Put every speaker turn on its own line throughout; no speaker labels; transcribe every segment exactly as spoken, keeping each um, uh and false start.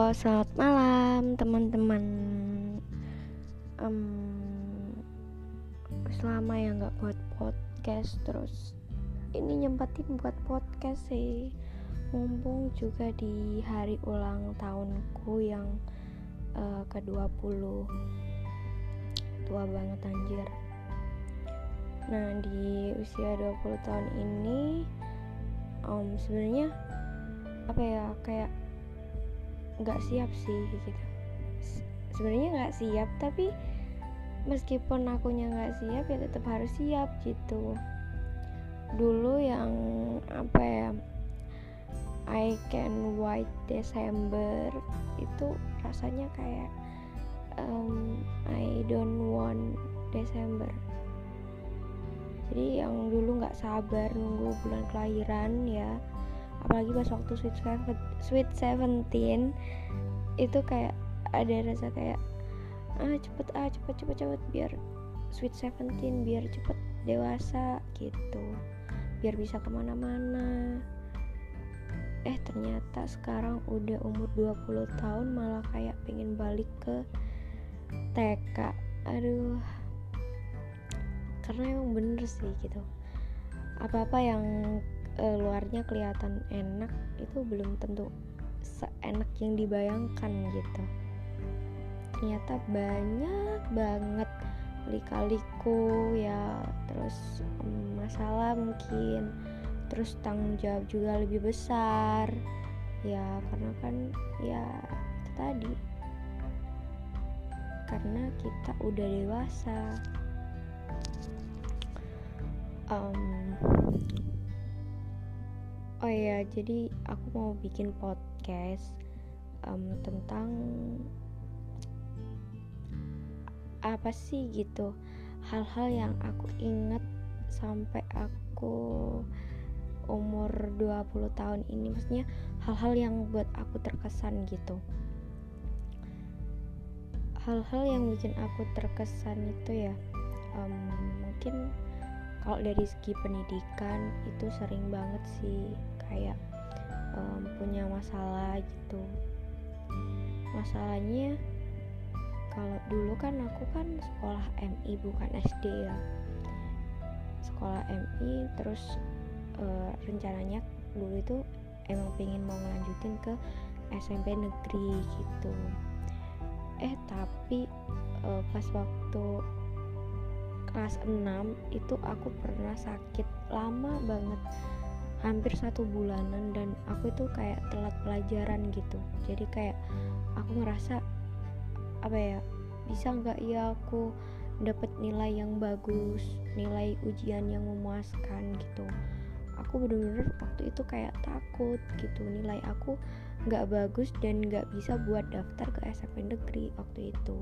Halo, selamat malam teman-teman. um, Selama ya gak buat podcast, terus ini nyempetin buat podcast sih. Mumpung juga di hari ulang tahunku yang uh, ke dua puluh. Tua banget anjir. Nah, di usia dua puluh tahun ini um, sebenarnya apa ya, kayak nggak siap sih gitu. Sebenarnya nggak siap, tapi meskipun akunya nggak siap ya tetap harus siap gitu. Dulu yang apa ya, I can wait December itu rasanya kayak um, I don't want December. Jadi yang dulu nggak sabar nunggu bulan kelahiran ya, apalagi pas waktu sweet seven, sweet seventeen itu kayak ada rasa kayak ah cepet ah cepet cepet cepet biar sweet seventeen, biar cepet dewasa gitu, biar bisa kemana-mana. Eh ternyata sekarang udah umur dua puluh tahun malah kayak pengen balik ke T K. Aduh, karena emang bener sih gitu, apa-apa yang e, luarnya kelihatan enak itu belum tentu seenak yang dibayangkan gitu. Ternyata banyak banget lika-liku ya, terus um, masalah mungkin, terus tanggung jawab juga lebih besar ya, karena kan ya itu tadi, karena kita udah dewasa. Um, oh ya, jadi aku mau bikin podcast um, tentang apa sih gitu, hal-hal yang aku inget sampai aku umur dua puluh tahun ini. Maksudnya hal-hal yang buat aku terkesan gitu. Hal-hal yang bikin aku terkesan itu ya um, mungkin kalau dari segi pendidikan itu sering banget sih kayak um, punya masalah gitu. Masalahnya kalau dulu kan aku kan sekolah M I bukan S D ya, sekolah M I, terus uh, rencananya dulu itu emang pengen mau ngelanjutin ke S M P negeri gitu. Eh tapi uh, pas waktu kelas enam itu aku pernah sakit lama banget, hampir satu bulanan, dan aku itu kayak telat pelajaran gitu. Jadi kayak aku ngerasa apa ya, bisa nggak ya aku dapat nilai yang bagus, nilai ujian yang memuaskan gitu. Aku bener-bener waktu itu kayak takut gitu, nilai aku nggak bagus dan nggak bisa buat daftar ke S M P negeri waktu itu.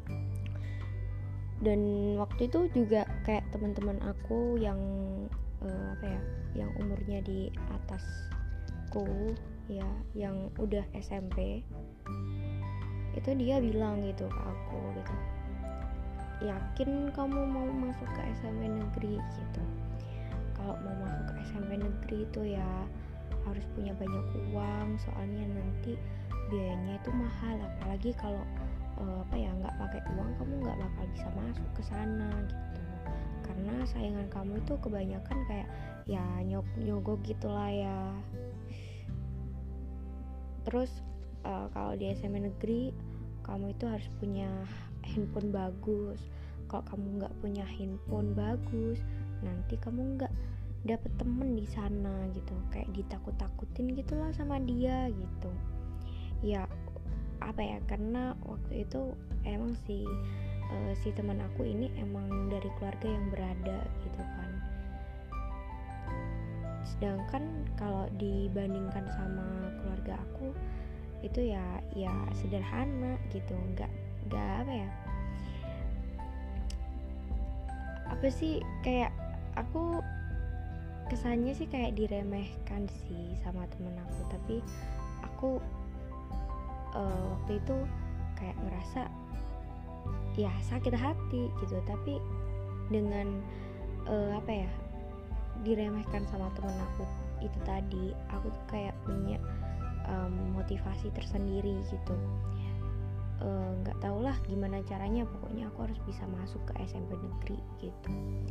Dan waktu itu juga kayak teman-teman aku yang uh, apa ya, yang umurnya di atasku ya, yang udah S M P, itu dia bilang gitu ke aku gitu, yakin kamu mau masuk ke S M P negeri gitu. Kalau mau masuk ke S M P negeri itu ya harus punya banyak uang, soalnya nanti biayanya itu mahal, apalagi kalau uh, apa ya nggak pakai uang kamu nggak bakal bisa masuk ke sana gitu, karena saingan kamu itu kebanyakan kayak ya nyog nyogok gitulah ya. Terus uh, kalau di S M P negeri kamu itu harus punya handphone bagus. Kalau kamu nggak punya handphone bagus, nanti kamu nggak dapet temen di sana gitu, kayak ditakut-takutin gitulah sama dia gitu. Ya apa ya, karena waktu itu emang si uh, si teman aku ini emang dari keluarga yang berada gitu kan. Sedangkan kalau dibandingkan sama keluarga aku itu ya ya sederhana gitu, nggak nggak apa ya, apa sih, kayak aku kesannya sih kayak diremehkan sih sama temen aku. Tapi aku uh, waktu itu kayak ngerasa ya sakit hati gitu, tapi dengan uh, apa ya, diremehkan sama temen aku itu tadi, aku tuh kayak punya um, motivasi tersendiri gitu. Nggak uh, tau lah gimana caranya, pokoknya aku harus bisa masuk ke S M P negeri gitu.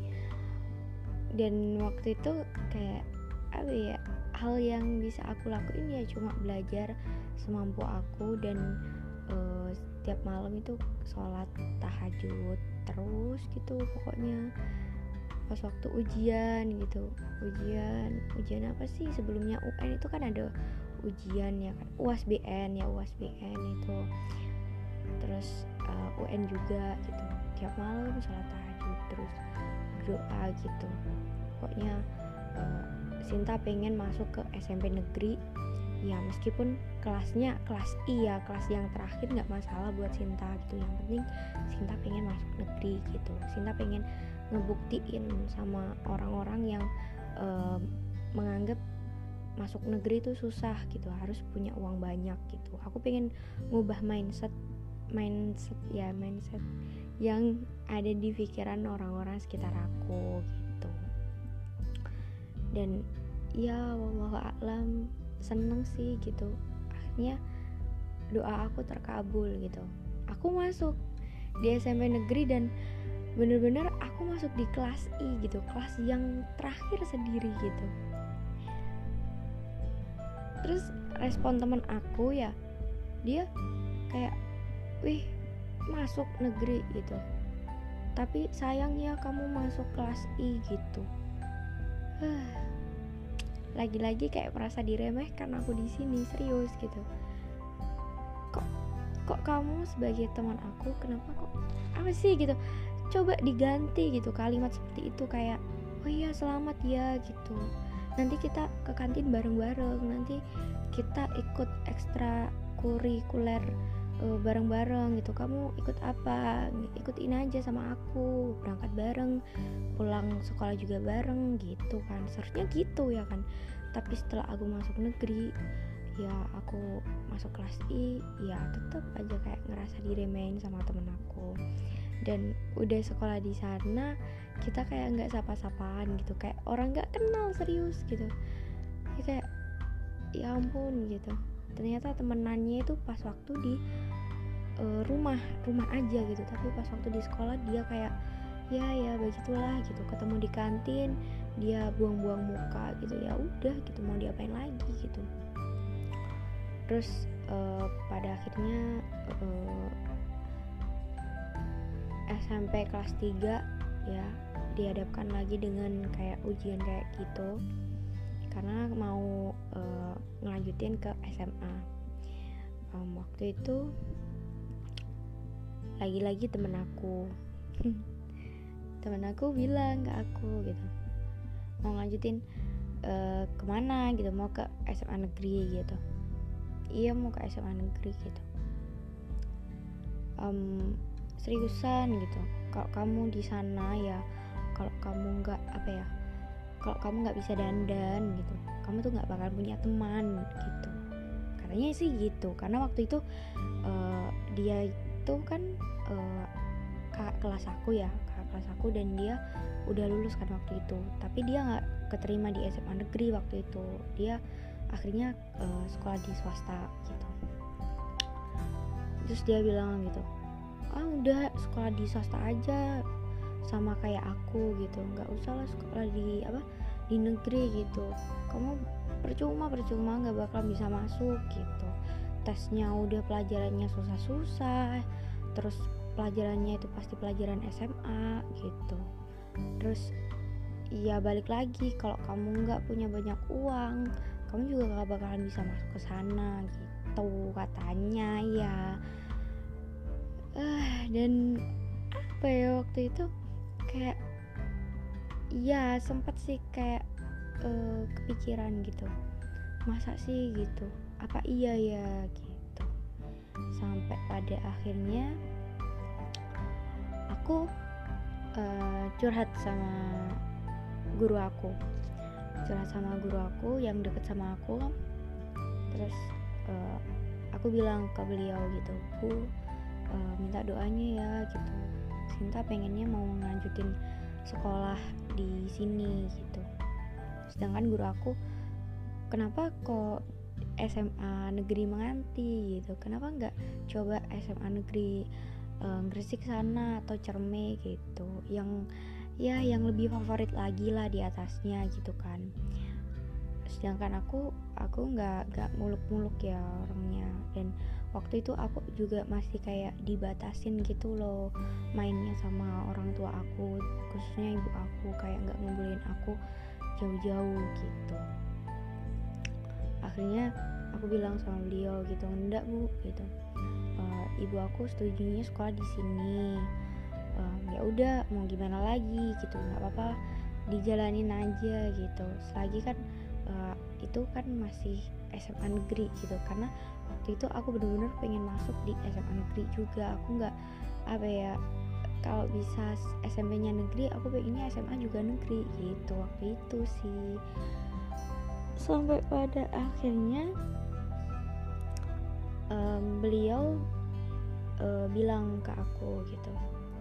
Dan waktu itu kayak apa ya, hal yang bisa aku lakuin ya cuma belajar semampu aku, dan uh, setiap malam itu sholat tahajud terus gitu pokoknya. Pas waktu ujian gitu, ujian ujian apa sih sebelumnya U N itu kan ada ujian ya kan, U A S B N ya, U A S B N itu, terus uh, U N juga gitu. Tiap malam sholat tahajud terus doa gitu. Pokoknya uh, Sinta pengen masuk ke S M P negeri ya, meskipun kelasnya kelas I ya, kelas yang terakhir nggak masalah buat Sinta gitu. Yang penting Sinta pengen masuk negeri gitu. Sinta pengen ngebuktiin sama orang-orang yang uh, menganggap masuk negeri itu susah gitu, harus punya uang banyak gitu. Aku pengen ngubah mindset mindset ya mindset yang ada di pikiran orang-orang sekitar aku gitu. Dan ya wallahu a'lam, seneng sih gitu, akhirnya doa aku terkabul gitu. Aku masuk di S M P negeri dan bener-bener aku masuk di kelas I gitu, kelas yang terakhir sendiri gitu. Terus respon teman aku ya, dia kayak, wih masuk negeri gitu, tapi sayang ya kamu masuk kelas I gitu. Lagi-lagi kayak merasa diremehkan aku di sini, serius gitu. Kok kok kamu sebagai teman aku, kenapa kok apa sih gitu? Coba diganti gitu kalimat seperti itu, kayak oh iya selamat ya gitu. Nanti kita ke kantin bareng-bareng, nanti kita ikut ekstra kurikuler uh, bareng-bareng gitu. Kamu ikut apa? Ikut ini aja sama aku, berangkat bareng, pulang sekolah juga bareng gitu kan. Seharusnya gitu ya kan. Tapi setelah aku masuk negeri, ya aku masuk kelas I, ya tetap aja kayak ngerasa diremehin sama temen aku. Dan udah sekolah di sana, kita kayak nggak sapa-sapaan gitu, kayak orang nggak kenal, serius gitu. Ya kayak ya ampun gitu. Ternyata temenannya itu pas waktu di uh, rumah rumah aja gitu, tapi pas waktu di sekolah dia kayak ya ya begitulah gitu. Ketemu di kantin dia buang-buang muka gitu, ya udah gitu, mau diapain lagi gitu. Terus uh, pada akhirnya uh, S M P kelas tiga ya dihadapkan lagi dengan kayak ujian kayak gitu, karena mau uh, ngelanjutin ke S M A. Um, waktu itu lagi-lagi temen aku temen aku bilang ke aku gitu, mau ngelanjutin uh, kemana gitu, mau ke S M A negeri gitu. Iya mau ke S M A negeri gitu. Um, seriusan gitu, kalau kamu di sana ya, kalau kamu nggak apa ya, kalau kamu nggak bisa dandan gitu, kamu tuh nggak bakal punya teman gitu, katanya sih gitu. Karena waktu itu uh, dia itu kan uh, kakak kelas aku ya, kakak kelas aku, dan dia udah lulus kan waktu itu, tapi dia nggak keterima di S M A negeri waktu itu. Dia akhirnya uh, sekolah di swasta gitu. Terus dia bilang gitu, ah udah sekolah di swasta aja sama kayak aku gitu, nggak usah lah sekolah di apa di negeri gitu, kamu percuma percuma nggak bakal bisa masuk gitu. Tesnya udah pelajarannya susah-susah, terus pelajarannya itu pasti pelajaran S M A gitu. Terus ya balik lagi, kalau kamu nggak punya banyak uang, kamu juga nggak bakalan bisa masuk ke sana gitu katanya ya. Uh, dan apa ya waktu itu kayak ya sempet sih kayak uh, kepikiran gitu, masa sih gitu, apa iya ya gitu. Sampai pada akhirnya aku uh, curhat sama guru aku curhat sama guru aku yang deket sama aku. Terus uh, aku bilang ke beliau gitu, Bu, Uh, minta doanya ya gitu, Sinta pengennya mau ngelanjutin sekolah di sini gitu. Sedangkan guru aku, kenapa kok S M A negeri Menganti gitu, kenapa nggak coba S M A negeri uh, Gresik sana atau Cerme gitu, yang ya yang lebih favorit lagi lah di atasnya gitu kan. Sedangkan aku aku nggak nggak muluk-muluk ya orangnya, dan waktu itu aku juga masih kayak dibatasin gitu loh mainnya sama orang tua aku, khususnya ibu aku, kayak nggak ngebolehin aku jauh-jauh gitu. Akhirnya aku bilang sama beliau gitu, enggak bu gitu, e, ibu aku setujunya sekolah di sini, e, ya udah mau gimana lagi gitu, nggak apa-apa dijalanin aja gitu, selagi kan uh, itu kan masih S M A negeri gitu, karena waktu itu aku bener-bener pengen masuk di S M A negeri juga, aku nggak apa ya, kalau bisa S M P-nya negeri aku pengennya S M A juga negeri gitu waktu itu sih. Sampai pada akhirnya um, beliau uh, bilang ke aku gitu,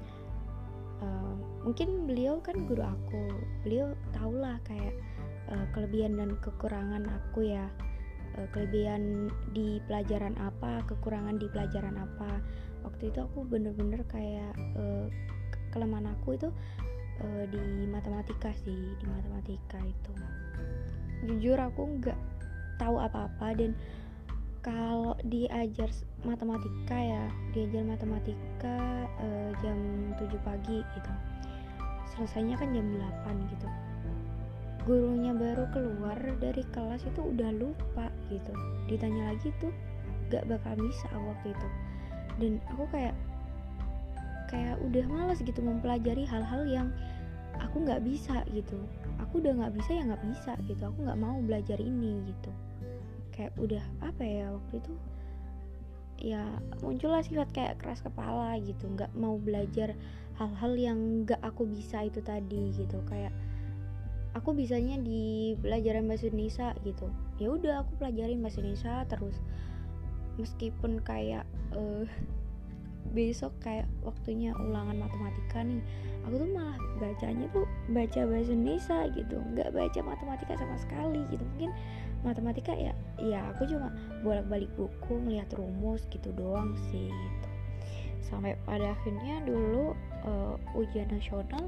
uh, mungkin beliau kan guru aku, beliau tahulah kayak uh, kelebihan dan kekurangan aku ya, uh, kelebihan di pelajaran apa, kekurangan di pelajaran apa. Waktu itu aku bener-bener kayak uh, kelemahan aku itu uh, di matematika sih, di matematika itu jujur aku nggak tahu apa-apa, dan kalau diajar matematika ya diajar matematika uh, jam tujuh pagi gitu, selesainya kan jam delapan gitu, gurunya baru keluar dari kelas itu udah lupa gitu, ditanya lagi tuh gak bakal bisa waktu itu. Dan aku kayak kayak udah malas gitu mempelajari hal-hal yang aku nggak bisa gitu, aku udah nggak bisa ya nggak bisa gitu, aku nggak mau belajar ini gitu, kayak udah apa ya waktu itu ya muncullah sifat kayak keras kepala gitu, nggak mau belajar hal-hal yang nggak aku bisa itu tadi gitu. Kayak aku bisanya di pelajaran bahasa Indonesia gitu, ya udah aku pelajarin bahasa Indonesia terus, meskipun kayak uh, besok kayak waktunya ulangan matematika nih, aku tuh malah bacanya tuh baca bahasa Indonesia gitu, nggak baca matematika sama sekali gitu. Mungkin matematika ya ya aku cuma bolak-balik buku ngeliat rumus gitu doang sih gitu. Sampai pada akhirnya dulu uh, ujian nasional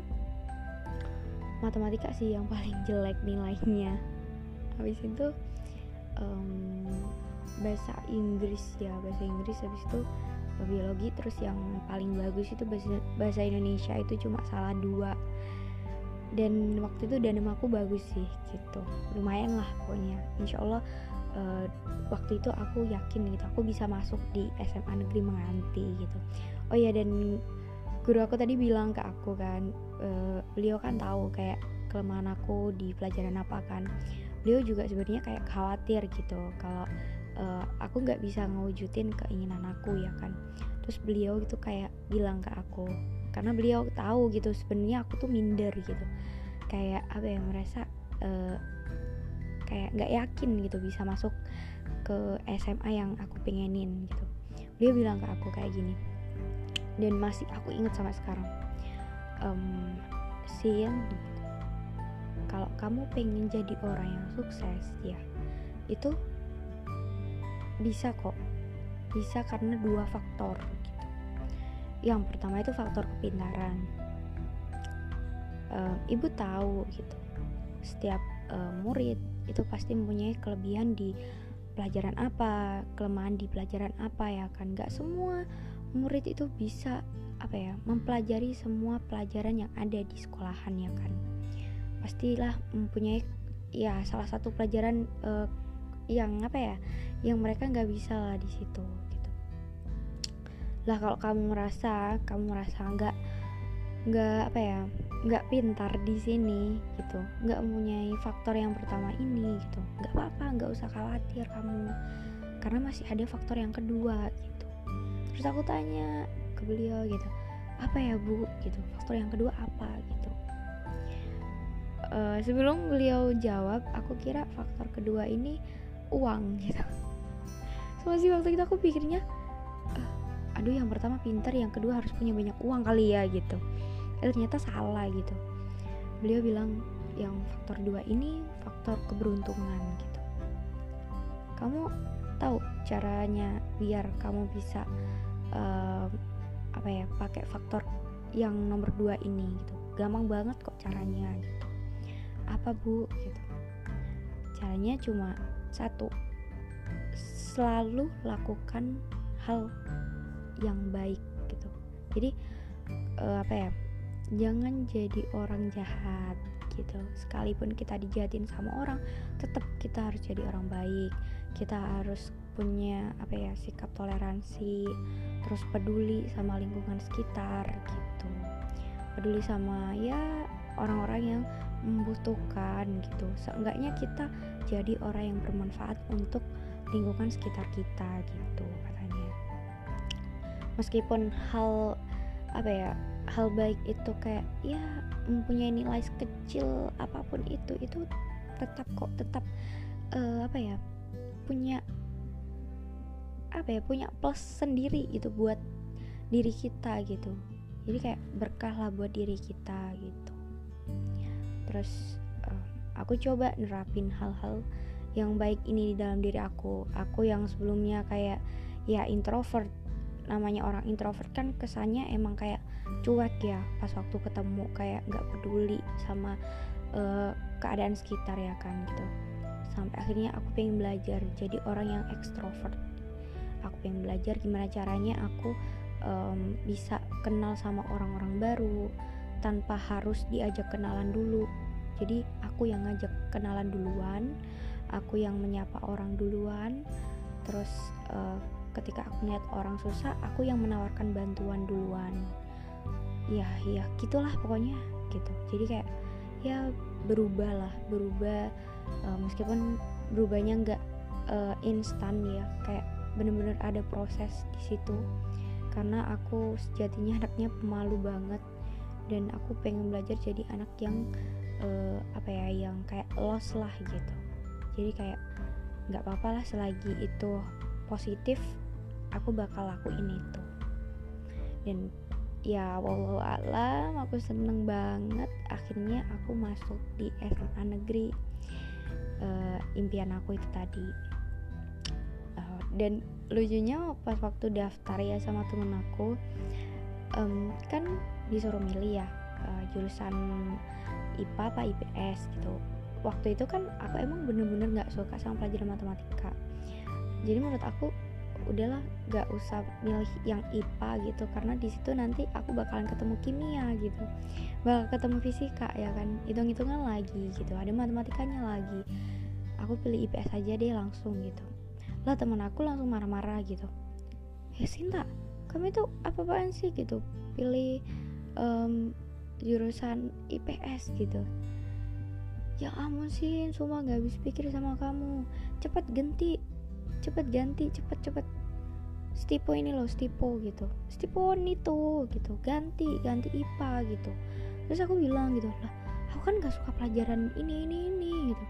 matematika sih yang paling jelek nilainya. Habis itu um, bahasa Inggris ya bahasa Inggris habis itu biologi, terus yang paling bagus itu bahasa, bahasa Indonesia itu cuma salah dua, dan waktu itu danam aku bagus sih gitu, lumayan lah pokoknya. Insya Allah uh, waktu itu aku yakin gitu aku bisa masuk di S M A negeri Menganti gitu. Oh ya, dan guru aku tadi bilang ke aku kan, uh, beliau kan tahu kayak kelemahan aku di pelajaran apa kan, beliau juga sebenarnya kayak khawatir gitu kalau Uh, aku nggak bisa ngewujudin keinginan aku ya kan. Terus beliau gitu kayak bilang ke aku, karena beliau tahu gitu sebenarnya aku tuh minder gitu, kayak apa ya, merasa uh, kayak nggak yakin gitu bisa masuk ke S M A yang aku pengenin gitu. Beliau bilang ke aku kayak gini, dan masih aku ingat sampai sekarang, um, Sin, kalau kamu pengen jadi orang yang sukses ya itu bisa kok, bisa karena dua faktor gitu. Yang pertama itu faktor kepintaran. Uh, ibu tahu gitu, setiap uh, murid itu pasti mempunyai kelebihan di pelajaran apa, kelemahan di pelajaran apa ya kan. Gak semua murid itu bisa apa ya mempelajari semua pelajaran yang ada di sekolahan ya kan. Pastilah mempunyai ya salah satu pelajaran uh, yang apa ya yang mereka nggak bisa lah di situ gitu lah. Kalau kamu merasa kamu merasa nggak nggak apa ya nggak pintar di sini gitu, nggak mempunyai faktor yang pertama ini gitu, nggak apa-apa, nggak usah khawatir kamu, karena masih ada faktor yang kedua gitu. Terus aku tanya ke beliau gitu, apa ya bu gitu, faktor yang kedua apa gitu. Uh, sebelum beliau jawab, aku kira faktor kedua ini uang gitu. So, masih waktu itu aku pikirnya, uh, aduh yang pertama pintar, yang kedua harus punya banyak uang kali ya gitu. Eh, ternyata salah gitu. Beliau bilang yang faktor dua ini faktor keberuntungan gitu. kamu tahu caranya biar kamu bisa uh, apa ya pakai faktor yang nomor dua ini gitu. Gampang banget kok caranya gitu. Apa bu gitu. Caranya cuma satu, selalu lakukan hal yang baik gitu. Jadi uh, apa ya, jangan jadi orang jahat gitu. Sekalipun kita dijahatin sama orang, tetap kita harus jadi orang baik. Kita harus punya apa ya, sikap toleransi, terus peduli sama lingkungan sekitar gitu, peduli sama ya orang-orang yang membutuhkan gitu. Seenggaknya kita jadi orang yang bermanfaat untuk lingkungan sekitar kita gitu katanya. Meskipun hal apa ya, hal baik itu kayak ya mempunyai nilai kecil apapun itu, itu tetap kok tetap uh, apa ya, punya apa ya, punya plus sendiri gitu buat diri kita gitu. Jadi kayak berkah lah buat diri kita gitu. Terus uh, aku coba nerapin hal-hal yang baik ini di dalam diri aku. Aku yang sebelumnya kayak ya introvert, namanya orang introvert kan kesannya emang kayak cuek ya pas waktu ketemu, kayak nggak peduli sama uh, keadaan sekitar ya kan gitu. Sampai akhirnya aku pengen belajar jadi orang yang ekstrovert. Aku pengen belajar gimana caranya aku um, bisa kenal sama orang-orang baru tanpa harus diajak kenalan dulu. Jadi aku yang ngajak kenalan duluan, aku yang menyapa orang duluan. Terus uh, ketika aku lihat orang susah, aku yang menawarkan bantuan duluan. Ya, ya gitulah pokoknya gitu. Jadi kayak ya berubah lah, berubah uh, meskipun berubahnya nggak uh, instan ya, kayak bener-bener ada proses di situ. Karena aku sejatinya anaknya pemalu banget dan aku pengen belajar jadi anak yang uh, apa ya, yang kayak lost lah gitu. Jadi kayak nggak apa-apa lah selagi itu positif, aku bakal lakuin itu. Dan ya wallahu a'lam, aku seneng banget akhirnya aku masuk di S M A negeri, uh, impian aku itu tadi. Uh, dan lucunya pas waktu daftar ya sama temen aku, um, kan disuruh milih ya uh, jurusan I P A apa I P S gitu. Waktu itu kan aku emang bener-bener gak suka sama pelajaran matematika. Jadi menurut aku udahlah gak usah milih yang I P A gitu, karena di situ nanti aku bakalan ketemu kimia gitu, bakal ketemu fisika ya kan, hitung-hitungan lagi gitu, ada matematikanya lagi. Aku pilih I P S aja deh langsung gitu. Lah teman aku langsung marah-marah gitu, eh Sinta, kamu itu apa-apaan sih gitu, pilih um, jurusan I P S gitu. Ya ampun Sin, sumpah gak habis pikir sama kamu, cepet ganti cepet ganti cepet cepet Stipo ini loh, Stipo gitu, Stipo itu gitu, ganti ganti I P A gitu. Terus aku bilang gitu, lah aku kan gak suka pelajaran ini ini ini gitu.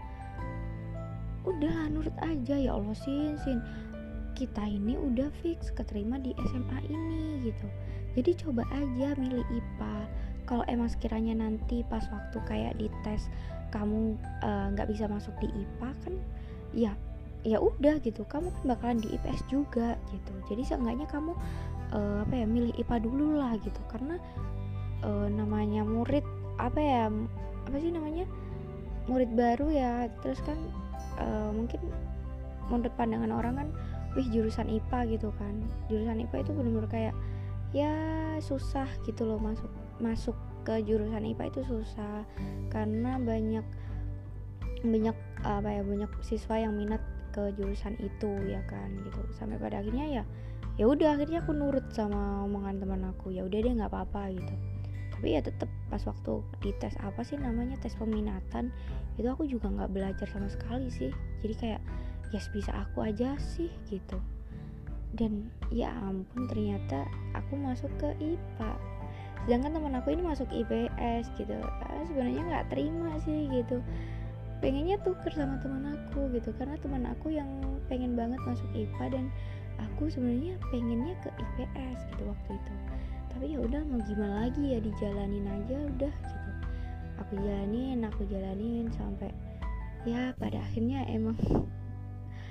Udahlah nurut aja, ya Allah Sin Sin kita ini udah fix keterima di S M A ini gitu, jadi coba aja milih I P A. Kalau emang sekiranya nanti pas waktu kayak di tes kamu nggak uh, bisa masuk di I P A kan, ya ya udah gitu, kamu kan bakalan di I P S juga gitu. Jadi seenggaknya kamu uh, apa ya, milih I P A dulu lah gitu, karena uh, namanya murid apa ya, apa sih namanya, murid baru ya. Terus kan uh, mungkin menurut pandangan orang kan, wih jurusan I P A gitu kan, jurusan I P A itu benar-benar kayak ya susah gitu loh, masuk masuk ke jurusan I P A itu susah karena banyak banyak apa ya, banyak siswa yang minat ke jurusan itu ya kan gitu. Sampai pada akhirnya ya ya udah, akhirnya aku nurut sama omongan teman aku, ya udah deh nggak apa-apa gitu. Tapi ya tetap pas waktu di tes apa sih namanya, tes peminatan itu aku juga nggak belajar sama sekali sih. Jadi kayak ya bisa aku aja sih gitu. Dan ya ampun, ternyata aku masuk ke I P A, sedangkan teman aku ini masuk I P S gitu. Ah, sebenarnya nggak terima sih gitu, pengennya tuker sama teman aku gitu, karena teman aku yang pengen banget masuk I P A dan aku sebenarnya pengennya ke I P S gitu waktu itu. Tapi ya udah, mau gimana lagi ya, dijalanin aja udah gitu. Aku jalanin, aku jalanin sampai ya pada akhirnya emang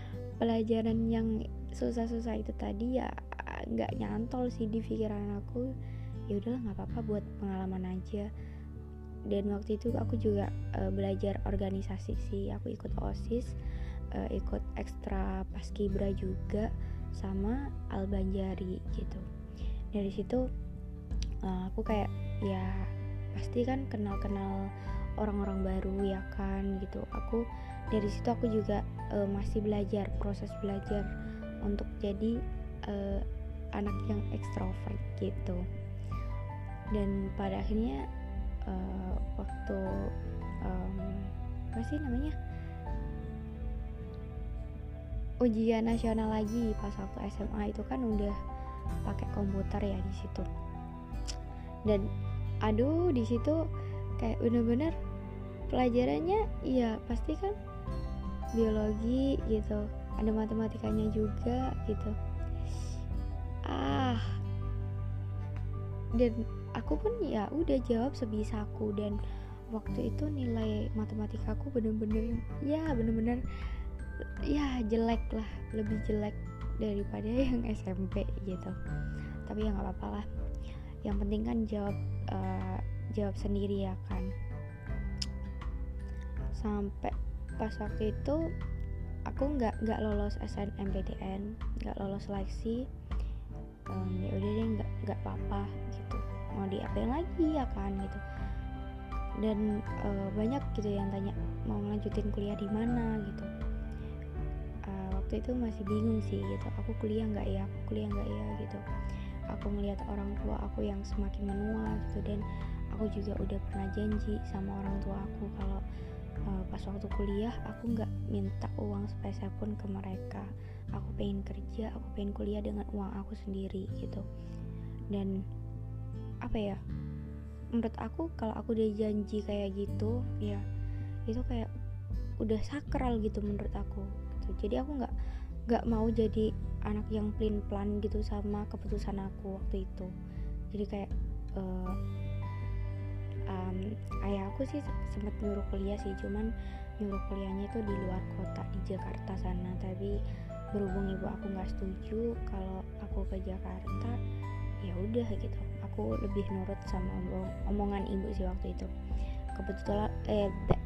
pelajaran yang susah-susah itu tadi ya nggak nyantol sih di pikiran aku. Ya udahlah, nggak apa-apa, buat pengalaman aja. Dan waktu itu aku juga uh, belajar organisasi sih, aku ikut OSIS, uh, ikut ekstra paskibra juga, sama Albanjari gitu. Dari situ uh, aku kayak ya pasti kan kenal-kenal orang-orang baru ya kan gitu. Aku dari situ aku juga uh, masih belajar, proses belajar untuk jadi uh, anak yang ekstrovert gitu. Dan pada akhirnya uh, waktu um, apa sih namanya ujian nasional lagi pas waktu S M A itu kan udah pakai komputer ya di situ. Dan aduh di situ kayak bener-bener pelajarannya ya pasti kan biologi gitu, ada matematikanya juga gitu. Ah, dan aku pun ya udah jawab sebisaku, dan waktu itu nilai matematika aku bener-bener ya bener-bener ya jelek lah, lebih jelek daripada yang S M P gitu. Tapi ya nggak apa-apa lah, yang penting kan jawab uh, jawab sendiri ya kan. Sampai pas waktu itu aku nggak nggak lolos S N M P T N, nggak lolos seleksi. Um, ya udah deh, nggak nggak apa-apa gitu, mau diapain lagi ya kan gitu. Dan uh, banyak gitu yang tanya mau lanjutin kuliah di mana gitu. Uh, waktu itu masih bingung sih gitu, aku kuliah nggak ya, aku kuliah nggak ya gitu. Aku ngelihat orang tua aku yang semakin menua gitu, dan aku juga udah pernah janji sama orang tua aku kalau uh, pas waktu kuliah aku nggak minta uang sepeser pun ke mereka. Aku pengen kerja, aku pengen kuliah dengan uang aku sendiri gitu. Dan apa ya, menurut aku kalau aku udah janji kayak gitu ya itu kayak udah sakral gitu menurut aku gitu. Jadi aku nggak nggak mau jadi anak yang plin plan gitu sama keputusan aku waktu itu. Jadi kayak uh, um, ayah aku sih sempat nyuruh kuliah sih, cuman nyuruh kuliahnya itu di luar kota, di Jakarta sana. Tapi berhubung ibu aku nggak setuju kalau aku ke Jakarta, ya udah gitu, aku lebih nurut sama omong- omongan ibu sih waktu itu. Kebetulan eh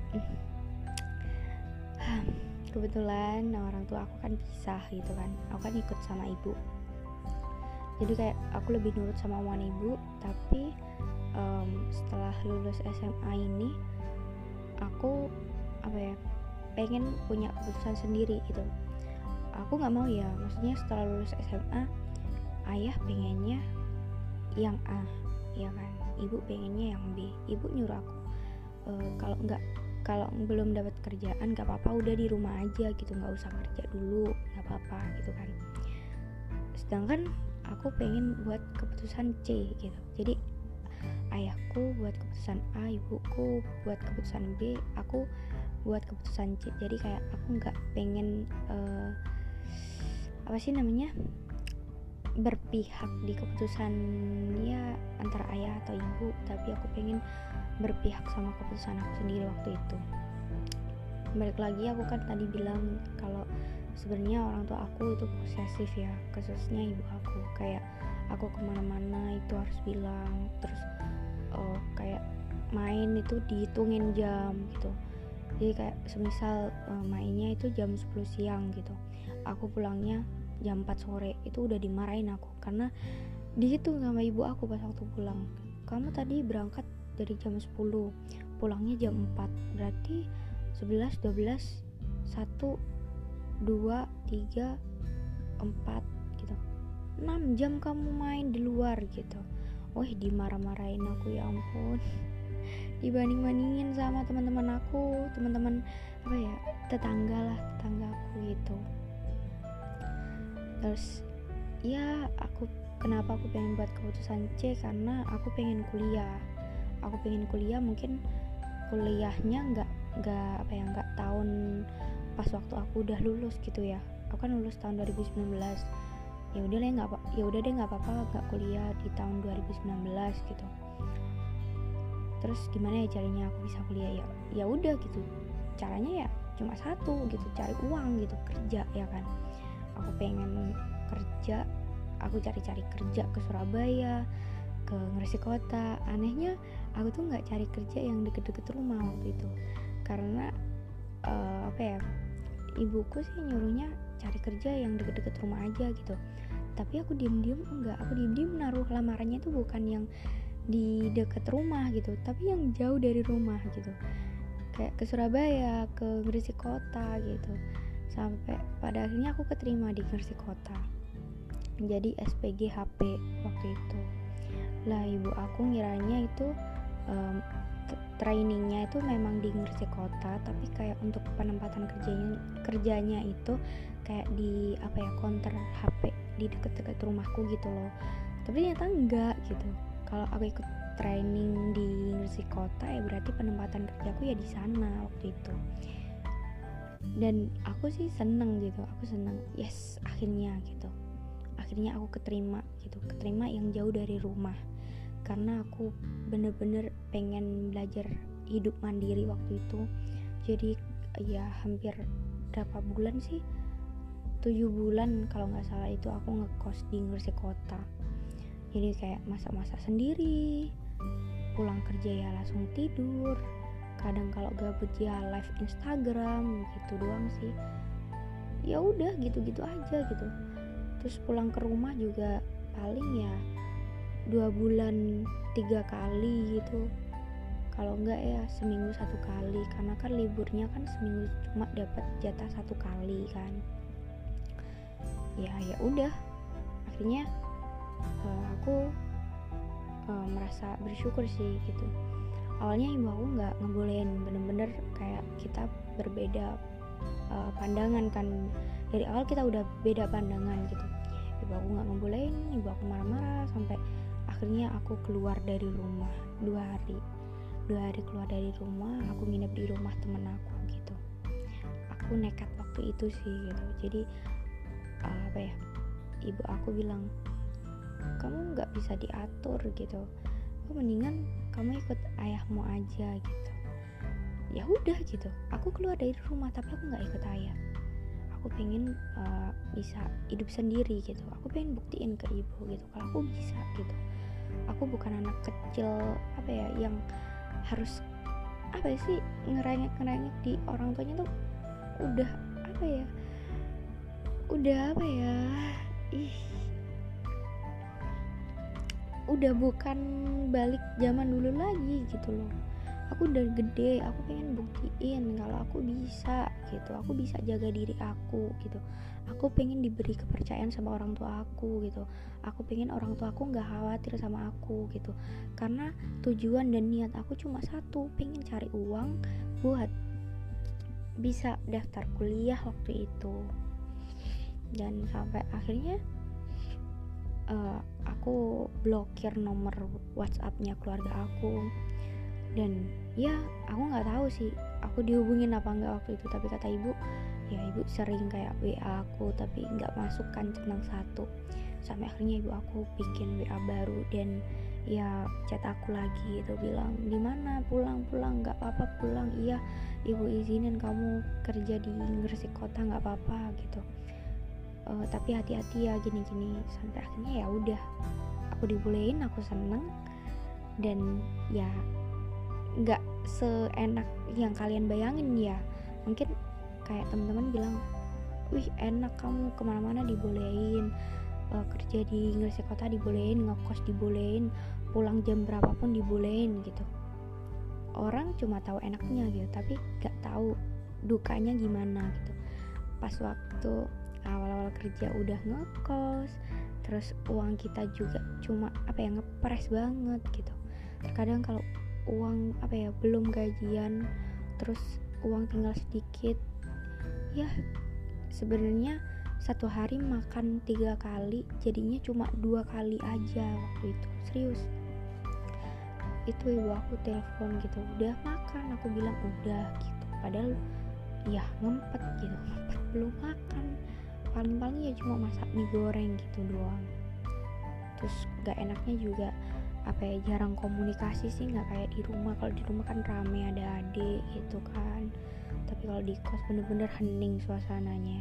kebetulan orang tua aku kan pisah gitu kan, aku kan ikut sama ibu. Jadi kayak aku lebih nurut sama omongan ibu. Tapi um, setelah lulus S M A ini aku apa ya pengen punya keputusan sendiri gitu. Aku nggak mau ya, maksudnya setelah lulus S M A ayah pengennya yang A ya kan, ibu pengennya yang B. Ibu nyuruh aku e, kalau nggak kalau belum dapat kerjaan nggak apa-apa, udah di rumah aja gitu, nggak usah kerja dulu, nggak apa-apa gitu kan. Sedangkan aku pengen buat keputusan C gitu. Jadi ayahku buat keputusan A, ibuku buat keputusan B, aku buat keputusan C. Jadi kayak aku nggak pengen uh, apa sih namanya berpihak di keputusannya antara ayah atau ibu, tapi aku pengen berpihak sama keputusan aku sendiri waktu itu. Balik lagi, aku kan tadi bilang kalau sebenarnya orang tua aku itu posesif ya, khususnya ibu aku. Kayak aku kemana-mana itu harus bilang, terus uh, kayak main itu dihitungin jam gitu. Jadi kayak semisal uh, mainnya itu jam sepuluh siang gitu, aku pulangnya jam empat sore, itu udah dimarahin aku karena dihitung sama ibu aku pas waktu pulang. Kamu tadi berangkat dari jam sepuluh, pulangnya jam empat, berarti sebelas, dua belas, satu, dua, tiga, empat gitu, enam jam kamu main di luar gitu. Wah, dimarah-marahin aku, ya ampun. Dibanding-bandingin sama teman-teman aku, teman-teman apa ya, tetangga lah, tetangga aku gitu. Terus ya aku kenapa aku pengen buat keputusan C, karena aku pengen kuliah. Aku pengen kuliah, mungkin kuliahnya nggak nggak apa ya nggak tahun pas waktu aku udah lulus gitu ya. Aku kan lulus tahun dua ribu sembilan belas. Ya udah deh nggak ya udah deh nggak apa-apa nggak kuliah di tahun dua ribu sembilan belas gitu. Terus gimana ya caranya aku bisa kuliah ya? Ya udah gitu. Caranya ya cuma satu gitu, cari uang gitu, kerja ya kan. Aku pengen kerja, aku cari-cari kerja ke Surabaya, ke Gresik Kota. Anehnya aku tuh nggak cari kerja yang deket-deket rumah waktu itu, karena uh, apa ya, ibuku sih nyuruhnya cari kerja yang deket-deket rumah aja gitu. Tapi aku diem-diem enggak, aku diem-diem naruh lamarannya itu bukan yang di deket rumah gitu, tapi yang jauh dari rumah gitu, kayak ke Surabaya, ke Gresik Kota gitu. Sampai pada akhirnya aku keterima di Gresik Kota menjadi S P G H P waktu itu. Lah ibu aku ngiranya itu um, trainingnya itu memang di Gresik Kota, tapi kayak untuk penempatan kerjanya kerjanya itu kayak di apa ya, counter H P di deket-deket rumahku gitu loh. Tapi ternyata enggak gitu. Kalau aku ikut training di Gresik Kota ya berarti penempatan kerjaku ya di sana waktu itu. Dan aku sih seneng gitu, aku seneng, yes akhirnya gitu. Akhirnya aku keterima gitu, keterima yang jauh dari rumah. Karena aku bener-bener pengen belajar hidup mandiri waktu itu. Jadi ya hampir berapa bulan sih, tujuh bulan kalau gak salah itu aku ngekos di Gresik Kota. Jadi kayak masak-masak sendiri, pulang kerja ya langsung tidur, kadang kalau gabut ya live Instagram gitu doang sih. Ya udah gitu-gitu aja gitu. Terus pulang ke rumah juga paling ya dua bulan tiga kali gitu, kalau enggak ya seminggu satu kali, karena kan liburnya kan seminggu cuma dapat jatah satu kali kan. Ya ya udah, akhirnya uh, aku uh, merasa bersyukur sih gitu. Awalnya ibu aku nggak ngebolehin, bener-bener kayak kita berbeda uh, pandangan kan, dari awal kita udah beda pandangan gitu. Ibu aku nggak ngebolehin, ibu aku marah-marah sampai akhirnya aku keluar dari rumah dua hari dua hari keluar dari rumah, aku nginep di rumah temen aku gitu. Aku nekat waktu itu sih gitu. Jadi uh, apa ya, ibu aku bilang, kamu nggak bisa diatur gitu, aku mendingan kamu ikut ayahmu aja gitu. Ya udah gitu, aku keluar dari rumah tapi aku nggak ikut ayah. Aku pengen uh, bisa hidup sendiri gitu. Aku pengen buktiin ke ibu gitu kalau aku bisa gitu. Aku bukan anak kecil apa ya yang harus apa ya sih, ngerengek-ngerengek di orang tuanya tuh udah apa ya, udah apa ya, ih, udah bukan balik zaman dulu lagi gitu loh. Aku udah gede, aku pengen buktiin kalau aku bisa gitu, aku bisa jaga diri aku gitu. Aku pengen diberi kepercayaan sama orang tua aku gitu. Aku pengen orang tua aku gak khawatir sama aku gitu. Karena tujuan dan niat aku cuma satu, pengen cari uang buat bisa daftar kuliah waktu itu. Dan sampai akhirnya uh, aku blokir nomor WhatsApp-nya keluarga aku. Dan ya aku nggak tahu sih aku dihubungin apa nggak waktu itu, tapi kata ibu ya ibu sering kayak W A aku tapi nggak masuk kan centang satu. Sampai akhirnya ibu aku bikin W A baru dan ya chat aku lagi itu, bilang di mana, pulang pulang nggak apa-apa pulang, iya ibu izinin kamu kerja di Gresik Kota nggak apa-apa gitu, uh, tapi hati-hati ya gini-gini. Sampai akhirnya ya udah aku dibolehin, aku seneng. Dan ya nggak seenak yang kalian bayangin ya. Mungkin kayak teman-teman bilang, wih enak kamu kemana-mana dibolehin, uh, kerja di Gresik Kota dibolehin, ngekos dibolehin, pulang jam berapapun dibolehin gitu. Orang cuma tahu enaknya gitu, tapi nggak tahu dukanya gimana gitu. Pas waktu awal-awal kerja udah ngekos, terus uang kita juga cuma apa ya, ngepres banget gitu. Terkadang kalau uang apa ya belum gajian, terus uang tinggal sedikit, ya sebenarnya satu hari makan tiga kali jadinya cuma dua kali aja waktu itu, serius. Itu ibu aku telepon gitu, udah makan, aku bilang udah gitu, padahal ya ngempet gitu, ngempet belum makan, paling-paling ya cuma masak mie goreng gitu doang. Terus gak enaknya juga apa ya, jarang komunikasi sih, nggak kayak di rumah. Kalau di rumah kan rame, ada adik gitu kan, tapi kalau di kos bener-bener hening suasananya.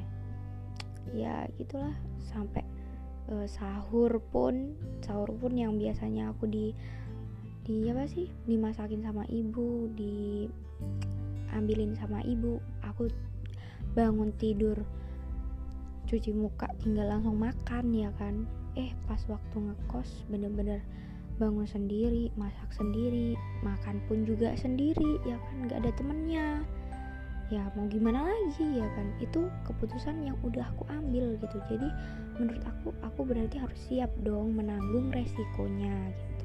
Ya gitulah, sampai uh, sahur pun sahur pun yang biasanya aku di di apa sih dimasakin sama ibu, diambilin sama ibu, aku bangun tidur cuci muka tinggal langsung makan ya kan. Eh pas waktu ngekos bener-bener bangun sendiri, masak sendiri, makan pun juga sendiri ya kan, gak ada temennya. Ya mau gimana lagi ya kan, itu keputusan yang udah aku ambil gitu. Jadi menurut aku aku berarti harus siap dong menanggung resikonya gitu.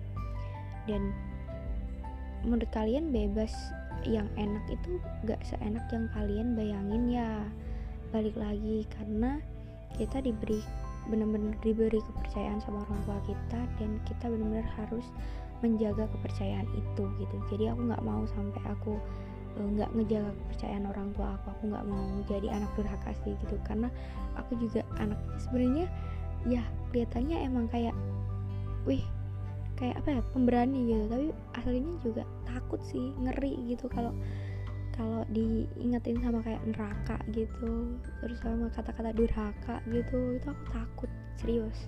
Dan menurut kalian bebas yang enak itu gak seenak yang kalian bayangin ya. Balik lagi karena kita diberi benar-benar diberi kepercayaan sama orang tua kita, dan kita benar-benar harus menjaga kepercayaan itu gitu. Jadi aku nggak mau sampai aku nggak ngejaga kepercayaan orang tua aku aku nggak mau jadi anak durhaka sih gitu, karena aku juga anaknya sebenarnya ya kelihatannya emang kayak wih kayak apa ya, pemberani gitu, tapi aslinya juga takut sih, ngeri gitu kalau kalau diingetin sama kayak neraka gitu, terus sama kata-kata durhaka gitu, itu aku takut serius.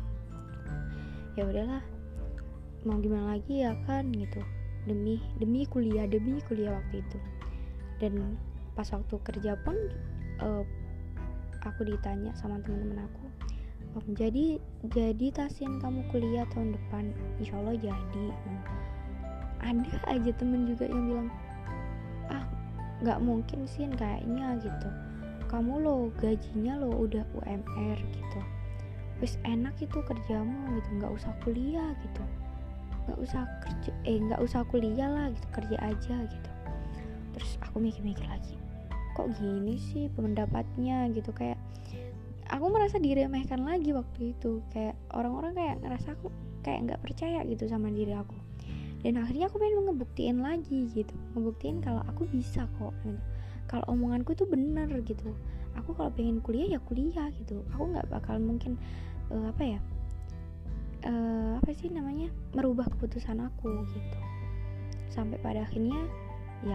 Ya udahlah, mau gimana lagi ya kan gitu, demi demi kuliah demi kuliah waktu itu. Dan pas waktu kerja pun uh, aku ditanya sama teman-teman aku, oh, jadi jadi Tasyan kamu kuliah tahun depan? Insya Allah jadi. Nah, ada aja temen juga yang bilang, ah nggak mungkin sih kayaknya gitu, kamu lo gajinya lo udah U M R gitu, wis enak itu kerjamu gitu, nggak usah kuliah gitu, nggak usah kerja eh nggak usah kuliah lah gitu, kerja aja gitu. Terus aku mikir-mikir lagi, kok gini sih pendapatnya gitu, kayak aku merasa diremehkan lagi waktu itu, kayak orang-orang kayak ngerasa aku kayak nggak percaya gitu sama diri aku. Dan akhirnya aku pengen ngebuktiin lagi gitu, ngebuktiin kalau aku bisa kok gitu, kalau omonganku itu bener gitu. Aku kalau pengen kuliah ya kuliah gitu, aku nggak bakal mungkin uh, apa ya Uh, apa sih namanya merubah keputusan aku gitu. Sampai pada akhirnya ya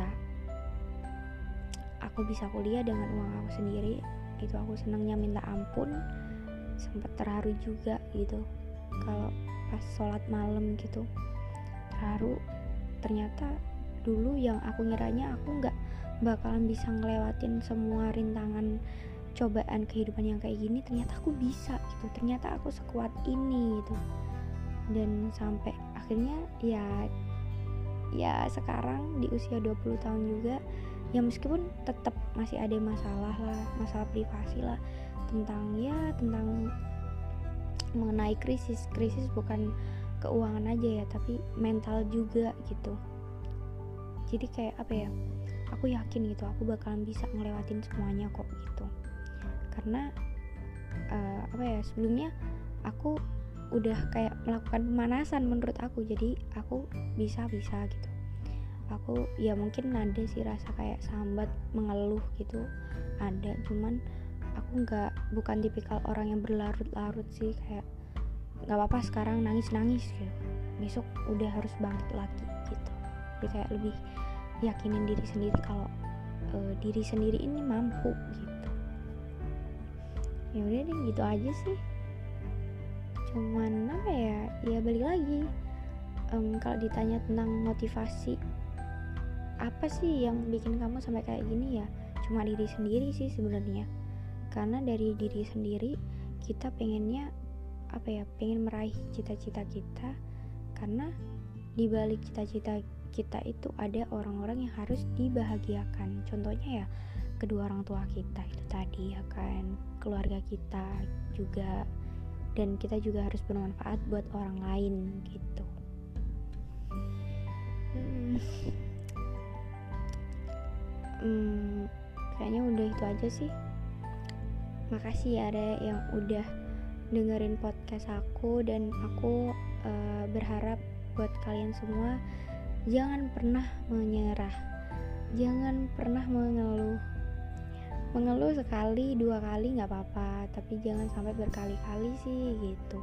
aku bisa kuliah dengan uang aku sendiri. Itu aku senangnya minta ampun, sempat terharu juga gitu kalau pas sholat malam gitu, terharu. Ternyata dulu yang aku ngiranya aku nggak bakalan bisa ngelewatin semua rintangan cobaan kehidupan yang kayak gini, ternyata aku bisa gitu, ternyata aku sekuat ini gitu. Dan sampai akhirnya ya ya sekarang di usia dua puluh tahun juga ya, meskipun tetap masih ada masalah lah, masalah privasi lah, tentang ya tentang mengenai krisis krisis bukan keuangan aja ya, tapi mental juga gitu. Jadi kayak apa ya, aku yakin gitu aku bakalan bisa ngelewatin semuanya kok gitu. Karena uh, apa ya, sebelumnya aku udah kayak melakukan pemanasan menurut aku, jadi aku bisa-bisa gitu. Aku ya mungkin ada sih rasa kayak sambat, mengeluh gitu ada, cuman aku nggak bukan tipikal orang yang berlarut-larut sih, kayak nggak apa-apa sekarang nangis-nangis gitu, besok udah harus bangkit lagi gitu. Jadi kayak lebih yakinin diri sendiri kalau uh, diri sendiri ini mampu gitu. Ya udah deh gitu aja sih. Cuman apa ya, ya balik lagi um, kalau ditanya tentang motivasi apa sih yang bikin kamu sampai kayak gini, ya cuma diri sendiri sih sebenarnya. Karena dari diri sendiri kita pengennya apa ya, pengen meraih cita-cita kita, karena di balik cita-cita kita itu ada orang-orang yang harus dibahagiakan. Contohnya ya kedua orang tua kita itu tadi ya kan, keluarga kita juga, dan kita juga harus bermanfaat buat orang lain gitu. hmm, hmm, kayaknya udah itu aja sih. Makasih ya Re yang udah dengerin podcast aku, dan aku uh, berharap buat kalian semua jangan pernah menyerah, jangan pernah mengeluh. Mengeluh sekali dua kali nggak apa-apa, tapi jangan sampai berkali-kali sih gitu.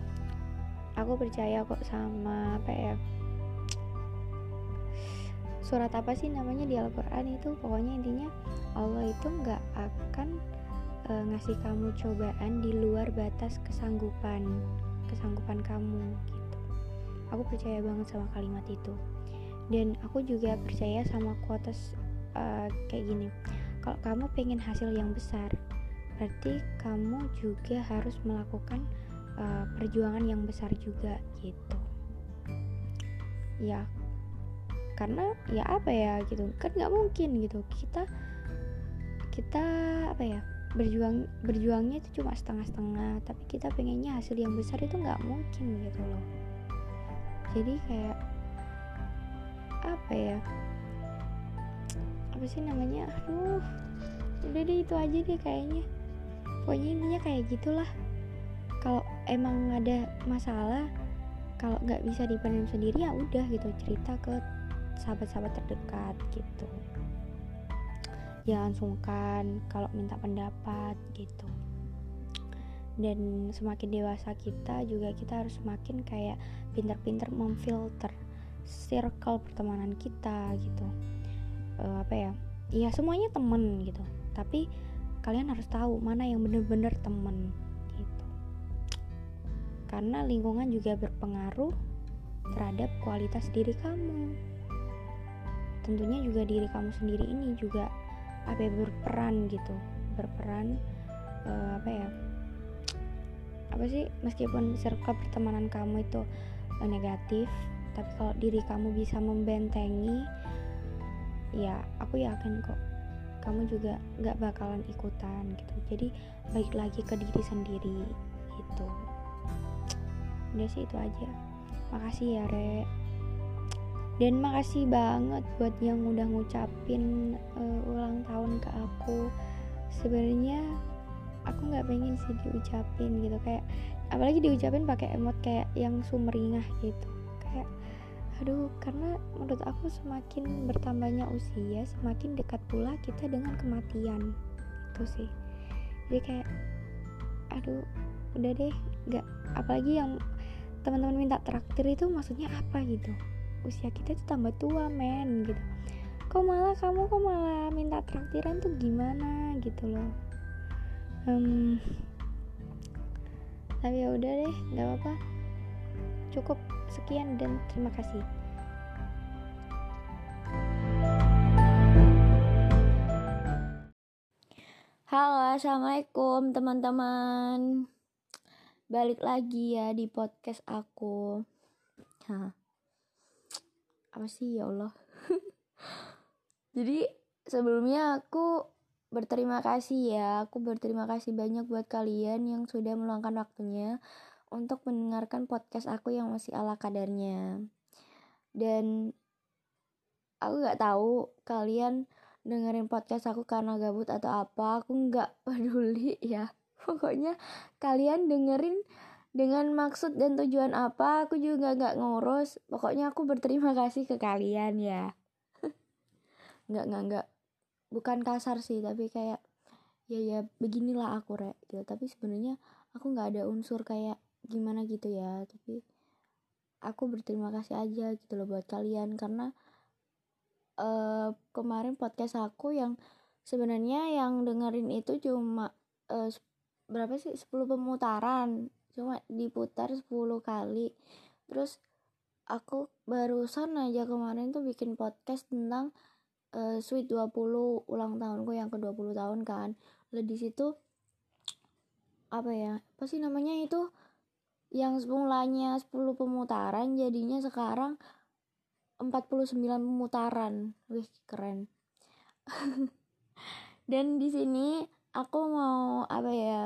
Aku percaya kok sama apa ya, surat apa sih namanya di Al-Quran itu, pokoknya intinya Allah itu nggak akan e, ngasih kamu cobaan di luar batas kesanggupan kesanggupan kamu gitu. Aku percaya banget sama kalimat itu, dan aku juga percaya sama quotes e, kayak gini, kalau kamu pengen hasil yang besar, berarti kamu juga harus melakukan e, perjuangan yang besar juga gitu ya. Karena ya apa ya gitu kan, nggak mungkin gitu kita kita apa ya berjuang berjuangnya itu cuma setengah-setengah, tapi kita pengennya hasil yang besar itu nggak mungkin gitu loh. Jadi kayak apa ya apa sih namanya aduh udah deh itu aja deh kayaknya, pokoknya intinya kayak gitulah. Kalau emang ada masalah, kalau nggak bisa dipendam sendiri ya udah gitu, cerita ke sahabat-sahabat terdekat gitu, jangan sungkan kalau minta pendapat gitu. Dan semakin dewasa kita juga, kita harus semakin kayak pintar-pintar memfilter circle pertemanan kita gitu. e, apa ya ya semuanya temen gitu, tapi kalian harus tahu mana yang bener-bener temen gitu, karena lingkungan juga berpengaruh terhadap kualitas diri kamu. Tentunya juga diri kamu sendiri ini juga apa ya, berperan gitu, berperan uh, apa ya apa sih meskipun circle pertemanan kamu itu uh, negatif, tapi kalau diri kamu bisa membentengi, ya aku yakin kok kamu juga nggak bakalan ikutan gitu. Jadi balik lagi ke diri sendiri gitu. Udah sih itu aja. Makasih ya Re. Dan makasih banget buat yang udah ngucapin uh, ulang tahun ke aku. Sebenarnya aku nggak pengen sih diucapin gitu, kayak apalagi diucapin pakai emot kayak yang sumringah gitu. Kayak aduh, karena menurut aku semakin bertambahnya usia, semakin dekat pula kita dengan kematian. Itu sih. Jadi kayak aduh, udah deh, nggak, apalagi yang teman-teman minta traktir itu maksudnya apa gitu. Usia kita tuh tambah tua men gitu, kok malah kamu kok malah minta traktiran tuh gimana gitu loh. hmm, tapi ya udah deh, nggak apa-apa, cukup sekian dan terima kasih. Halo, assalamualaikum teman-teman, balik lagi ya di podcast aku. Hah, apa sih ya Allah. Jadi sebelumnya aku berterima kasih ya, aku berterima kasih banyak buat kalian yang sudah meluangkan waktunya untuk mendengarkan podcast aku yang masih ala kadarnya. Dan aku nggak tahu kalian dengerin podcast aku karena gabut atau apa, aku nggak peduli ya. Pokoknya kalian dengerin dengan maksud dan tujuan apa, aku juga nggak ngurus. Pokoknya aku berterima kasih ke kalian ya. nggak nggak nggak bukan kasar sih, tapi kayak ya ya beginilah aku Re gitu. Tapi sebenarnya aku nggak ada unsur kayak gimana gitu ya, tapi aku berterima kasih aja gitu loh buat kalian, karena uh, kemarin podcast aku yang sebenarnya yang dengerin itu cuma uh, berapa sih, sepuluh pemutaran, cuma diputar sepuluh kali. Terus aku barusan aja kemarin tuh bikin podcast tentang uh, Sweet dua puluh, ulang tahunku yang ke dua puluh tahun kan. Lalu di situ apa ya, apa sih namanya itu, yang semulanya sepuluh pemutaran jadinya sekarang empat puluh sembilan pemutaran. Wih, keren. Dan di sini aku mau apa ya,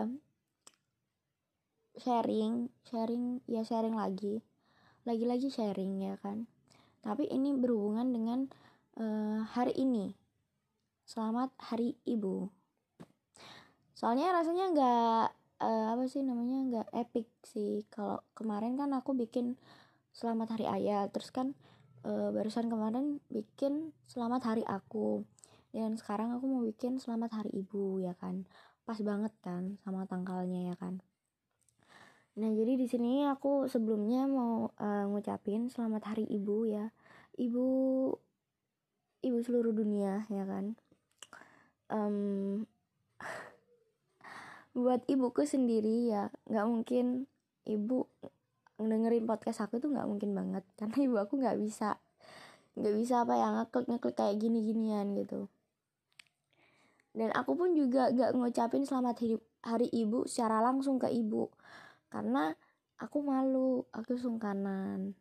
sharing, sharing ya sharing lagi, lagi-lagi sharing ya kan. Tapi ini berhubungan dengan uh, hari ini. Selamat Hari Ibu. Soalnya rasanya nggak uh, apa sih namanya nggak epic sih. Kalau kemarin kan aku bikin Selamat Hari Ayah, terus kan uh, barusan kemarin bikin Selamat Hari Aku. Dan sekarang aku mau bikin Selamat Hari Ibu ya kan. Pas banget kan sama tanggalnya ya kan. Nah, jadi di sini aku sebelumnya mau uh, ngucapin Selamat Hari Ibu ya. Ibu ibu seluruh dunia ya kan. um, Buat ibuku sendiri ya nggak mungkin ibu dengerin podcast aku tuh, nggak mungkin banget, karena ibu aku nggak bisa nggak bisa apa ya ngeklik ngeklik kayak gini ginian gitu. Dan aku pun juga nggak ngucapin selamat hidup hari ibu secara langsung ke ibu, karena aku malu, aku sungkanan.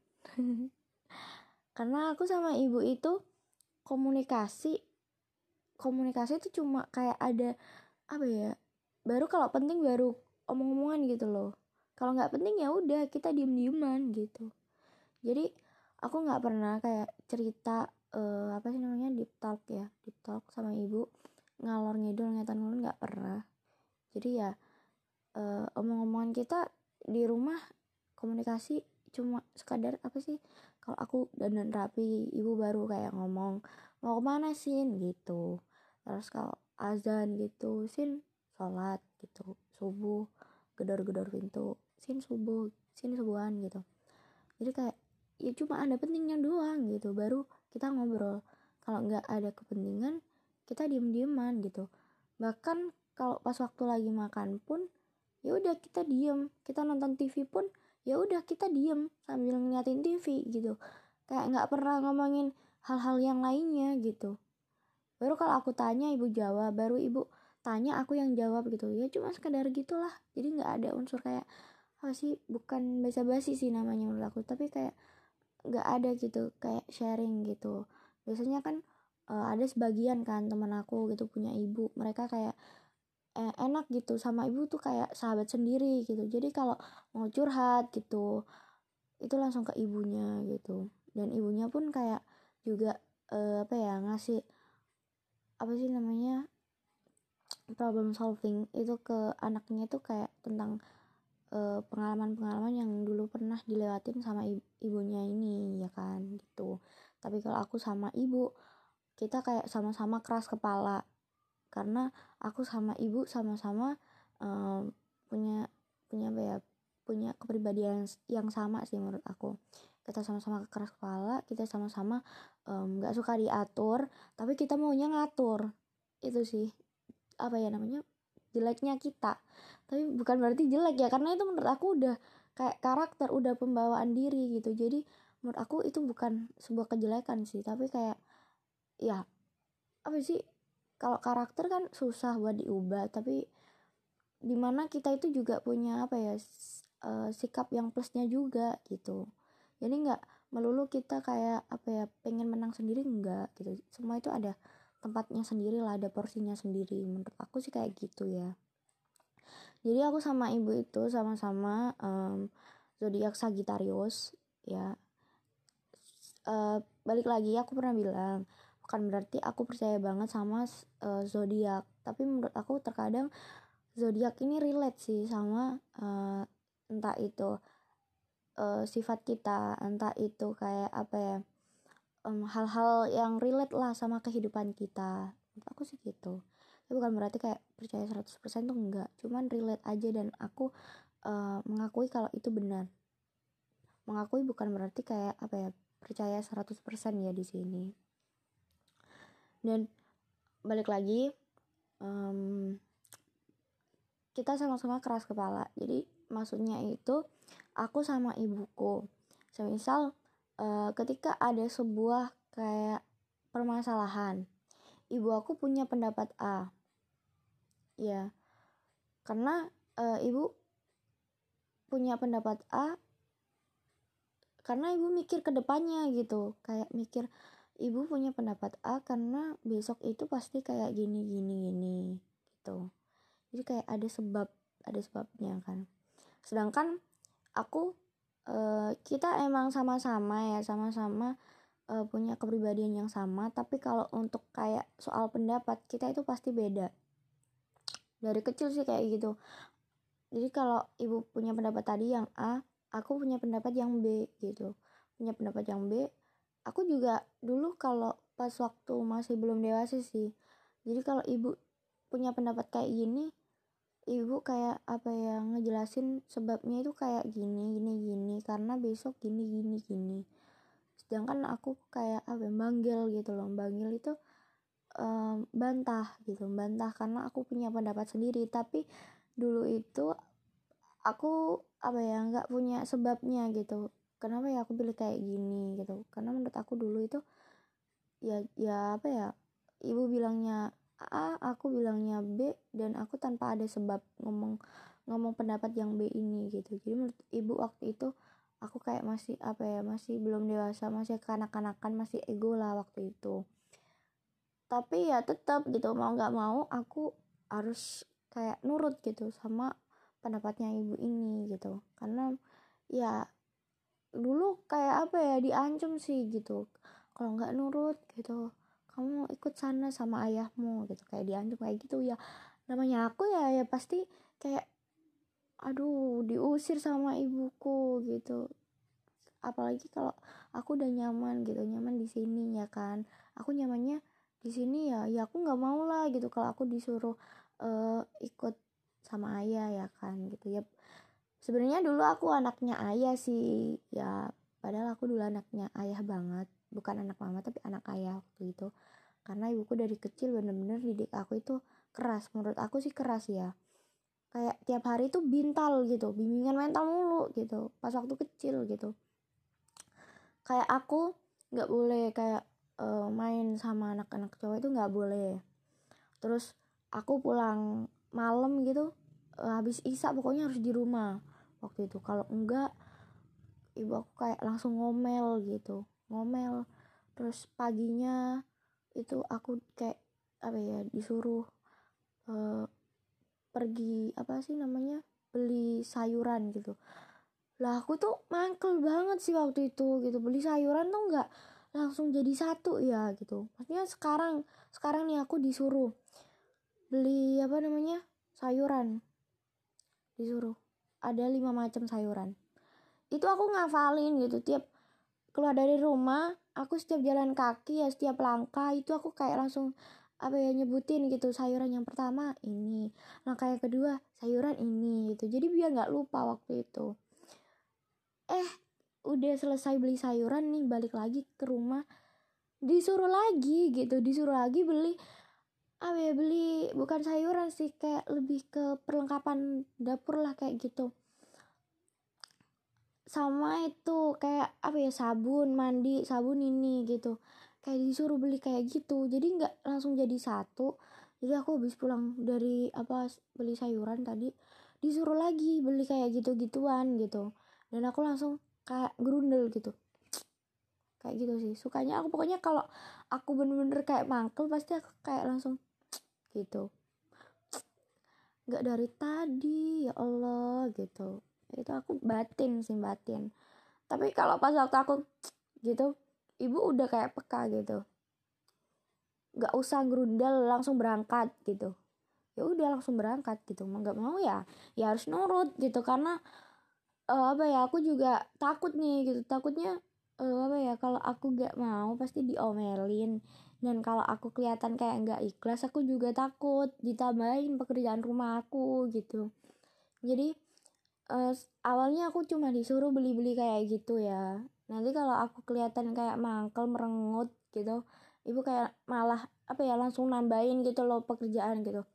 Karena aku sama ibu itu komunikasi komunikasi itu cuma kayak ada apa ya, baru kalau penting baru omong-omongan gitu loh. Kalau nggak penting ya udah kita diem-dieman gitu. Jadi aku nggak pernah kayak cerita uh, apa sih namanya deep talk ya, deep talk sama ibu, ngalor ngidul ngetan ngulur, nggak pernah. Jadi ya uh, omong-omongan kita di rumah komunikasi cuma sekadar apa sih, kalau aku dandan rapi ibu baru kayak ngomong mau kemana Sin gitu. Terus kalau azan gitu Sin sholat gitu, subuh gedor-gedor pintu Sin subuh, Sin subuhan gitu. Jadi kayak ya cuma ada pentingnya doang gitu baru kita ngobrol. Kalau nggak ada kepentingan kita diem-dieman gitu. Bahkan kalau pas waktu lagi makan pun ya udah kita diem, kita nonton T V pun ya udah kita diem sambil ngeliatin T V gitu. Kayak nggak pernah ngomongin hal-hal yang lainnya gitu. Baru kalau aku tanya ibu jawab, baru ibu tanya aku yang jawab gitu. Ya cuma sekedar gitulah. Jadi nggak ada unsur kayak apa sih, bukan basa-basi sih namanya menurut aku, tapi kayak nggak ada gitu kayak sharing gitu. Biasanya kan uh, ada sebagian kan teman aku gitu punya ibu, mereka kayak eh, enak gitu sama ibu tuh kayak sahabat sendiri gitu. Jadi kalau mau curhat gitu itu langsung ke ibunya gitu. Dan ibunya pun kayak juga uh, apa ya ngasih apa sih namanya problem solving itu ke anaknya tuh kayak tentang uh, pengalaman-pengalaman yang dulu pernah dilewatin sama ibunya ini ya kan gitu. Tapi kalau aku sama ibu kita kayak sama-sama keras kepala, karena aku sama ibu sama-sama um, punya punya apa ya punya kepribadian yang sama sih menurut aku. Kita sama-sama keras kepala, kita sama-sama nggak um, suka diatur, tapi kita maunya ngatur. Itu sih apa ya namanya jeleknya kita, tapi bukan berarti jelek ya, karena itu menurut aku udah kayak karakter, udah pembawaan diri gitu. Jadi menurut aku itu bukan sebuah kejelekan sih, tapi kayak ya apa sih, kalau karakter kan susah buat diubah, tapi dimana kita itu juga punya apa ya uh, sikap yang plusnya juga gitu. Jadi nggak melulu kita kayak apa ya pengen menang sendiri, enggak gitu. Semua itu ada tempatnya sendiri lah, ada porsinya sendiri. Menurut aku sih kayak gitu ya. Jadi aku sama ibu itu sama-sama um, zodiak Sagittarius ya. Uh, balik lagi aku pernah bilang bukan berarti aku percaya banget sama uh, zodiak, tapi menurut aku terkadang zodiak ini relate sih sama uh, entah itu uh, sifat kita, entah itu kayak apa ya um, hal-hal yang relate lah sama kehidupan kita. Menurut aku sih gitu. Tapi bukan berarti kayak percaya seratus persen tuh enggak, cuman relate aja, dan aku uh, mengakui kalau itu benar. Mengakui bukan berarti kayak apa ya percaya seratus persen ya di sini. Dan balik lagi um, kita sama-sama keras kepala. Jadi maksudnya itu aku sama ibuku semisal uh, ketika ada sebuah kayak permasalahan, ibu aku punya pendapat A ya, karena uh, ibu punya pendapat A karena ibu mikir ke depannya gitu, kayak mikir ibu punya pendapat A karena besok itu pasti kayak gini gini gini gitu. Jadi kayak ada sebab ada sebabnya kan. Sedangkan aku uh, kita emang sama-sama ya sama-sama uh, punya kepribadian yang sama, tapi kalau untuk kayak soal pendapat kita itu pasti beda. Dari kecil sih kayak gitu. Jadi kalau ibu punya pendapat tadi yang A, aku punya pendapat yang B gitu. Punya pendapat yang B. Aku juga dulu kalau pas waktu masih belum dewasa sih. Jadi kalau ibu punya pendapat kayak gini, ibu kayak apa ya ngejelasin sebabnya itu kayak gini gini gini karena besok gini gini gini. sedangkan aku kayak apa banggil gitu loh. Banggil itu um, bantah gitu, bantah karena aku punya pendapat sendiri. Tapi dulu itu aku apa ya nggak punya sebabnya gitu, kenapa ya aku pilih kayak gini gitu. Karena menurut aku dulu itu ya ya apa ya, ibu bilangnya A, aku bilangnya B, dan aku tanpa ada sebab ngomong ngomong pendapat yang B ini gitu. Jadi menurut ibu waktu itu aku kayak masih apa ya, masih belum dewasa, masih kanak-kanakan, masih ego lah waktu itu. Tapi ya tetap gitu, mau nggak mau aku harus kayak nurut gitu sama pendapatnya ibu ini gitu. Karena ya dulu kayak apa ya, diancam sih gitu, kalau nggak nurut gitu kamu ikut sana sama ayahmu gitu, kayak diancam kayak gitu ya. Namanya aku ya ya pasti kayak aduh diusir sama ibuku gitu. Apalagi kalau aku udah nyaman gitu, nyaman di sini ya kan, aku nyamannya di sini ya ya aku nggak mau lah gitu kalau aku disuruh uh, ikut sama ayah ya kan gitu ya. Sebenarnya dulu aku anaknya ayah sih ya, padahal aku dulu anaknya ayah banget, bukan anak mama tapi anak ayah waktu itu. Karena ibuku dari kecil bener-bener didik aku itu keras, menurut aku sih keras ya, kayak tiap hari tuh bintal gitu, bimbingan mental mulu gitu pas waktu kecil gitu. Kayak aku nggak boleh kayak uh, main sama anak-anak cowok itu nggak boleh. Terus aku pulang malam gitu, uh, habis isya pokoknya harus di rumah waktu itu. Kalau enggak ibu aku kayak langsung ngomel gitu, ngomel. Terus paginya itu aku kayak apa ya, disuruh uh, pergi apa sih namanya, beli sayuran gitu. Lah aku tuh mangkel banget sih waktu itu gitu, beli sayuran tuh nggak langsung jadi satu ya gitu. Maksudnya sekarang sekarang nih aku disuruh beli apa namanya sayuran, disuruh ada lima macam sayuran, itu aku ngafalin gitu. Tiap keluar dari rumah aku setiap jalan kaki ya, setiap langkah itu aku kayak langsung apa ya, nyebutin gitu sayuran yang pertama ini, langkah yang kedua sayuran ini gitu. Jadi biar nggak lupa waktu itu. Eh udah selesai beli sayuran nih, balik lagi ke rumah disuruh lagi gitu, disuruh lagi beli apa ya, beli bukan sayuran sih, kayak lebih ke perlengkapan dapur lah kayak gitu. Sama itu kayak apa ya, sabun mandi, sabun ini gitu, kayak disuruh beli kayak gitu. Jadi nggak langsung jadi satu. Jadi aku habis pulang dari apa beli sayuran tadi, disuruh lagi beli kayak gitu-gituan gitu, dan aku langsung kayak gerundel gitu, kayak gitu sih sukanya aku. Pokoknya kalau aku bener-bener kayak mangkel pasti aku kayak langsung gitu, nggak dari tadi ya Allah gitu. Itu aku batin sih, batin. Tapi kalau pas waktu aku gitu, ibu udah kayak peka gitu, nggak usah gerundel, langsung berangkat gitu. Ya udah langsung berangkat gitu, mau nggak mau ya ya harus nurut gitu. Karena uh, apa ya, aku juga takut nih gitu, takutnya uh, apa ya, kalau aku nggak mau pasti diomelin. Dan kalau aku kelihatan kayak nggak ikhlas, aku juga takut ditambahin pekerjaan rumah aku gitu. Jadi uh, awalnya aku cuma disuruh beli-beli kayak gitu ya. Nanti kalau aku kelihatan kayak mangkel merengut gitu, ibu kayak malah apa ya, langsung nambahin gitu loh pekerjaan gitu.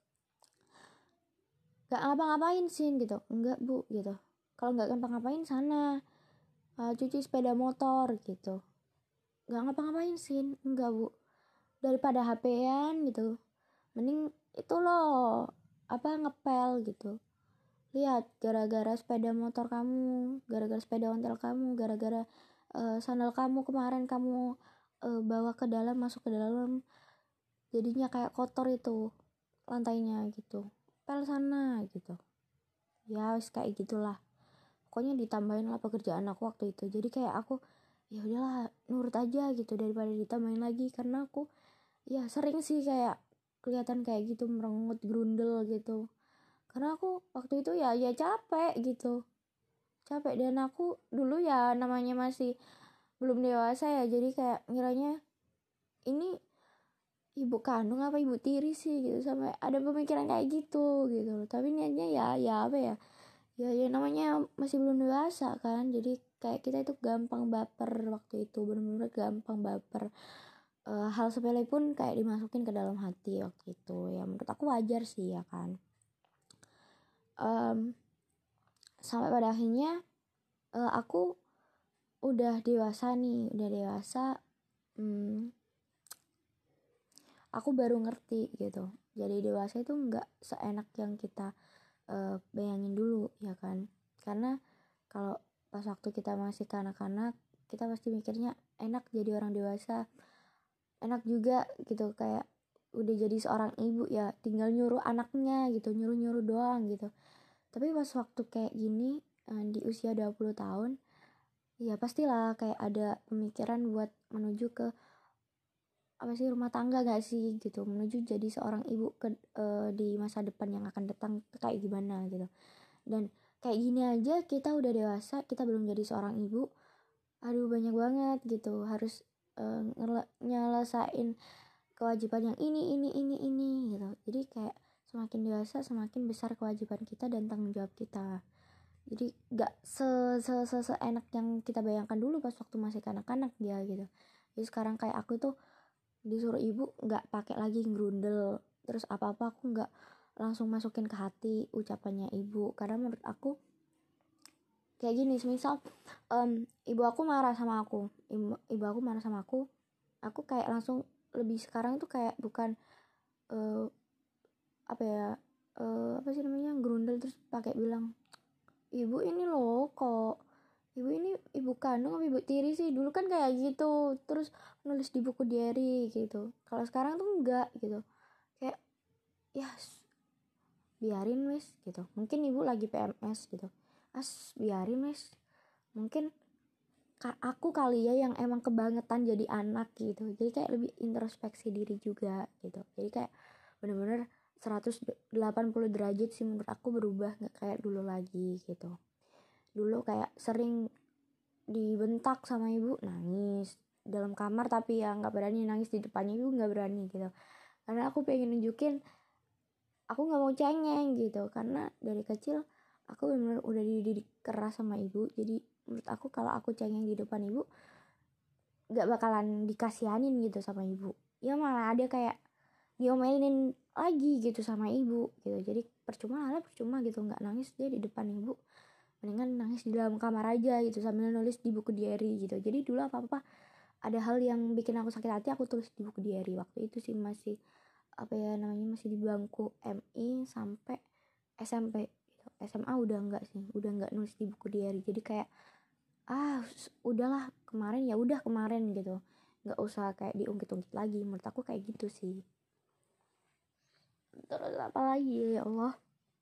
Gak ngapa-ngapain sih gitu, enggak bu gitu. Kalau nggak ngapa-ngapain sana uh, cuci sepeda motor gitu. Gak ngapa-ngapain sih, enggak bu. Daripada H P-an gitu, mending itu loh apa, ngepel gitu. Lihat, gara-gara sepeda motor kamu, gara-gara sepeda ontel kamu, gara-gara uh, sandal kamu kemarin kamu uh, bawa ke dalam, masuk ke dalam, jadinya kayak kotor itu lantainya gitu. Pel sana gitu. Ya wis kayak gitulah. Pokoknya ditambahin lah pekerjaan aku waktu itu. Jadi kayak aku ya udahlah nurut aja gitu daripada ditambahin lagi. Karena aku ya sering sih kayak kelihatan kayak gitu, merengut, grundel gitu. Karena aku waktu itu ya ya capek gitu, capek. Dan aku dulu ya namanya masih belum dewasa ya, jadi kayak ngiranya ini ibu kandung apa ibu tiri sih gitu, sampai ada pemikiran kayak gitu gitu. Tapi niatnya ya ya apa ya, ya ya namanya masih belum dewasa kan, jadi kayak kita itu gampang baper waktu itu, bener-bener gampang baper. Uh, hal sepele pun kayak dimasukin ke dalam hati waktu itu. Ya menurut aku wajar sih ya kan. Um, sampai pada akhirnya uh, aku udah dewasa nih, udah dewasa. Hmm, aku baru ngerti gitu. Jadi dewasa itu nggak seenak yang kita uh, bayangin dulu ya kan. Karena kalau pas waktu kita masih kanak-kanak, kita pasti mikirnya enak jadi orang dewasa, enak juga gitu, kayak udah jadi seorang ibu ya tinggal nyuruh anaknya gitu, nyuruh-nyuruh doang gitu. Tapi pas waktu kayak gini, di usia dua puluh tahun, ya pastilah kayak ada pemikiran buat menuju ke apa sih, rumah tangga gak sih gitu, menuju jadi seorang ibu ke uh, di masa depan yang akan datang kayak gimana gitu. Dan kayak gini aja kita udah dewasa, kita belum jadi seorang ibu, aduh banyak banget gitu, harus uh, nyelesain kewajiban yang ini ini ini ini gitu. Jadi kayak semakin dewasa semakin besar kewajiban kita dan tanggung jawab kita. Jadi gak se se se seenak yang kita bayangkan dulu pas waktu masih kanak-kanak dia gitu. Jadi sekarang kayak aku tuh disuruh ibu nggak pakai lagi ngerundel, terus apa apa aku nggak langsung masukin ke hati ucapannya ibu, karena menurut aku kayak gini, semisal um, ibu aku marah sama aku ibu, ibu aku marah sama aku aku kayak langsung lebih sekarang tuh kayak bukan uh, apa ya uh, apa sih namanya gerundel terus pakai bilang ibu ini loh, kok ibu ini ibu kandung apa ibu tiri sih, dulu kan kayak gitu, terus nulis di buku diary gitu. Kalau sekarang tuh enggak gitu, kayak ya biarin wes gitu, mungkin ibu lagi P M S gitu, as biarin wes, mungkin aku kali ya yang emang kebangetan jadi anak gitu, jadi kayak lebih introspeksi diri juga gitu. Jadi kayak bener-bener seratus delapan puluh derajat sih menurut aku berubah, nggak kayak dulu lagi gitu. Dulu kayak sering dibentak sama ibu, nangis dalam kamar, tapi ya nggak berani nangis di depannya ibu, nggak berani gitu, karena aku pengen nunjukin aku nggak mau cengeng gitu. Karena dari kecil aku benar-benar udah dididik keras sama ibu, jadi menurut aku kalau aku cengeng di depan ibu nggak bakalan dikasihanin gitu sama ibu, ya malah ada kayak diomelin lagi gitu sama ibu gitu. Jadi percuma lah, percuma gitu nggak nangis dia di depan ibu, mendingan nangis di dalam kamar aja gitu sambil nulis di buku diary gitu. Jadi dulu apa-apa ada hal yang bikin aku sakit hati, aku tulis di buku diary. Waktu itu sih masih apa ya namanya, masih di bangku M I sampai S M P gitu. S M A udah enggak sih, udah enggak nulis di buku diary. Jadi kayak ah udahlah kemarin ya udah kemarin gitu, nggak usah kayak diungkit-ungkit lagi. Menurut aku kayak gitu sih. Terus apa lagi ya Allah,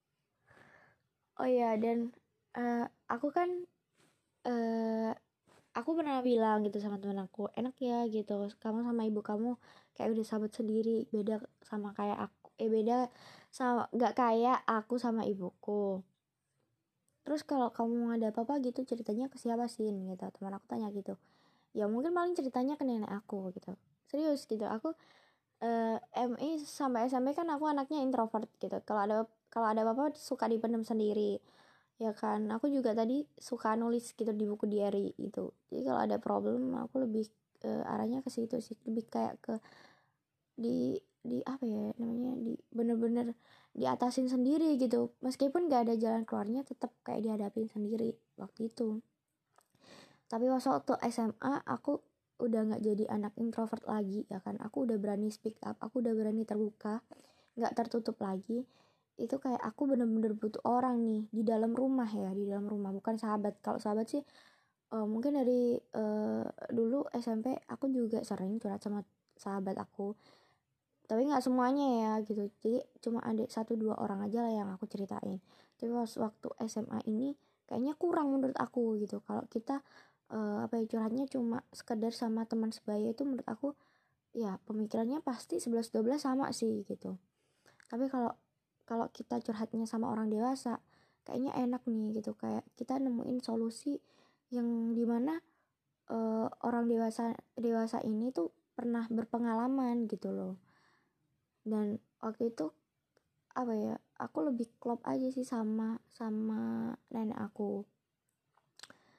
oh ya dan uh, aku kan uh, aku pernah bilang gitu sama temen aku, enak ya gitu kamu sama ibu kamu kayak udah sahabat sendiri, beda sama kayak aku, eh beda sama nggak kayak aku sama ibuku. Terus kalau kamu ada apa-apa gitu ceritanya ke siapa sih gitu, teman aku tanya gitu. Ya mungkin paling ceritanya ke nenek aku gitu, serius gitu. Aku uh, M I sampai S M P kan aku anaknya introvert gitu, kalau ada kalau ada apa-apa suka dipendam sendiri ya kan. Aku juga tadi suka nulis gitu di buku diary gitu. Jadi kalau ada problem aku lebih uh, arahnya ke situ sih, lebih kayak ke di di apa ya namanya, di bener-bener diatasin sendiri gitu, meskipun gak ada jalan keluarnya tetap kayak dihadapin sendiri waktu itu. Tapi pas waktu S M A aku udah nggak jadi anak introvert lagi ya kan, aku udah berani speak up, aku udah berani terbuka, nggak tertutup lagi. Itu kayak aku bener-bener butuh orang nih di dalam rumah ya, di dalam rumah, bukan sahabat. Kalau sahabat sih uh, mungkin dari uh, dulu S M P aku juga sering curhat sama sahabat aku, tapi nggak semuanya ya gitu. Jadi cuma ada satu dua orang aja lah yang aku ceritain. Tapi pas waktu S M A ini kayaknya kurang menurut aku gitu. Kalau kita uh, apa ya curhatnya cuma sekedar sama teman sebaya, itu menurut aku ya pemikirannya pasti sebelas dua belas sama sih gitu. Tapi kalau kalau kita curhatnya sama orang dewasa kayaknya enak nih gitu, kayak kita nemuin solusi yang dimana uh, orang dewasa dewasa ini tuh pernah berpengalaman gitu loh. Dan waktu itu apa ya, aku lebih klop aja sih sama sama nenek aku.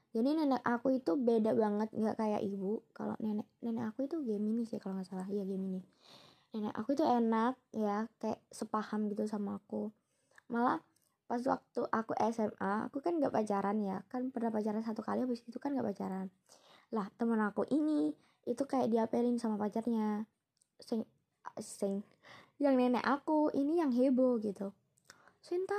Jadi nenek aku itu beda banget, nggak kayak ibu. Kalau nenek nenek aku itu Gemini sih kalau nggak salah, ya Gemini. Nenek aku itu enak ya, kayak sepaham gitu sama aku. Malah pas waktu aku S M A, aku kan nggak pacaran ya, kan pernah pacaran satu kali, habis itu kan nggak pacaran. Lah temen aku ini itu kayak diapelin sama pacarnya, sing sing yang nenek aku ini yang heboh gitu. Sinta,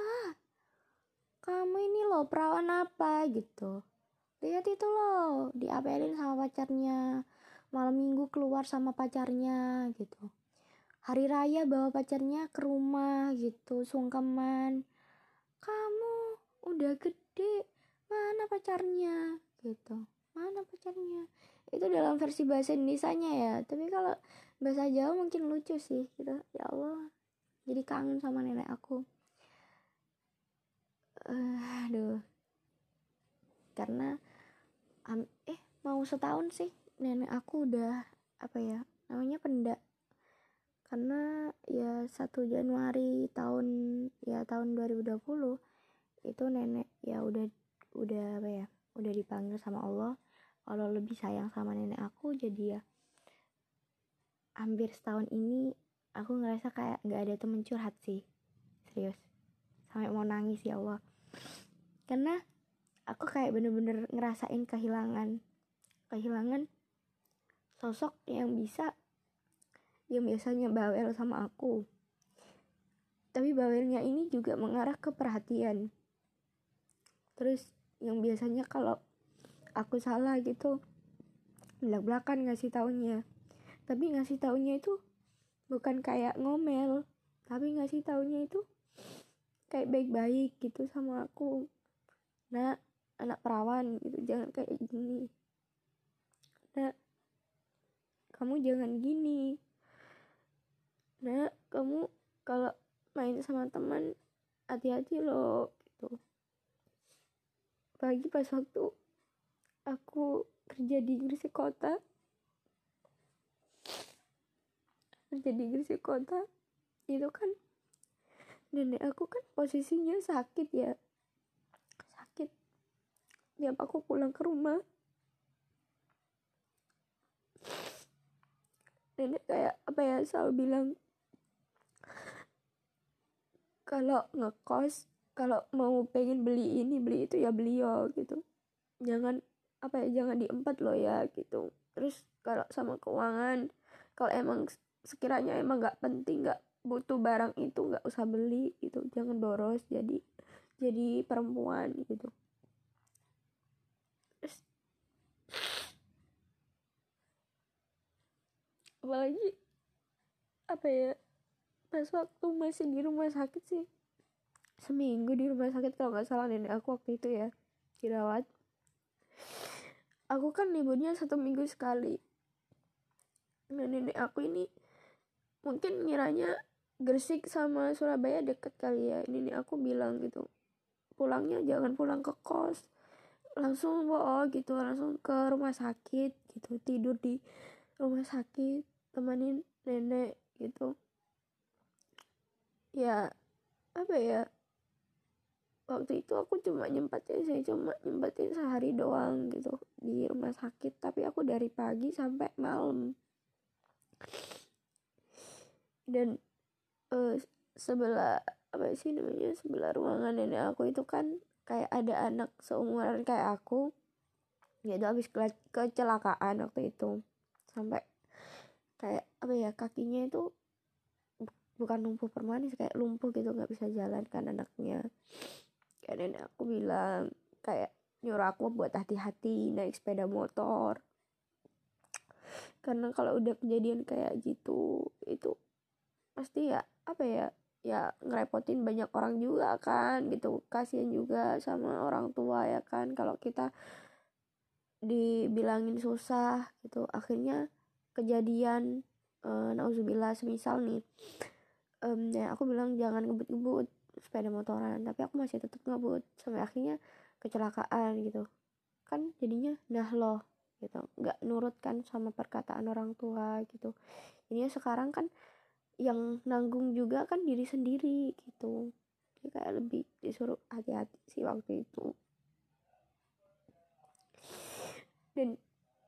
kamu ini loh perawan apa gitu. Lihat itu loh, diapelin sama pacarnya. Malam minggu keluar sama pacarnya gitu. Hari raya bawa pacarnya ke rumah gitu, sungkeman. Kamu udah gede, mana pacarnya gitu. Mana pacarnya? Itu dalam versi bahasa Indonesianya ya. Tapi kalau bahasa Jawa mungkin lucu sih gitu. Ya Allah, jadi kangen sama nenek aku. Uh, aduh. Karena um, eh mau setahun sih nenek aku udah apa ya namanya pendak. Karena ya satu Januari tahun ya tahun dua ribu dua puluh itu nenek ya udah udah apa ya udah dipanggil sama Allah kalau lebih sayang sama nenek aku. Jadi ya hampir setahun ini aku ngerasa kayak nggak ada temen curhat sih, serius, sampai mau nangis ya Allah. Karena aku kayak bener-bener ngerasain kehilangan kehilangan sosok yang bisa yang biasanya bawel sama aku, tapi bawelnya ini juga mengarah ke perhatian. Terus yang biasanya kalau aku salah gitu belak-belakan ngasih taunya, tapi ngasih taunya itu bukan kayak ngomel, tapi ngasih taunya itu kayak baik-baik gitu sama aku. Nah, anak perawan gitu, jangan kayak gini. Nah, kamu jangan gini. Nah, kamu kalau main sama teman hati-hati loh gitu. Pagi pas waktu aku kerja di Gresik Kota, kerja di Gresik Kota itu kan nenek aku kan posisinya sakit ya, sakit. Tiap aku pulang ke rumah, nenek kayak apa ya selalu bilang kalau ngekos, kalau mau pengen beli ini beli itu ya beliau gitu, jangan apa ya jangan diempat loh ya gitu. Terus kalau sama keuangan, kalau emang sekiranya emang nggak penting, nggak butuh barang itu nggak usah beli gitu, jangan boros jadi jadi perempuan gitu. Terus apalagi apa ya pas waktu masih di rumah sakit sih, seminggu di rumah sakit kalau nggak salah nenek aku waktu itu ya dirawat. Aku kan liburnya satu minggu sekali. Nah nenek aku ini mungkin ngiranya Gresik sama Surabaya deket kali ya. Nenek aku bilang gitu, pulangnya jangan pulang ke kos, langsung oh gitu langsung ke rumah sakit gitu, tidur di rumah sakit temenin nenek gitu. Ya apa ya waktu itu aku cuma nyempatin saya cuma nyempatin sehari doang gitu di rumah sakit, tapi aku dari pagi sampai malam. Dan uh, sebelah apa sih namanya sebelah ruangan nenek aku itu kan kayak ada anak seumuran kayak aku, dia tuh habis kecelakaan waktu itu, sampai kayak apa ya kakinya itu bukan lumpuh permanen, kayak lumpuh gitu, nggak bisa jalan kan anaknya. Kayak nenek aku bilang kayak nyuruh aku buat hati-hati naik sepeda motor, karena kalau udah kejadian kayak gitu itu pasti ya apa ya ya ngerepotin banyak orang juga kan gitu. Kasian juga sama orang tua ya kan, kalau kita dibilangin susah gitu akhirnya kejadian e, nauzubillah semisal nih um, ya aku bilang jangan ngebut-ngebut sepeda motoran, tapi aku masih tetap ngebut sampai akhirnya kecelakaan gitu kan. Jadinya nah loh gitu nggak nurut kan sama perkataan orang tua gitu. Jadinya sekarang kan yang nanggung juga kan diri sendiri gitu. Jadi kayak lebih disuruh hati-hati sih waktu itu. Dan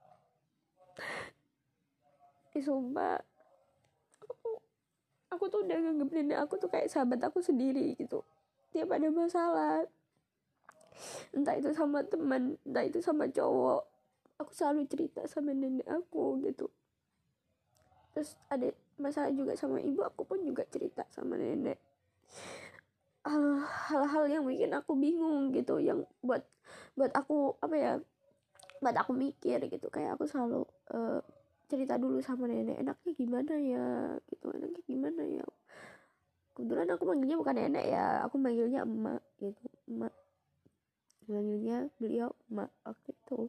eh, sumpah aku, aku tuh udah nganggep nenek aku tuh kayak sahabat aku sendiri gitu. Tiap ada masalah, entah itu sama teman, entah itu sama cowok, aku selalu cerita sama nenek aku gitu. Terus ada masalah juga sama ibu, aku pun juga cerita sama nenek. Hal-hal yang bikin aku bingung gitu, yang buat buat aku apa ya, buat aku mikir gitu. Kayak aku selalu uh, cerita dulu sama nenek, enaknya gimana ya gitu, enaknya gimana ya. Kebetulan aku manggilnya bukan nenek ya, aku manggilnya emak gitu, emak, manggilnya beliau emak waktu itu.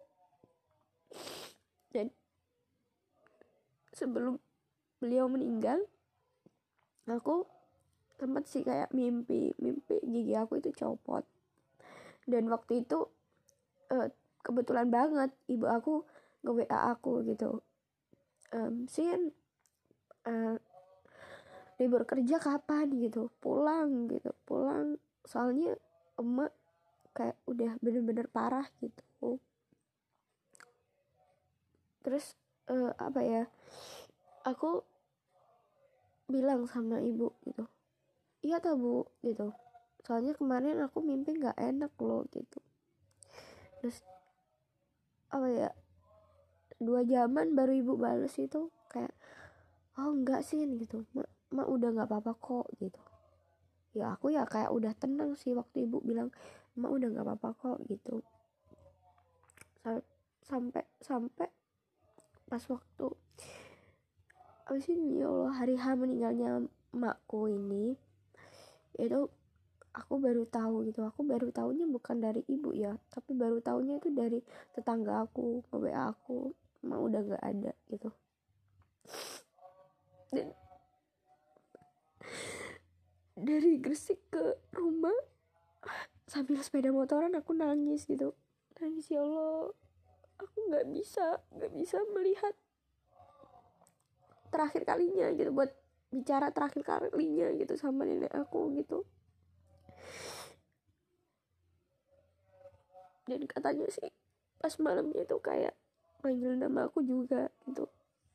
Dan sebelum beliau meninggal, aku sempat sih kayak mimpi mimpi gigi aku itu copot. Dan waktu itu uh, kebetulan banget ibu aku nge-W A aku gitu, um, Sin uh, libur kerja kapan gitu, pulang gitu, pulang soalnya emak kayak udah bener-bener parah gitu. Terus uh, apa ya, aku bilang sama ibu gitu, iya tak bu gitu, soalnya kemarin aku mimpi nggak enak loh gitu. Terus apa ya, dua jaman baru ibu balas itu kayak, oh enggak sih gitu, mak, mak udah nggak apa-apa kok gitu. Ya aku ya kayak udah tenang sih waktu ibu bilang mak udah nggak apa-apa kok gitu. Sampai sampai pas waktu abis ini, ya Allah, hari H meninggalnya makku ini, itu aku baru tahu gitu. Aku baru tahunya bukan dari ibu ya, tapi baru tahunya itu dari tetangga aku nge-W A aku, mak udah nggak ada gitu. Dan dari Gresik ke rumah sambil sepeda motoran aku nangis gitu, nangis, ya Allah, aku nggak bisa nggak bisa melihat terakhir kalinya gitu, buat bicara terakhir kalinya gitu sama nenek aku gitu. Dan katanya sih pas malamnya itu kayak manggil nama aku juga gitu.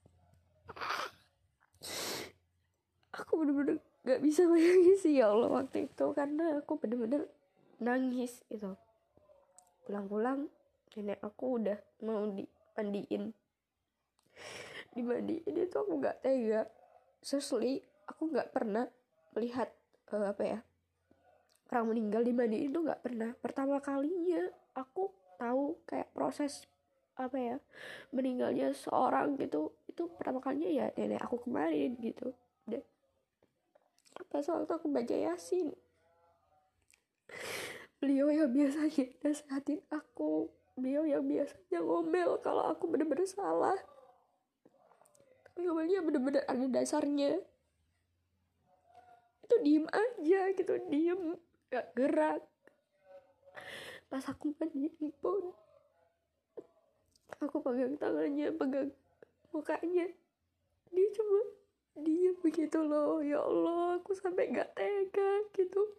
Aku bener-bener gak bisa bayangin sih ya Allah waktu itu, karena aku bener-bener nangis gitu. Pulang-pulang nenek aku udah mau dimandiin dimandiin itu aku gak tega. Seriously, aku gak pernah melihat uh, apa ya, orang meninggal dimandiin tuh gak pernah. Pertama kalinya aku tahu kayak proses apa ya, meninggalnya seorang gitu, itu pertama kalinya ya nenek aku kemarin gitu. Dan pas waktu aku baca Yasin, beliau yang biasanya nasehatin aku, beliau yang biasanya ngomel kalau aku bener-bener salah, ngomelnya bener-bener ada dasarnya, itu diem aja gitu, diem gak gerak. Pas aku mandiin pun aku pegang tangannya, pegang mukanya, dia cuma diem begitu loh. Ya Allah, aku sampai gak tega gitu.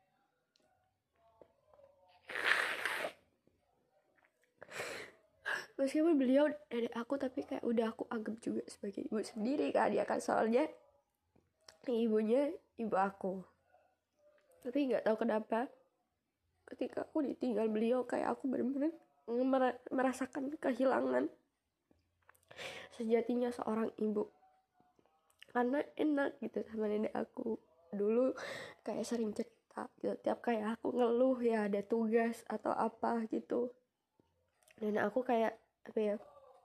Meskipun beliau dari aku, tapi kayak udah aku anggap juga sebagai ibu sendiri kan, ya kan, soalnya ibunya ibu aku. Tapi nggak tahu kenapa ketika aku ditinggal beliau, kayak aku benar-benar merasakan kehilangan sejatinya seorang ibu. Karena enak gitu sama nenek aku dulu, kayak sering cerita gitu, tiap kayak aku ngeluh ya ada tugas atau apa gitu, nenek aku kayak apa ya,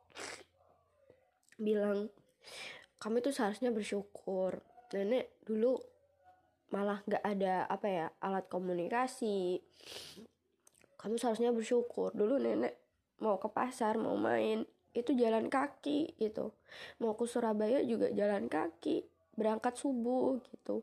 bilang, kamu tuh seharusnya bersyukur, nenek dulu malah gak ada apa ya, alat komunikasi, kamu seharusnya bersyukur. Dulu nenek mau ke pasar, mau main, itu jalan kaki gitu, mau ke Surabaya juga jalan kaki, berangkat subuh gitu.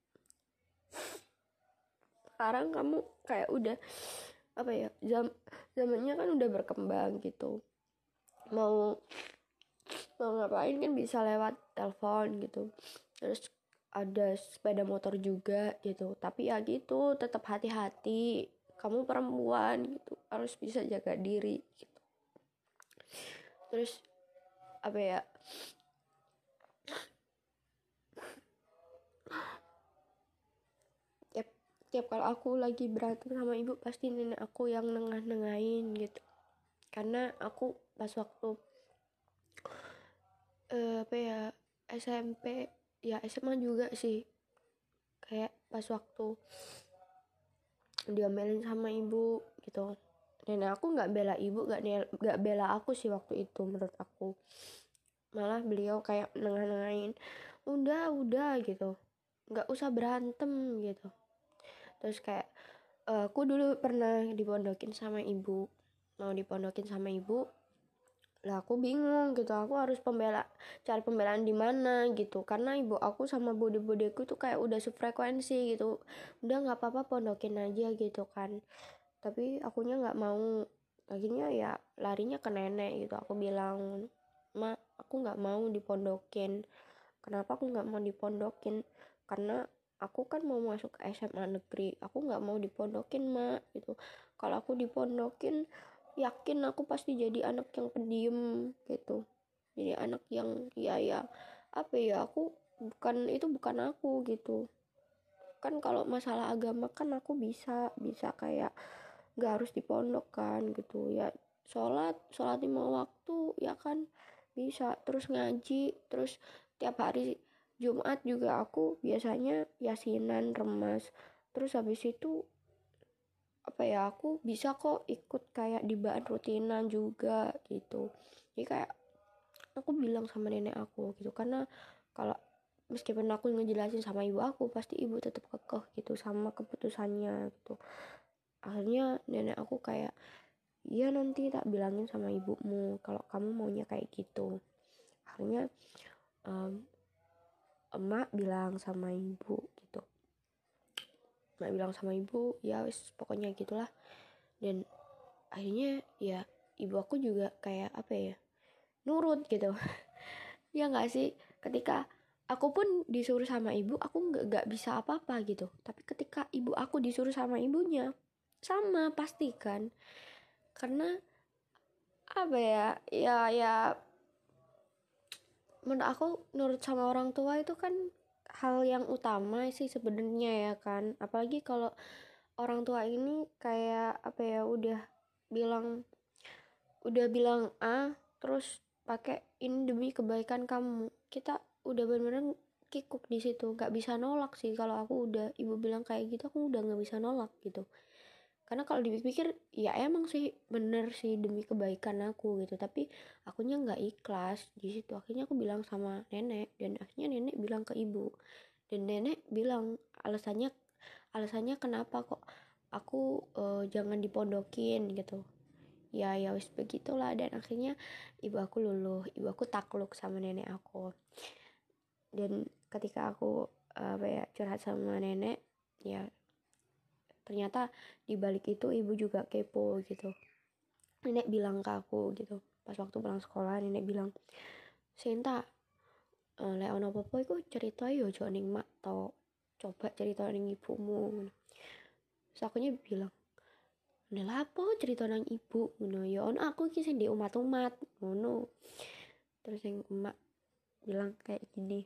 Sekarang kamu kayak udah apa ya, zam zamannya kan udah berkembang gitu, mau mau ngapain kan bisa lewat telepon gitu, terus ada sepeda motor juga gitu. Tapi ya gitu, tetap hati-hati, kamu perempuan gitu, harus bisa jaga diri gitu. Terus apa ya, tiap tiap kalau aku lagi berantem sama ibu pasti nenek aku yang nengah-nengahin gitu. Karena aku pas waktu uh, apa ya S M P ya S M A juga sih, kayak pas waktu diomelin sama ibu gitu, nenek aku nggak bela ibu, nggak nggak bela aku sih waktu itu. Menurut aku malah beliau kayak nengah-nengahin, udah udah gitu, nggak usah berantem gitu. Terus kayak uh, aku dulu pernah dipondokin sama ibu, mau dipondokin sama ibu lah, aku bingung gitu, aku harus pembela cari pembelaan di mana gitu, karena ibu aku sama bude-budeku tuh kayak udah sefrekuensi gitu, udah nggak apa-apa pondokin aja gitu kan. Tapi akunya nggak mau, akhirnya ya larinya ke nenek gitu. Aku bilang, ma aku nggak mau dipondokin. Kenapa aku nggak mau dipondokin? Karena aku kan mau masuk ke S M A negeri, aku nggak mau dipondokin ma gitu. Kalau aku dipondokin, yakin aku pasti jadi anak yang pendiam gitu, jadi anak yang ya ya apa ya, aku bukan, itu bukan aku gitu kan. Kalau masalah agama kan aku bisa bisa kayak nggak harus dipondok kan gitu ya, sholat sholat lima waktu ya kan bisa, terus ngaji, terus tiap hari Jumat juga aku biasanya yasinan remas. Terus habis itu apa ya, aku bisa kok ikut kayak di bahan rutinan juga gitu. Jadi kayak aku bilang sama nenek aku gitu, karena kalau meskipun aku ngejelasin sama ibu aku, pasti ibu tetap kekeh gitu sama keputusannya gitu. Akhirnya nenek aku kayak, iya nanti tak bilangin sama ibumu kalau kamu maunya kayak gitu. Akhirnya um, emak bilang sama ibu gitu, emak bilang sama ibu ya wis pokoknya gitulah. Dan akhirnya ya ibu aku juga kayak apa ya, nurut gitu. Ya nggak sih, ketika aku pun disuruh sama ibu aku nggak nggak bisa apa-apa gitu, tapi ketika ibu aku disuruh sama ibunya sama pasti kan. Karena apa ya ya ya menurut aku nurut sama orang tua itu kan hal yang utama sih sebenarnya ya kan. Apalagi kalau orang tua ini kayak apa ya, udah bilang udah bilang A terus pakai ini demi kebaikan kamu, kita udah bener-bener kikuk di situ, nggak bisa nolak sih. Kalau aku udah ibu bilang kayak gitu, aku udah nggak bisa nolak gitu. Karena kalau dipikir ya emang sih bener sih demi kebaikan aku gitu, tapi akunya nggak ikhlas di situ. Akhirnya aku bilang sama nenek, dan akhirnya nenek bilang ke ibu, dan nenek bilang alasannya alasannya kenapa kok aku uh, jangan dipondokin gitu. Ya ya wis begitulah. Dan akhirnya ibu aku luluh, ibu aku takluk sama nenek aku. Dan ketika aku uh, apa ya curhat sama nenek, ya ternyata di balik itu ibu juga kepo gitu. Nenek bilang ke aku gitu, pas waktu pulang sekolah nenek bilang, Sinta, uh, lek ono apa-apa iku cerita yo aja ning mak to, coba cerita ning ibumu. Terus akunya bilang, Nek lapo cerita nang ibu ngono ya, ono aku iki sing di umat-umat ngono. Terus yang emak bilang kayak gini,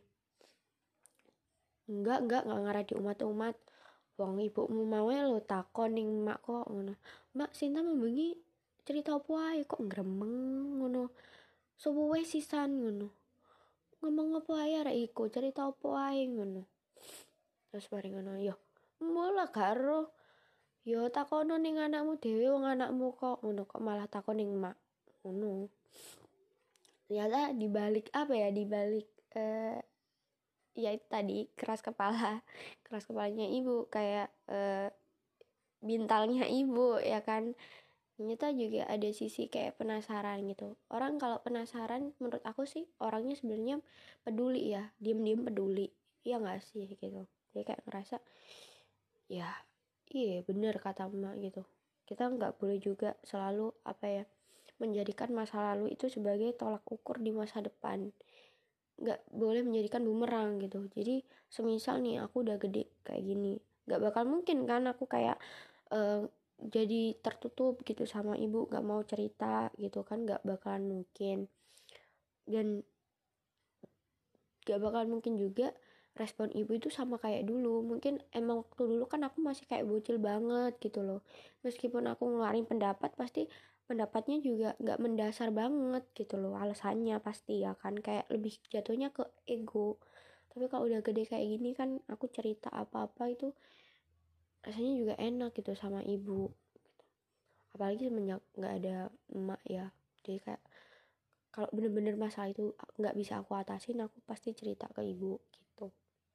enggak enggak enggak ngarah di umat-umat, wong ibumu mau lo takon ning emak kok ngono. Mak Sinta membengi cerita apa ae kok gremeng ngono, suwe sisan ngono, ngomong apa ae arek iku, cerita apa ae ngono. Terus bareng ngono yo mula karo yo takono ning anakmu dhewe, wong anakmu kok ngono, kok malah takon ning mak ngono. Ternyata dibalik apa ya, dibalik eh ya itu tadi keras kepala keras kepalanya ibu, kayak eh, bintalnya ibu ya kan. Ternyata juga ada sisi kayak penasaran gitu. Orang kalau penasaran menurut aku sih orangnya sebenarnya peduli ya, diem-diem peduli ya nggak sih gitu. Dia kayak ngerasa ya iya bener kata emak gitu, kita nggak boleh juga selalu apa ya menjadikan masa lalu itu sebagai tolak ukur di masa depan, nggak boleh menjadikan bumerang gitu. Jadi semisal nih aku udah gede kayak gini, nggak bakal mungkin kan aku kayak uh, jadi tertutup gitu sama ibu, nggak mau cerita gitu kan, nggak bakalan mungkin. Dan gak bakal mungkin juga respon ibu itu sama kayak dulu. Mungkin emang waktu dulu kan aku masih kayak bocil banget gitu loh. Meskipun aku ngeluarin pendapat, pasti pendapatnya juga gak mendasar banget gitu loh. Alasannya pasti ya kan, kayak lebih jatuhnya ke ego. Tapi kalau udah gede kayak gini kan, aku cerita apa-apa itu rasanya juga enak gitu sama ibu. Apalagi semenjak gak ada emak ya. Jadi kayak kalau bener-bener masalah itu nggak bisa aku atasin, aku pasti cerita ke ibu gitu.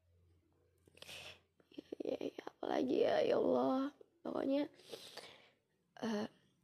Ya, ya apalagi ya, ya Allah. Pokoknya uh,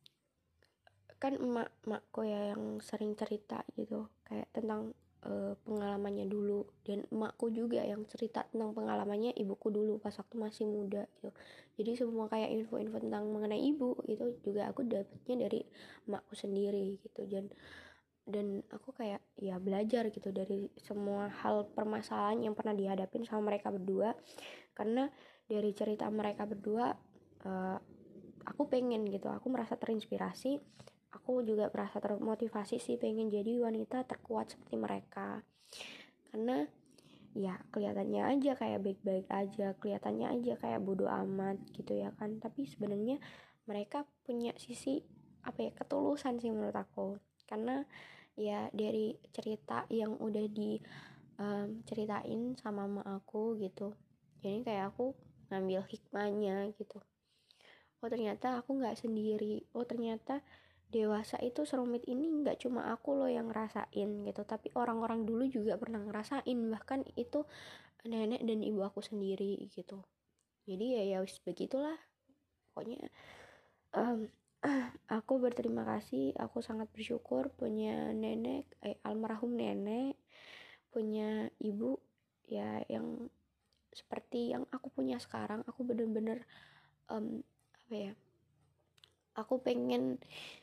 kan emak emakku ya yang sering cerita gitu, kayak tentang uh, pengalamannya dulu, dan emakku juga yang cerita tentang pengalamannya ibuku dulu pas waktu masih muda gitu. Jadi semua kayak info-info tentang mengenai ibu itu juga aku dapetnya dari emakku sendiri gitu. Dan dan aku kayak ya belajar gitu dari semua hal permasalahan yang pernah dihadapin sama mereka berdua, karena dari cerita mereka berdua uh, aku pengen gitu, aku merasa terinspirasi, aku juga merasa termotivasi sih, pengen jadi wanita terkuat seperti mereka. Karena ya kelihatannya aja kayak baik-baik aja, kelihatannya aja kayak bodoh amat gitu ya kan, tapi sebenarnya mereka punya sisi apa ya, ketulusan sih menurut aku. Karena ya dari cerita yang udah di um, ceritain sama mama aku gitu, jadi kayak aku ngambil hikmahnya gitu. Oh ternyata aku nggak sendiri, oh ternyata dewasa itu serumit ini nggak cuma aku loh yang ngerasain gitu, tapi orang-orang dulu juga pernah ngerasain, bahkan itu nenek dan ibu aku sendiri gitu. Jadi ya ya wis begitulah pokoknya. um, Aku berterima kasih, aku sangat bersyukur punya nenek, eh, almarhum nenek, punya ibu ya yang seperti yang aku punya sekarang. Aku bener-bener um, apa ya, aku pengen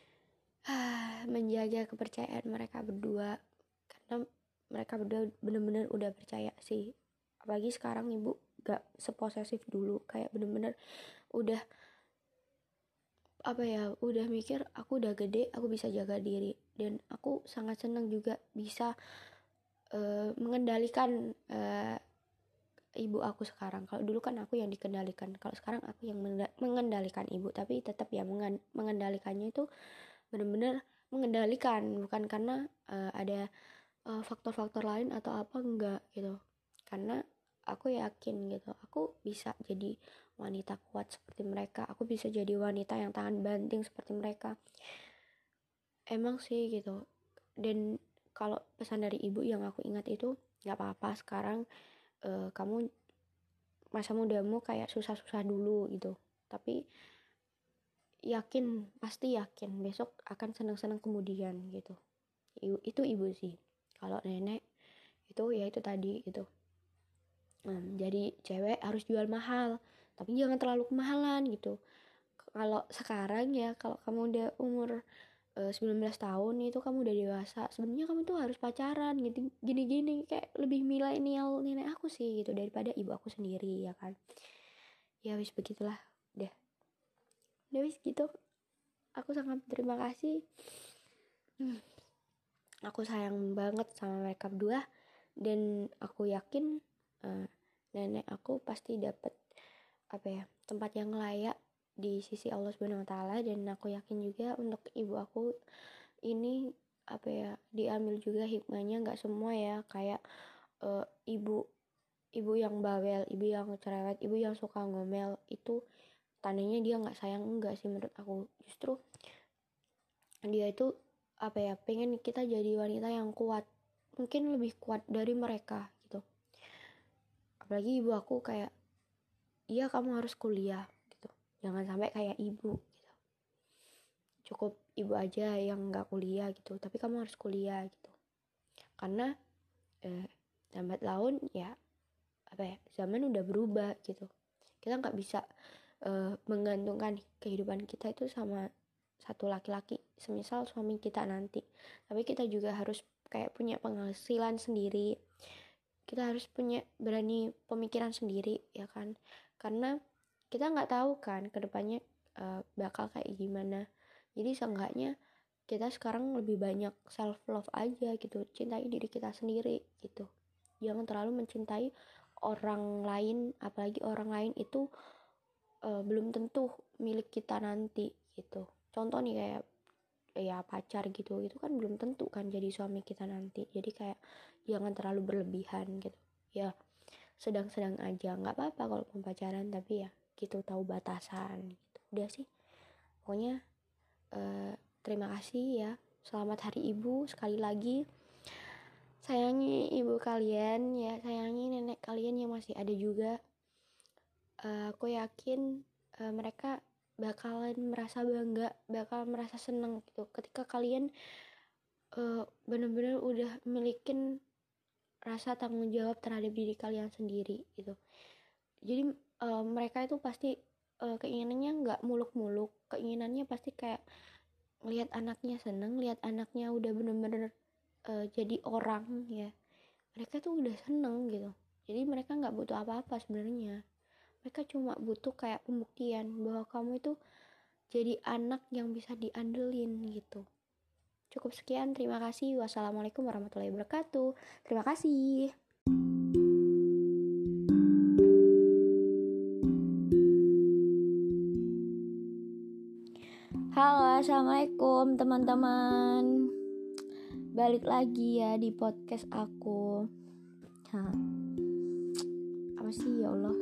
uh, menjaga kepercayaan mereka berdua, karena mereka berdua bener-bener udah percaya sih. Apalagi sekarang ibu gak seposesif dulu, kayak bener-bener udah apa ya, udah mikir aku udah gede, aku bisa jaga diri. Dan aku sangat senang juga bisa uh, mengendalikan uh, ibu aku sekarang. Kalau dulu kan aku yang dikendalikan, kalau sekarang aku yang mengendalikan ibu. Tapi tetap ya mengendalikannya itu benar-benar mengendalikan, bukan karena uh, ada uh, faktor-faktor lain atau apa, enggak gitu. Karena aku yakin gitu, aku bisa jadi wanita kuat seperti mereka, aku bisa jadi wanita yang tahan banting seperti mereka. Emang sih gitu. Dan kalau pesan dari ibu yang aku ingat itu, gak apa-apa sekarang uh, kamu masa mudamu kayak susah-susah dulu gitu, tapi yakin, pasti yakin besok akan senang-senang kemudian gitu. Itu ibu sih. Kalau nenek itu ya itu tadi gitu, Hmm, jadi cewek harus jual mahal, tapi jangan terlalu kemahalan gitu. Kalau sekarang ya, kalau kamu udah umur uh, sembilan belas tahun itu kamu udah dewasa, sebenarnya kamu tuh harus pacaran gitu, gini-gini, kayak lebih milenial nenek aku sih gitu daripada ibu aku sendiri ya kan. Ya wis begitulah, deh. Udah wis gitu. Aku sangat terima kasih. Hmm, aku sayang banget sama mereka berdua, dan aku yakin uh, nenek aku pasti dapat apa ya, tempat yang layak di sisi Allah Subhanahu Wa Taala. Dan aku yakin juga untuk ibu aku ini apa ya, diambil juga hikmahnya. Nggak semua ya kayak uh, ibu ibu yang bawel, ibu yang cerewet, ibu yang suka ngomel itu tandanya dia nggak sayang. Enggak sih menurut aku, justru dia itu apa ya, pengen kita jadi wanita yang kuat, mungkin lebih kuat dari mereka gitu. Apalagi ibu aku kayak, iya kamu harus kuliah gitu, jangan sampai kayak ibu gitu, cukup ibu aja yang nggak kuliah gitu, tapi kamu harus kuliah gitu. Karena eh, lambat laun ya apa ya, zaman udah berubah gitu, kita nggak bisa eh, menggantungkan kehidupan kita itu sama satu laki-laki, semisal suami kita nanti. Tapi kita juga harus kayak punya penghasilan sendiri, kita harus punya berani pemikiran sendiri ya kan. Karena kita nggak tahu kan kedepannya uh, bakal kayak gimana. Jadi seenggaknya kita sekarang lebih banyak self love aja gitu, cintai diri kita sendiri gitu. Jangan terlalu mencintai orang lain, apalagi orang lain itu uh, belum tentu milik kita nanti gitu. Contoh nih kayak ya pacar gitu, itu kan belum tentu kan jadi suami kita nanti. Jadi kayak jangan terlalu berlebihan gitu ya, sedang-sedang aja, nggak apa-apa kalau mau pacaran, tapi ya gitu, tahu batasan gitu. Udah sih pokoknya, uh, terima kasih ya, selamat hari ibu sekali lagi. Sayangi ibu kalian ya, sayangi nenek kalian yang masih ada juga. uh, aku yakin uh, mereka bakalan merasa bangga, bakal merasa seneng gitu ketika kalian uh, bener-bener udah milikin rasa tanggung jawab terhadap diri kalian sendiri gitu. Jadi uh, mereka itu pasti uh, keinginannya nggak muluk-muluk, keinginannya pasti kayak lihat anaknya seneng, lihat anaknya udah bener-bener uh, jadi orang ya, mereka tuh udah seneng gitu. Jadi mereka nggak butuh apa-apa sebenarnya, mereka cuma butuh kayak pembuktian bahwa kamu itu jadi anak yang bisa diandelin gitu. Cukup sekian, terima kasih. Wassalamualaikum warahmatullahi wabarakatuh. Terima kasih. Halo, assalamualaikum teman-teman. Balik lagi ya di podcast aku. Hah. Apa sih ya Allah.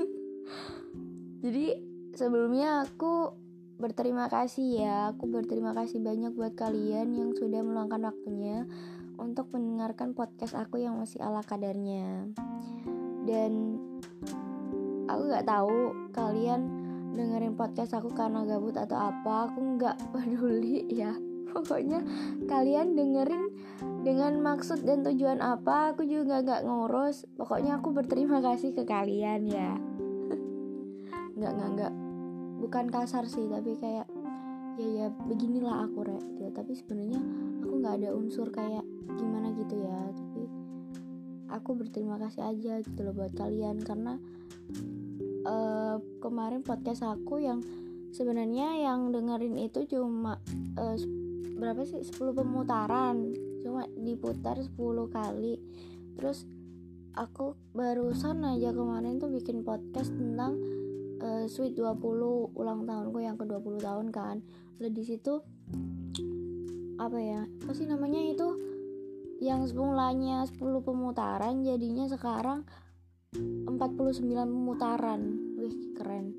Jadi sebelumnya aku berterima kasih ya, aku berterima kasih banyak buat kalian yang sudah meluangkan waktunya untuk mendengarkan podcast aku yang masih ala kadarnya. Dan aku nggak tahu kalian dengerin podcast aku karena gabut atau apa, aku nggak peduli ya. Pokoknya kalian dengerin dengan maksud dan tujuan apa, aku juga nggak ngurus. Pokoknya aku berterima kasih ke kalian ya. nggak nggak nggak bukan kasar sih, tapi kayak ya ya beginilah aku Rek gitu. Tapi sebenarnya aku nggak ada unsur kayak gimana gitu ya, tapi aku berterima kasih aja gitu loh buat kalian. Karena uh, kemarin podcast aku yang sebenarnya yang dengerin itu cuma uh, berapa sih, sepuluh pemutaran, cuma diputar sepuluh kali. Terus aku barusan aja kemarin tuh bikin podcast tentang Uh, Sweet dua puluh, ulang tahunku yang ke dua puluh tahun kan. Lalu di situ apa ya? Apa sih namanya itu? Yang semulanya sepuluh pemutaran jadinya sekarang empat puluh sembilan pemutaran. Wih, keren.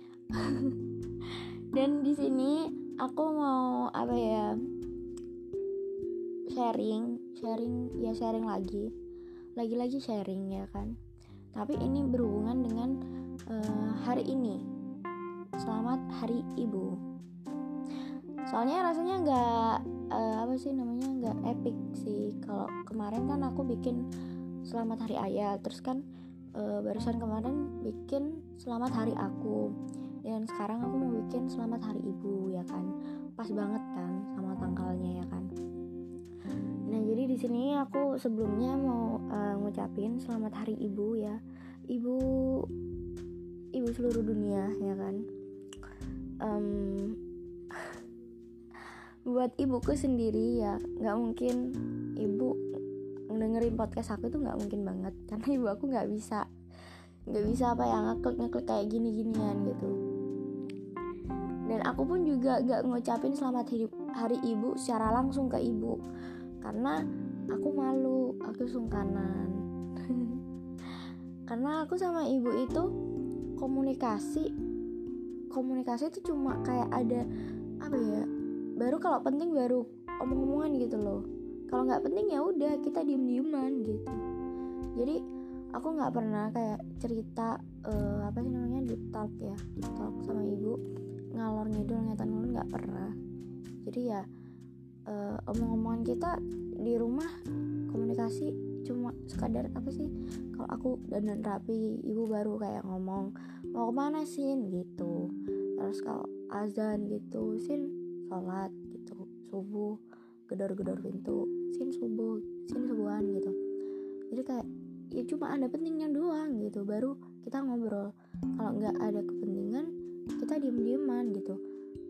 Dan di sini aku mau apa ya? Sharing, sharing ya sharing lagi. Lagi-lagi sharing ya kan. Tapi ini berhubungan dengan Uh, hari ini, selamat hari ibu. Soalnya rasanya nggak uh, apa sih namanya nggak epic sih. Kalau kemarin kan aku bikin selamat hari ayah, terus kan uh, barusan kemarin bikin selamat hari aku, dan sekarang aku mau bikin selamat hari ibu ya kan. Pas banget kan sama tanggalnya ya kan. Nah jadi di sini aku sebelumnya mau uh, ngucapin selamat hari ibu ya, ibu ibu seluruh dunia ya kan. Um, buat ibuku sendiri ya nggak mungkin ibu dengerin podcast aku, itu nggak mungkin banget, karena ibu aku nggak bisa nggak bisa apa ya ngeklik ngeklik kayak gini ginian gitu. Dan aku pun juga nggak ngucapin selamat hari, hari ibu secara langsung ke ibu, karena aku malu, aku sungkanan. Karena aku sama ibu itu komunikasi komunikasi itu cuma kayak ada apa ya, baru kalau penting baru omong-omongan gitu loh. Kalau nggak penting ya udah kita diem-dieman gitu. Jadi aku nggak pernah kayak cerita uh, apa sih namanya deep talk ya deep talk sama ibu, ngalor ngidul ngetan ngulur, nggak pernah. Jadi ya uh, omong-omongan kita di rumah komunikasi cuma sekadar apa sih, kalau aku dandan rapi ibu baru kayak ngomong mau kemana Sin gitu. Terus kalau azan gitu Sin sholat gitu, subuh gedor-gedor pintu Sin subuh Sin subuhan gitu. Jadi kayak ya cuma ada pentingnya doang gitu baru kita ngobrol. Kalau nggak ada kepentingan kita diem-dieman gitu.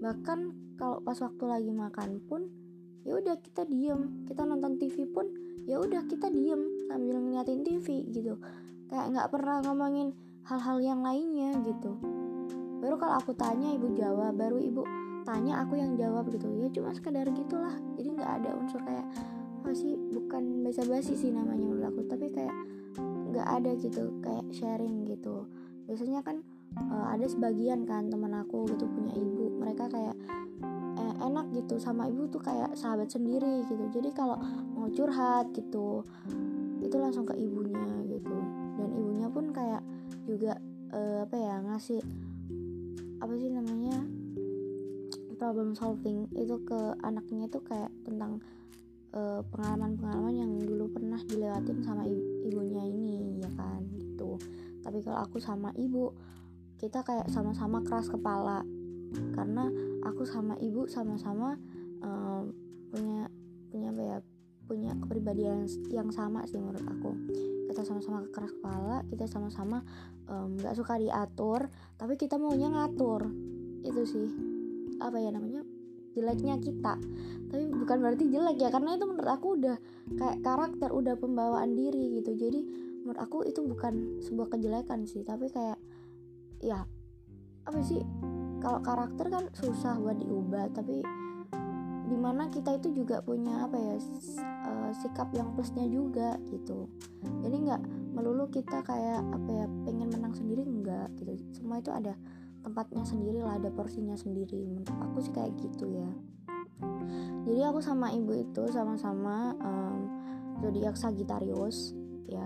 Bahkan kalau pas waktu lagi makan pun ya udah kita diem, kita nonton T V pun ya udah kita diem sambil ngeliatin T V gitu, kayak nggak pernah ngomongin hal-hal yang lainnya gitu. Baru kalau aku tanya ibu jawab, baru ibu tanya aku yang jawab gitu. Ya cuma sekedar gitulah, jadi nggak ada unsur kayak apa sih, bukan basa-basi sih namanya menurut aku, tapi kayak nggak ada gitu kayak sharing gitu. Biasanya kan uh, ada sebagian kan teman aku gitu punya ibu, mereka kayak eh, enak gitu sama ibu tuh kayak sahabat sendiri gitu. Jadi kalau mau curhat gitu itu langsung ke ibunya gitu, dan ibunya pun kayak juga uh, apa ya ngasih apa sih namanya problem solving itu ke anaknya, itu kayak tentang uh, pengalaman-pengalaman yang dulu pernah dilewatin sama ibunya ini ya kan gitu. Tapi kalau aku sama ibu, kita kayak sama-sama keras kepala, karena aku sama ibu sama-sama um, punya punya apa ya punya kepribadian yang sama sih menurut aku. Kita sama-sama keras kepala, kita sama-sama nggak um, suka diatur, tapi kita maunya ngatur. Itu sih apa ya namanya jeleknya kita, tapi bukan berarti jelek ya, karena itu menurut aku udah kayak karakter, udah pembawaan diri gitu. Jadi menurut aku itu bukan sebuah kejelekan sih, tapi kayak ya apa sih, kalau karakter kan susah buat diubah, tapi dimana kita itu juga punya apa ya uh, sikap yang plusnya juga gitu. Jadi nggak melulu kita kayak apa ya pengen menang sendiri, enggak gitu. Semua itu ada tempatnya sendiri lah, ada porsinya sendiri. Menurut aku sih kayak gitu ya. Jadi aku sama ibu itu sama-sama um, zodiak Sagittarius ya.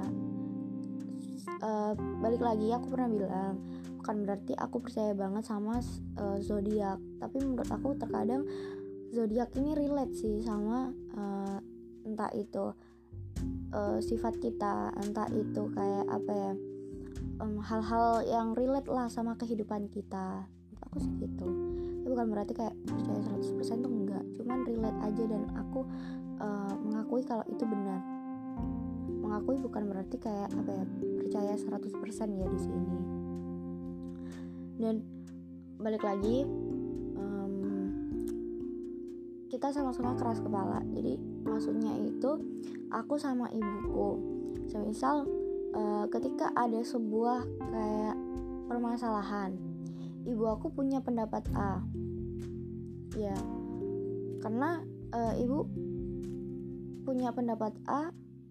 Uh, balik lagi aku pernah bilang bukan berarti aku percaya banget sama uh, zodiak, tapi menurut aku terkadang zodiak ini relate sih sama uh, entah itu uh, sifat kita, entah itu kayak apa ya um, hal-hal yang relate lah sama kehidupan kita. Menurut aku sih gitu. Ya bukan berarti kayak percaya seratus persen tuh enggak, cuman relate aja, dan aku uh, mengakui kalau itu benar. Mengakui bukan berarti kayak apa ya percaya seratus persen ya di sini. Dan balik lagi, kita sama-sama keras kepala. Jadi maksudnya itu aku sama ibuku, semisal uh, ketika ada sebuah kayak permasalahan, ibu aku punya pendapat A ya, karena uh, ibu punya pendapat A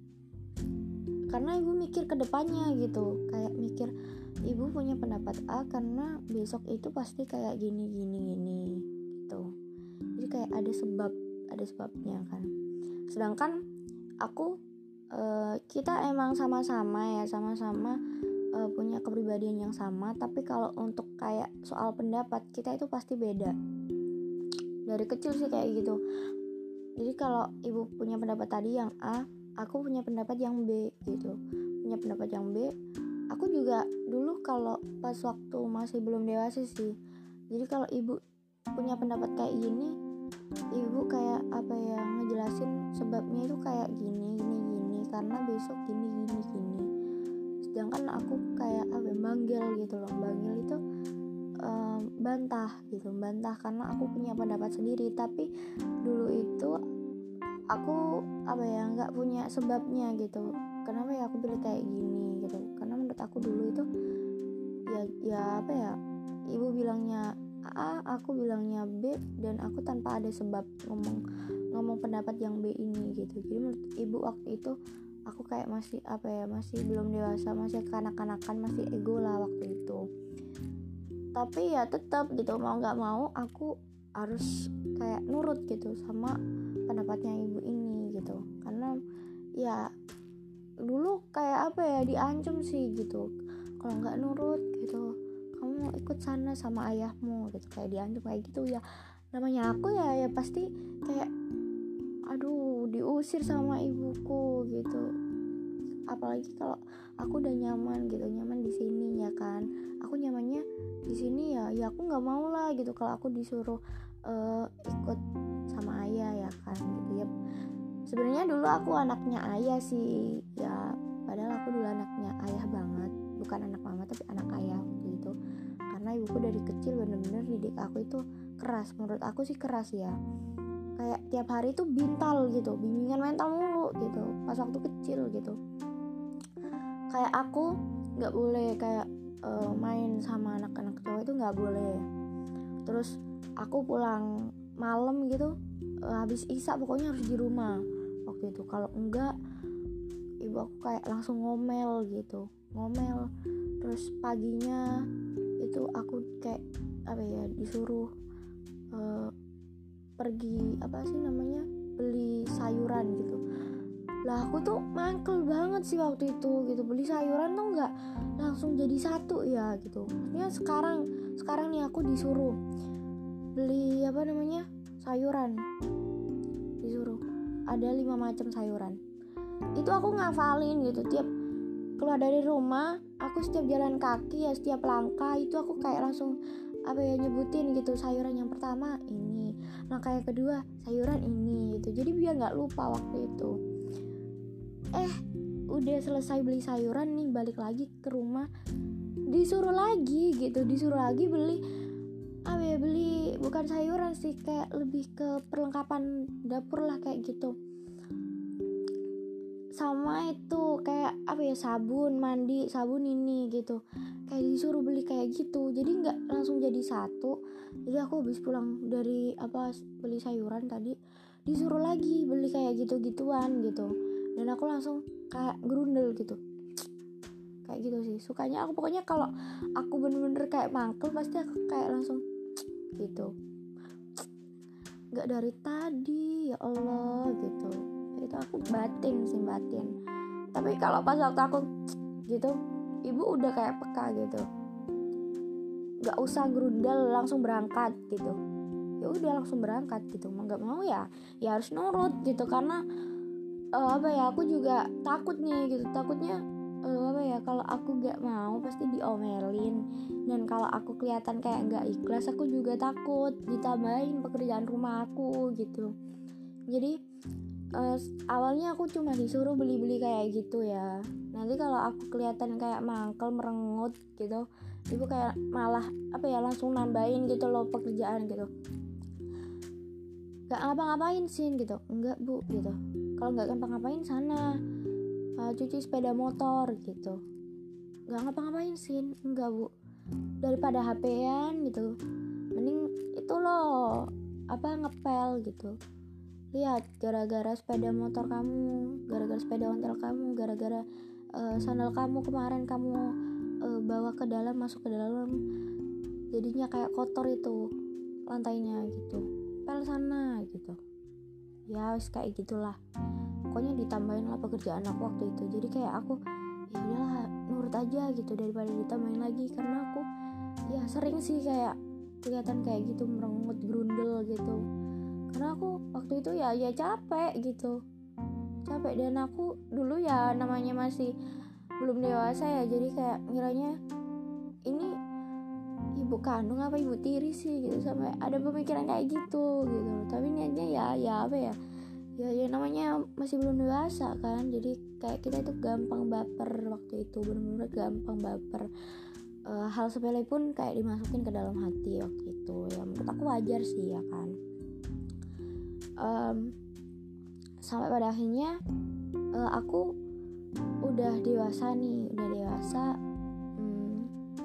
karena ibu mikir ke depannya gitu, kayak mikir ibu punya pendapat A karena besok itu pasti kayak gini gini gini gitu. Jadi kayak ada sebab, ada sebabnya kan. Sedangkan aku uh, kita emang sama-sama ya, sama-sama uh, punya kepribadian yang sama, tapi kalau untuk kayak soal pendapat kita itu pasti beda. Dari kecil sih kayak gitu. Jadi kalau ibu punya pendapat tadi yang A, aku punya pendapat yang B gitu. Punya pendapat yang B. Aku juga dulu kalau pas waktu masih belum dewasa sih. Jadi kalau ibu punya pendapat kayak gini, ibu kayak apa ya ngejelasin sebabnya itu kayak gini gini gini karena besok gini gini gini. Sedangkan aku kayak apa manggil gitu loh, manggil itu um, bantah gitu, bantah karena aku punya pendapat sendiri. Tapi dulu itu aku apa ya nggak punya sebabnya gitu, kenapa ya aku pilih kayak gini gitu. Karena menurut aku dulu itu ya ya apa ya ibu bilangnya A, aku bilangnya B, dan aku tanpa ada sebab ngomong ngomong pendapat yang B ini gitu. Jadi menurut ibu waktu itu aku kayak masih apa ya masih belum dewasa, masih kanak-kanakan, masih ego lah waktu itu. Tapi ya tetap gitu, mau nggak mau aku harus kayak nurut gitu sama pendapatnya ibu ini gitu. Karena ya dulu kayak apa ya diancam sih gitu, kalau nggak nurut gitu kamu ikut sana sama ayahmu gitu, kayak diancam kayak gitu ya. Namanya aku ya ya pasti kayak aduh diusir sama ibuku gitu. Apalagi kalau aku udah nyaman gitu, nyaman di sini ya kan, aku nyamannya di sini ya ya aku nggak mau lah gitu kalau aku disuruh uh, ikut sama ayah ya kan gitu ya. Sebenarnya dulu aku anaknya ayah sih ya, padahal aku dulu anaknya ayah banget, bukan anak mama tapi anak ayah gitu. Karena ibuku dari kecil bener-bener didik aku itu keras, menurut aku sih keras ya. Kayak tiap hari tuh bintal gitu, bimbingan mental mulu gitu pas waktu kecil gitu. Kayak aku nggak boleh kayak uh, main sama anak-anak cowok itu nggak boleh. Terus aku pulang malam gitu, uh, habis isya pokoknya harus di rumah waktu itu. Kalau enggak ibu aku kayak langsung ngomel gitu, ngomel. Terus paginya itu aku kayak apa ya, disuruh uh, pergi apa sih namanya, beli sayuran gitu. Lah aku tuh mangkel banget sih waktu itu gitu, beli sayuran tuh nggak langsung jadi satu ya gitu. Maksudnya sekarang sekarang nih aku disuruh beli apa namanya sayuran, disuruh ada lima macam sayuran. Itu aku ngafalin gitu, tiap keluar dari rumah aku setiap jalan kaki ya, setiap langkah itu aku kayak langsung apa ya, nyebutin gitu sayuran yang pertama ini, langkah yang kedua sayuran ini gitu. Jadi biar nggak lupa waktu itu. Eh udah selesai beli sayuran nih, balik lagi ke rumah disuruh lagi gitu, disuruh lagi beli apa ya, beli bukan sayuran sih, kayak lebih ke perlengkapan dapur lah kayak gitu. Sama itu kayak apa ya, sabun mandi, sabun ini gitu, kayak disuruh beli kayak gitu. Jadi nggak langsung jadi satu. Jadi aku habis pulang dari apa beli sayuran tadi, disuruh lagi beli kayak gitu-gituan gitu. Dan aku langsung kayak gerundel gitu, kayak gitu sih sukanya aku. Pokoknya kalau aku bener-bener kayak mangkel pasti aku kayak langsung gitu, nggak dari tadi ya Allah gitu. Itu aku batin sih, batin. Tapi kalau pas waktu aku gitu, ibu udah kayak peka gitu, nggak usah gerundel, langsung berangkat gitu. Ya udah langsung berangkat gitu, mau nggak mau ya ya harus nurut gitu. Karena uh, apa ya, aku juga takut nih gitu, takutnya uh, apa ya, kalau aku nggak mau pasti diomelin. Dan kalau aku kelihatan kayak nggak ikhlas, aku juga takut ditambahin pekerjaan rumah aku gitu. Jadi Uh, awalnya aku cuma disuruh beli-beli kayak gitu ya. Nanti kalau aku kelihatan kayak mangkel, merengut gitu, ibu kayak malah apa ya, langsung nambahin gitu loh pekerjaan gitu. Gak ngapa-ngapain sih gitu, enggak bu gitu. Kalau nggak ngapa-ngapain sana uh, cuci sepeda motor gitu. Gak ngapa-ngapain sih, enggak bu. Daripada H P-an gitu, mending itu loh apa, ngepel gitu. Lihat, gara-gara sepeda motor kamu, gara-gara sepeda ontel kamu, gara-gara uh, sandal kamu kemarin kamu uh, bawa ke dalam, masuk ke dalam, jadinya kayak kotor itu lantainya gitu, pel sana gitu. Ya wis kayak gitulah. Pokoknya ditambahin lah pekerjaan aku waktu itu. Jadi kayak aku ya udahlah nurut aja gitu daripada ditambahin lagi. Karena aku ya sering sih kayak kelihatan kayak gitu, merengut, grundel gitu. Karena aku waktu itu ya ya capek gitu, capek. Dan aku dulu ya namanya masih belum dewasa ya, jadi kayak ngiranya ini ibu kandung apa ibu tiri sih gitu, sampai ada pemikiran kayak gitu gitu. Tapi niatnya ya ya apa ya, ya ya namanya masih belum dewasa kan, jadi kayak kita itu gampang baper waktu itu, benar-benar gampang baper. E, hal sepele pun kayak dimasukin ke dalam hati waktu itu. Ya menurut aku wajar sih ya kan. Um, sampai pada akhirnya uh, aku udah dewasa nih, udah dewasa, hmm,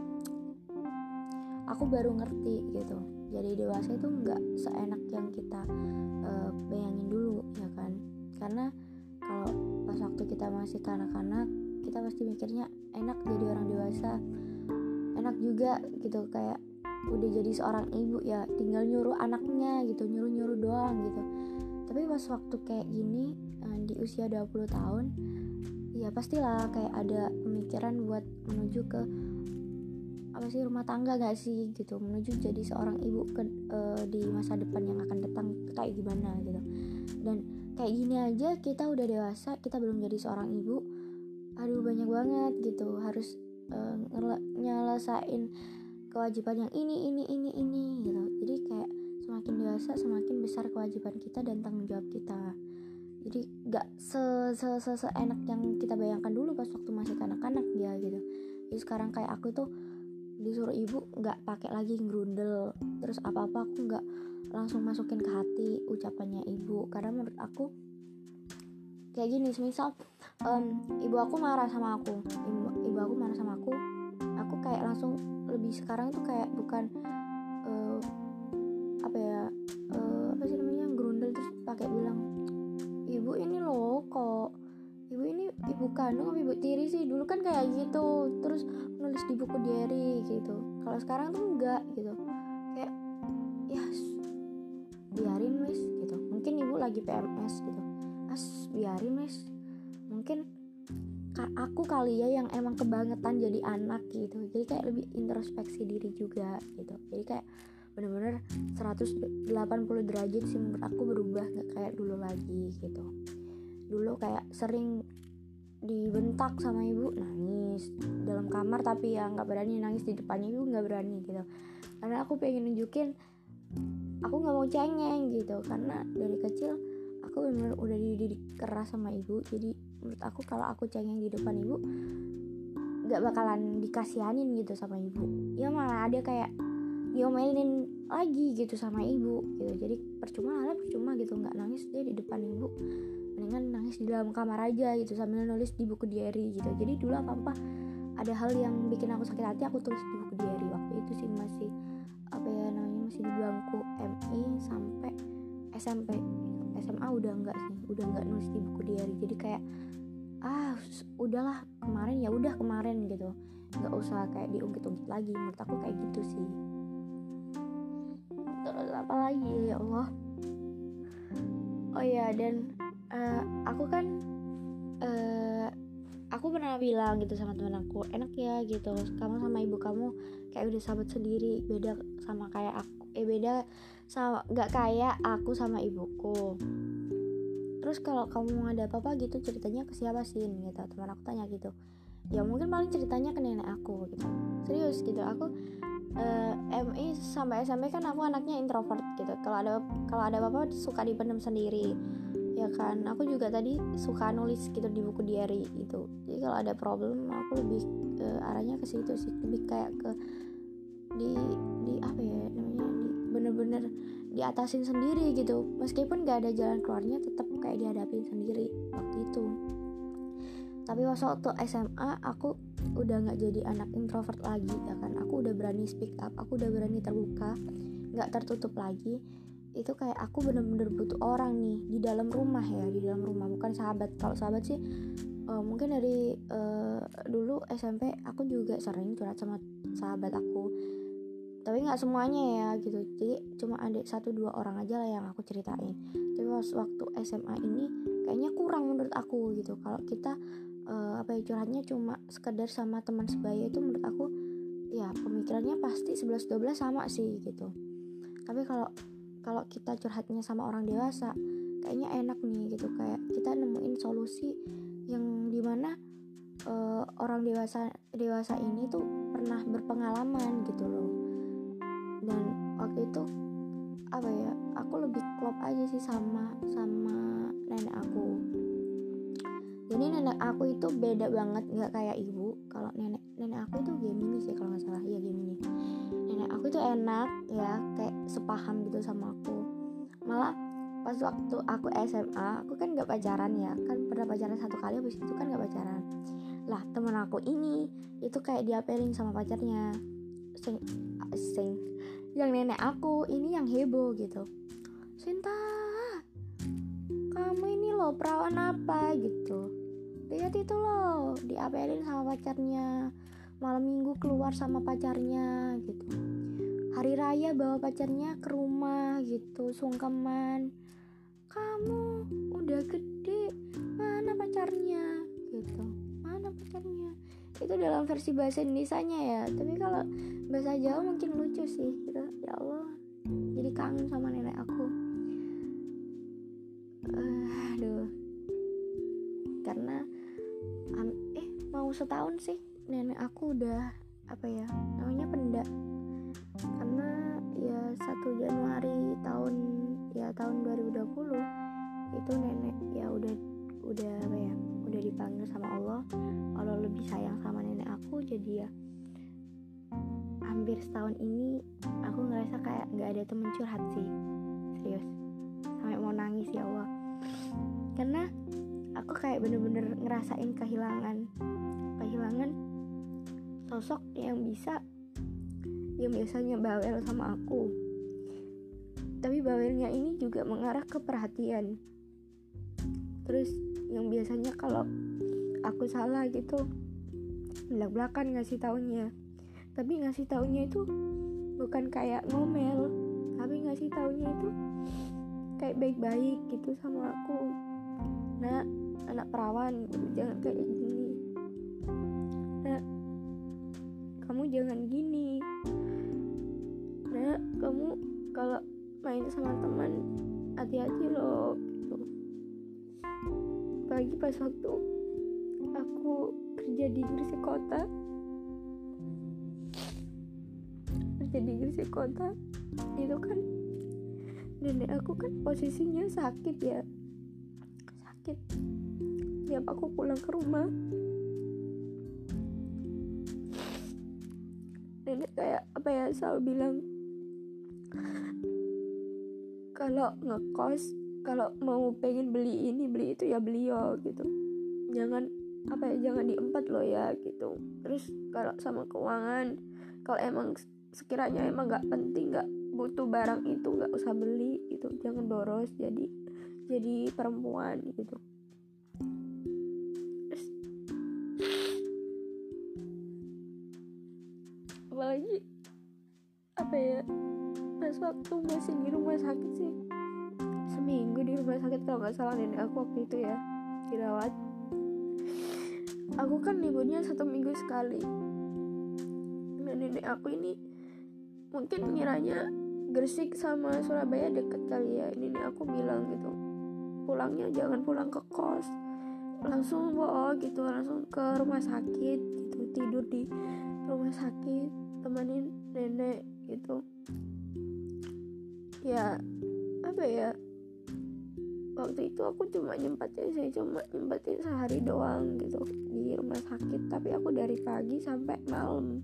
aku baru ngerti gitu. Jadi dewasa itu nggak seenak yang kita uh, bayangin dulu ya kan. Karena kalau pas waktu kita masih kanak-kanak, kita pasti mikirnya enak jadi orang dewasa, enak juga gitu, kayak udah jadi seorang ibu ya tinggal nyuruh anaknya gitu, nyuruh-nyuruh doang gitu. Tapi pas waktu kayak gini di usia dua puluh tahun, ya pastilah kayak ada pemikiran buat menuju ke apa sih, rumah tangga gak sih gitu, menuju jadi seorang ibu ke, uh, di masa depan yang akan datang kayak gimana gitu. Dan kayak gini aja kita udah dewasa, kita belum jadi seorang ibu, aduh banyak banget gitu, harus uh, nyelesain kewajiban yang ini ini ini ini gitu. Jadi kayak semakin dewasa semakin besar kewajiban kita dan tanggung jawab kita. Jadi gak se se se seenak yang kita bayangkan dulu pas waktu masih kanak-kanak ya gitu. Jadi sekarang kayak aku tuh disuruh ibu nggak pakai lagi grundel, terus apa-apa aku nggak langsung masukin ke hati ucapannya ibu, karena menurut aku kayak gini, semisal um, ibu aku marah sama aku ibu, ibu aku marah sama aku aku kayak langsung lebih sekarang tuh kayak bukan uh, apa ya uh, apa sih namanya grundel terus pakai bilang ibu ini loh kok ibu ini ibu kandung apa ibu tiri sih, dulu kan kayak gitu terus nulis di buku diary gitu. Kalau sekarang tuh enggak gitu, kayak ya biarin wis gitu, mungkin ibu lagi P M S gitu, as biarin wis, mungkin aku kali ya yang emang kebangetan jadi anak gitu, jadi kayak lebih introspeksi diri juga gitu, jadi kayak bener-bener seratus delapan puluh derajat sih menurut aku berubah, gak kayak dulu lagi gitu. Dulu kayak sering dibentak sama ibu, nangis dalam kamar, tapi ya nggak berani nangis di depannya ibu, nggak berani gitu, karena aku pengen nunjukin aku nggak mau cengeng gitu, karena dari kecil aku benar-benar udah dididik keras sama ibu. Jadi menurut aku kalau aku cengeng di depan ibu nggak bakalan dikasihanin gitu sama ibu, ya malah ada kayak diomelin lagi gitu sama ibu gitu. Jadi percuma lah percuma gitu, nggak nangis dia di depan ibu, mendingan nangis di dalam kamar aja gitu sambil nulis di buku diary gitu. Jadi dulu apa-apa ada hal yang bikin aku sakit hati aku tulis di buku diary. Waktu itu sih masih apa ya namanya masih di bangku M I sampai S M P gitu. S M A udah enggak sih, udah enggak nulis di buku diary. Jadi kayak ah udahlah kemarin ya udah kemarin gitu, nggak usah kayak diungkit-ungkit lagi. Menurut aku kayak gitu sih. Terus apa lagi ya Allah, oh ya dan uh, aku kan uh, aku pernah bilang gitu sama teman aku, enak ya gitu kamu sama ibu kamu kayak udah sahabat sendiri, beda sama kayak aku eh beda sama nggak kayak aku sama ibuku. Terus kalau kamu ada apa-apa gitu ceritanya ke siapa sih gitu, teman aku tanya gitu. Ya mungkin paling ceritanya ke nenek aku gitu. Serius gitu, aku uh, M I sampai S M P kan aku anaknya introvert gitu. Kalau ada kalau ada apa-apa suka dipendam sendiri. Ya kan, aku juga tadi suka nulis gitu di buku diary gitu. Jadi kalau ada problem aku lebih uh, arahnya ke situ sih, lebih kayak ke di di apa ya namanya di bener-bener diatasin sendiri gitu, meskipun gak ada jalan keluarnya tetap kayak dihadapin sendiri waktu itu. Tapi waktu S M A aku udah nggak jadi anak introvert lagi ya kan, aku udah berani speak up, aku udah berani terbuka, nggak tertutup lagi. Itu kayak aku bener-bener butuh orang nih di dalam rumah ya, di dalam rumah, bukan sahabat. Kalau sahabat sih uh, mungkin dari uh, dulu S M P aku juga sering curhat sama sahabat aku, tapi nggak semuanya ya gitu, jadi cuma ada satu dua orang aja lah yang aku ceritain. Tapi waktu S M A ini kayaknya kurang menurut aku gitu, kalau kita uh, apa ya curhatnya cuma sekedar sama teman sebaya, itu menurut aku ya pemikirannya pasti sebelas dua belas sama sih gitu. Tapi kalau kalau kita curhatnya sama orang dewasa kayaknya enak nih gitu, kayak kita nemuin solusi yang dimana uh, orang dewasa dewasa ini tuh pernah berpengalaman gitu loh. Dan waktu itu apa ya, aku lebih klop aja sih sama sama nenek aku. Jadi nenek aku itu beda banget, nggak kayak ibu. Kalau nenek nenek aku itu Gemini sih kalau nggak salah, ya Gemini. Nenek aku itu enak ya, kayak sepaham gitu sama aku. Malah pas waktu aku S M A aku kan nggak pacaran ya, kan pernah pacaran satu kali, habis itu kan nggak pacaran. Lah temen aku ini itu kayak diapelin sama pacarnya, sing sing yang nenek aku ini yang heboh gitu, Sinta kamu ini loh perawan apa gitu, lihat itu loh diapelin sama pacarnya, malam minggu keluar sama pacarnya gitu, hari raya bawa pacarnya ke rumah gitu, sungkeman, kamu udah gede mana pacarnya gitu, mana pacarnya. Itu dalam versi bahasa Indonesianya ya, tapi kalau bahasa Jawa mungkin lucu sih gitu. Ya Allah, jadi kangen sama nenek aku. Uh, aduh, karena um, eh mau setahun sih nenek aku udah apa ya namanya pendak, karena ya satu Januari tahun ya tahun dua ribu dua puluh itu nenek ya udah udah apa ya udah dipanggil sama Allah. Allah lebih sayang sama nenek aku, jadi ya hampir setahun ini aku ngerasa kayak nggak ada temen curhat sih, serius, sampai mau nangis ya Allah. Karena aku kayak bener-bener ngerasain kehilangan kehilangan sosok yang bisa yang biasanya bawel sama aku, tapi bawelnya ini juga mengarah ke perhatian. Terus yang biasanya kalau aku salah gitu belak-belakan ngasih taunya, tapi ngasih taunya itu bukan kayak ngomel, tapi ngasih taunya itu kayak baik-baik gitu sama aku. Nah, anak perawan gitu, jangan kayak gini. Nah, kamu jangan gini. Nah, kamu kalau main sama teman hati-hati loh gitu. Pagi pas waktu aku kerja di Gresik Kota kerja di Gresik Kota itu kan nenek aku kan posisinya sakit ya sakit tiap aku pulang ke rumah nenek kayak apa ya selalu bilang kalau ngekos, kalau mau pengen beli ini beli itu ya beliau gitu, jangan apa ya jangan diempat loh ya gitu. Terus kalau sama keuangan, kalau emang sekiranya emang nggak penting, nggak butuh barang itu nggak usah beli gitu, jangan boros jadi jadi perempuan gitu. Terus apalagi apa ya pas waktu masih di rumah sakit sih, seminggu di rumah sakit kalau nggak salah nenek aku waktu itu ya dirawat. Aku kan liburnya satu minggu sekali. Nah, nenek aku ini mungkin ngiranya Gresik sama Surabaya deket kali ya. Nenek aku bilang gitu, pulangnya jangan pulang ke kos, langsung bawa gitu, langsung ke rumah sakit gitu, tidur di rumah sakit temenin nenek gitu. Ya apa ya, waktu itu aku cuma nyempatin saya cuma nyempatin sehari doang gitu di rumah sakit, tapi aku dari pagi sampai malam.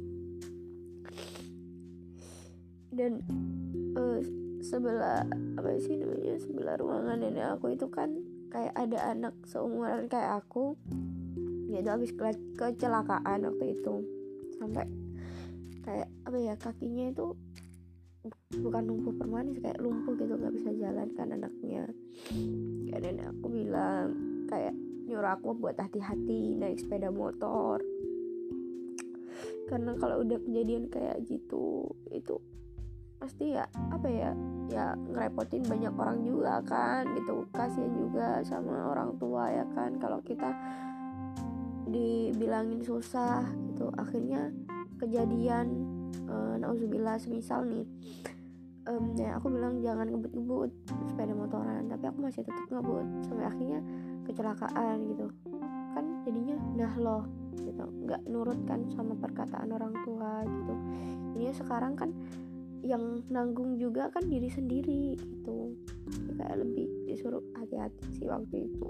Dan uh, sebelah apa sih namanya sebelah ruangan nenek aku itu kan kayak ada anak seumuran kayak aku, dia tuh habis ke- kecelakaan waktu itu, sampai kayak apa ya kakinya itu bukan lumpuh permanen, kayak lumpuh gitu, nggak bisa jalan kan anaknya. Kayak nenek aku bilang kayak nyuruh aku buat hati-hati naik sepeda motor, karena kalau udah kejadian kayak gitu itu pasti ya apa ya ya ngerepotin banyak orang juga kan gitu. Kasian juga sama orang tua ya kan, kalau kita dibilangin susah gitu akhirnya kejadian Uh, nauzubillah semisal nih um, ya aku bilang jangan ngebut-ngebut sepeda motoran, tapi aku masih tetap ngebut sampai akhirnya kecelakaan gitu kan. Jadinya nah loh gitu, nggak nurut kan sama perkataan orang tua gitu. Jadinya sekarang kan yang nanggung juga kan diri sendiri gitu. Jadi kayak lebih disuruh hati-hati sih waktu itu.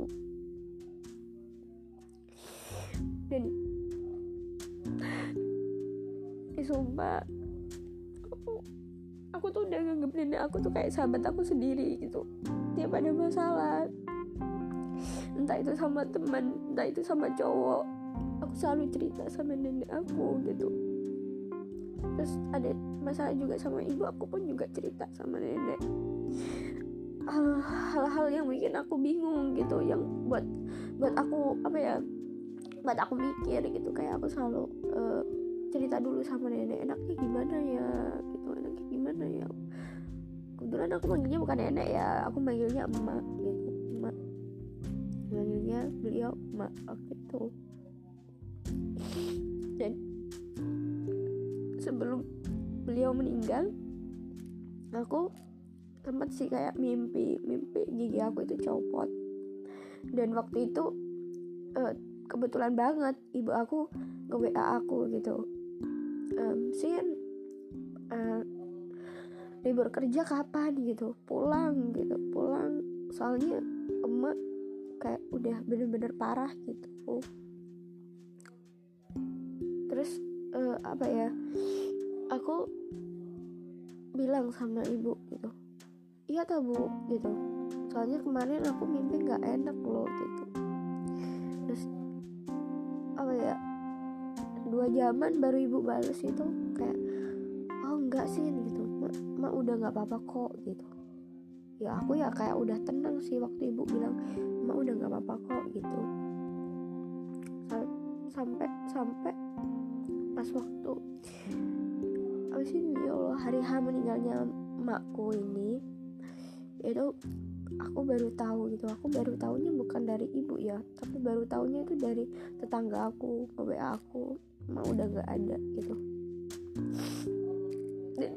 Dan eh, sumpah aku, aku tuh udah nganggep nenek aku tuh kayak sahabat aku sendiri gitu. Tiap ada masalah, entah itu sama teman, entah itu sama cowok, aku selalu cerita sama nenek aku gitu. Terus ada masalah juga sama ibu, aku pun juga cerita sama nenek. Hal-hal yang bikin aku bingung gitu, yang buat buat aku apa ya buat aku mikir gitu, kayak aku selalu uh, cerita dulu sama nenek, enaknya gimana ya gitu, enaknya gimana ya. Kebetulan aku manggilnya bukan nenek ya, aku manggilnya emak gitu, emak, manggilnya beliau emak waktu itu. Dan sebelum beliau meninggal, aku sempat sih kayak mimpi mimpi gigi aku itu copot. Dan waktu itu uh, kebetulan banget ibu aku nge-W A aku gitu, um, Sin uh, libur kerja kapan gitu, pulang gitu, pulang soalnya emak kayak udah bener-bener parah gitu. Terus uh, apa ya
aku bilang sama ibu gitu, iya tak bu gitu, soalnya kemarin aku mimpi nggak enak loh gitu. Terus apa ya, dua jaman baru ibu balas itu kayak, oh enggak sih gitu, mak, mak udah nggak apa-apa kok gitu. Ya aku ya kayak udah tenang sih waktu ibu bilang mak udah nggak apa-apa kok gitu. Sampai sampai pas waktu abis ini, ya Allah, hari H meninggalnya makku ini, itu aku baru tahu gitu. Aku baru tahunya bukan dari ibu ya, tapi baru tahunya itu dari tetangga aku, W A aku, mak udah nggak ada gitu. Dan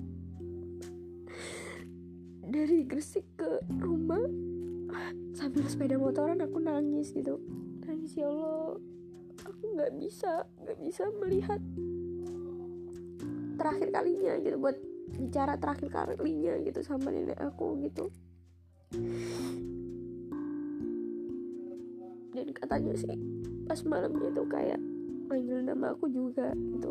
dari Gresik ke rumah sambil sepeda motoran aku nangis gitu, nangis, ya Allah, aku nggak bisa nggak bisa melihat terakhir kalinya gitu, buat bicara terakhir kalinya gitu sama nenek aku gitu. Dan katanya sih pas malamnya itu kayak manggil nama aku juga gitu.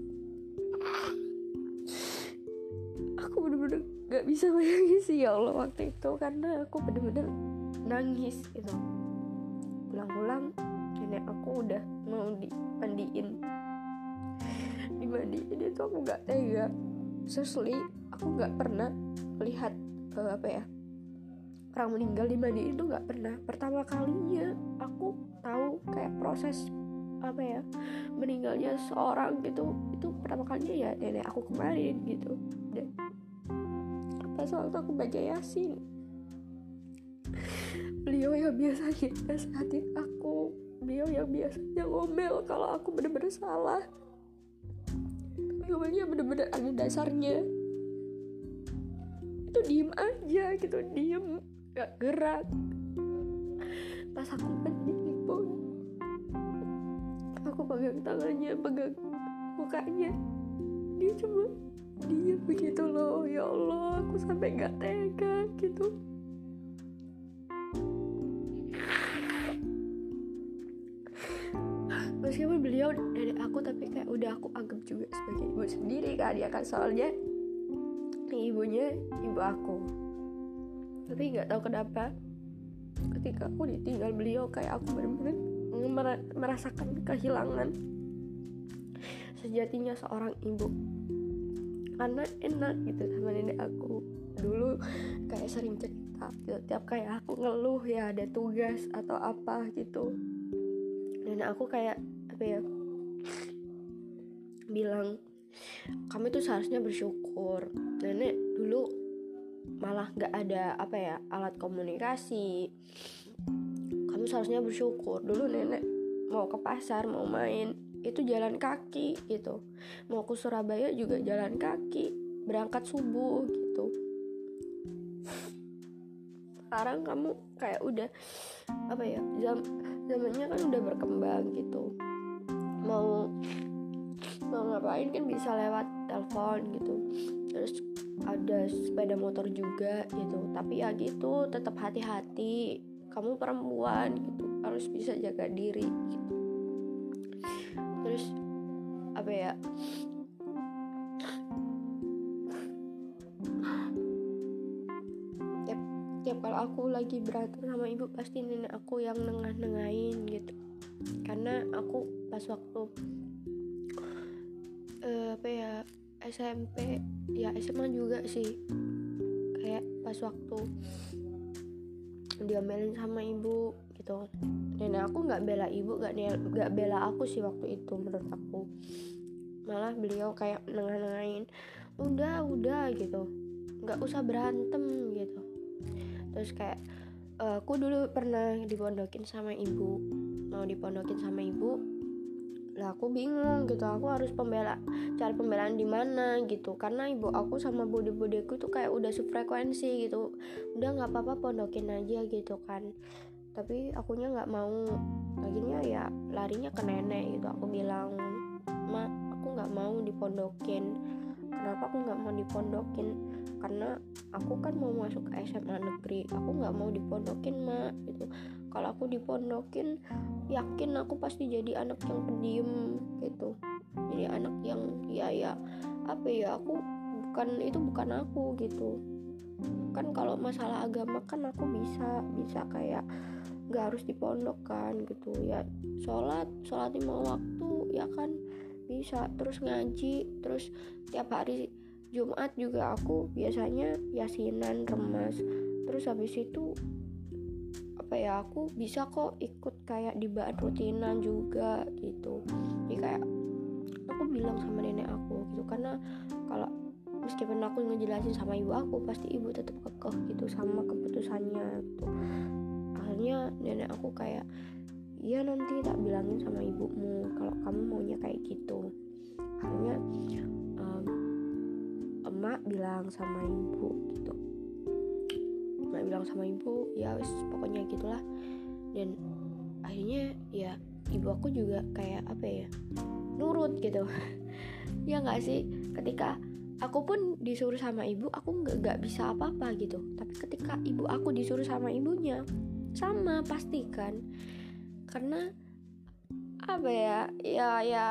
Aku bener-bener gak bisa bayangin sih ya Allah waktu itu, karena aku bener-bener nangis gitu. Pulang-pulang nenek aku udah mau dimandiin dimandiin itu aku gak tega. Seriously, aku gak pernah melihat uh, apa ya orang meninggal dimandiin itu gak pernah. Pertama kalinya aku tahu kayak proses apa ya meninggalnya seorang gitu, itu pertama kalinya ya nenek aku kemarin gitu. Dan pas waktu aku baca Yasin, beliau yang biasanya nasehatin aku, beliau yang biasanya ngomel kalau aku bener-bener salah, ngomelnya bener-bener ada dasarnya, itu diem aja gitu, diem gak gerak. Pas aku mandiin pun aku pegang tangannya, pegang mukanya, dia cuma diem begitu loh. Ya Allah, aku sampai gak tega gitu. Meskipun beliau dari aku, tapi kayak udah aku anggap juga sebagai ibu sendiri kan, ya kan, soalnya ibunya ibu aku. Tapi nggak tahu kenapa ketika aku ditinggal beliau, kayak aku benar-benar merasakan kehilangan sejatinya seorang ibu. Karena enak gitu sama nenek aku dulu, kayak sering cerita gitu. Tiap kayak aku ngeluh ya ada tugas atau apa gitu, nenek aku kayak apa ya bilang, kamu tuh seharusnya bersyukur. Nenek dulu malah nggak ada apa ya alat komunikasi, kamu seharusnya bersyukur. Dulu nenek mau ke pasar, mau main itu jalan kaki gitu, mau ke Surabaya juga jalan kaki, berangkat subuh gitu. Sekarang kamu kayak udah apa ya jam zamannya kan udah berkembang gitu, mau mau ngapain kan bisa lewat telepon gitu, terus ada sepeda motor juga gitu. Tapi ya gitu, tetap hati-hati, kamu perempuan gitu, harus bisa jaga diri gitu. Terus apa ya tiap tiap kalau aku lagi berantem sama ibu, pasti nenek aku yang nengah-nengahin gitu. Karena aku pas waktu uh, apa ya S M P ya S M A juga sih, kayak pas waktu diomelin sama ibu gitu, nenek aku nggak bela ibu, nggak nggak bela aku sih waktu itu. Menurut aku malah beliau kayak nengah-nengahin, udah udah gitu, nggak usah berantem gitu. Terus kayak uh, aku dulu pernah dipondokin sama ibu, mau dipondokin sama ibu lah, aku bingung gitu, aku harus pembela cari pembelaan di mana gitu, karena ibu aku sama bude-budeku tuh kayak udah sefrekuensi gitu, udah nggak apa-apa pondokin aja gitu kan. Tapi akunya nggak mau, akhirnya ya larinya ke nenek gitu. Aku bilang, ma, aku nggak mau dipondokin. Kenapa aku nggak mau dipondokin? Karena aku kan mau masuk ke S M A negeri, aku nggak mau dipondokin, ma gitu. Kalau aku dipondokin, yakin aku pasti jadi anak yang pendiam gitu, jadi anak yang ya ya apa ya, aku bukan itu bukan aku gitu kan. Kalau masalah agama kan aku bisa bisa kayak nggak harus di pondok kan gitu ya, sholat sholat lima waktu ya kan bisa, terus ngaji, terus tiap hari Jumat juga aku biasanya yasinan remas, terus habis itu apa ya, aku bisa kok ikut kayak di bahan rutinan juga gitu. Jadi kayak aku bilang sama nenek aku gitu, karena kalau meskipun aku ngejelasin sama ibu aku, pasti ibu tetap kekeh gitu sama keputusannya gitu. Akhirnya nenek aku kayak, iya nanti tak bilangin sama ibumu kalau kamu maunya kayak gitu. Akhirnya um, emak bilang sama ibu gitu, emak bilang sama ibu, ya wis pokoknya gitulah. Dan akhirnya ya ibu aku juga kayak apa ya, nurut gitu. Ya nggak sih, ketika aku pun disuruh sama ibu, aku nggak nggak bisa apa-apa gitu. Tapi ketika ibu aku disuruh sama ibunya, sama pasti kan. Karena apa ya, ya ya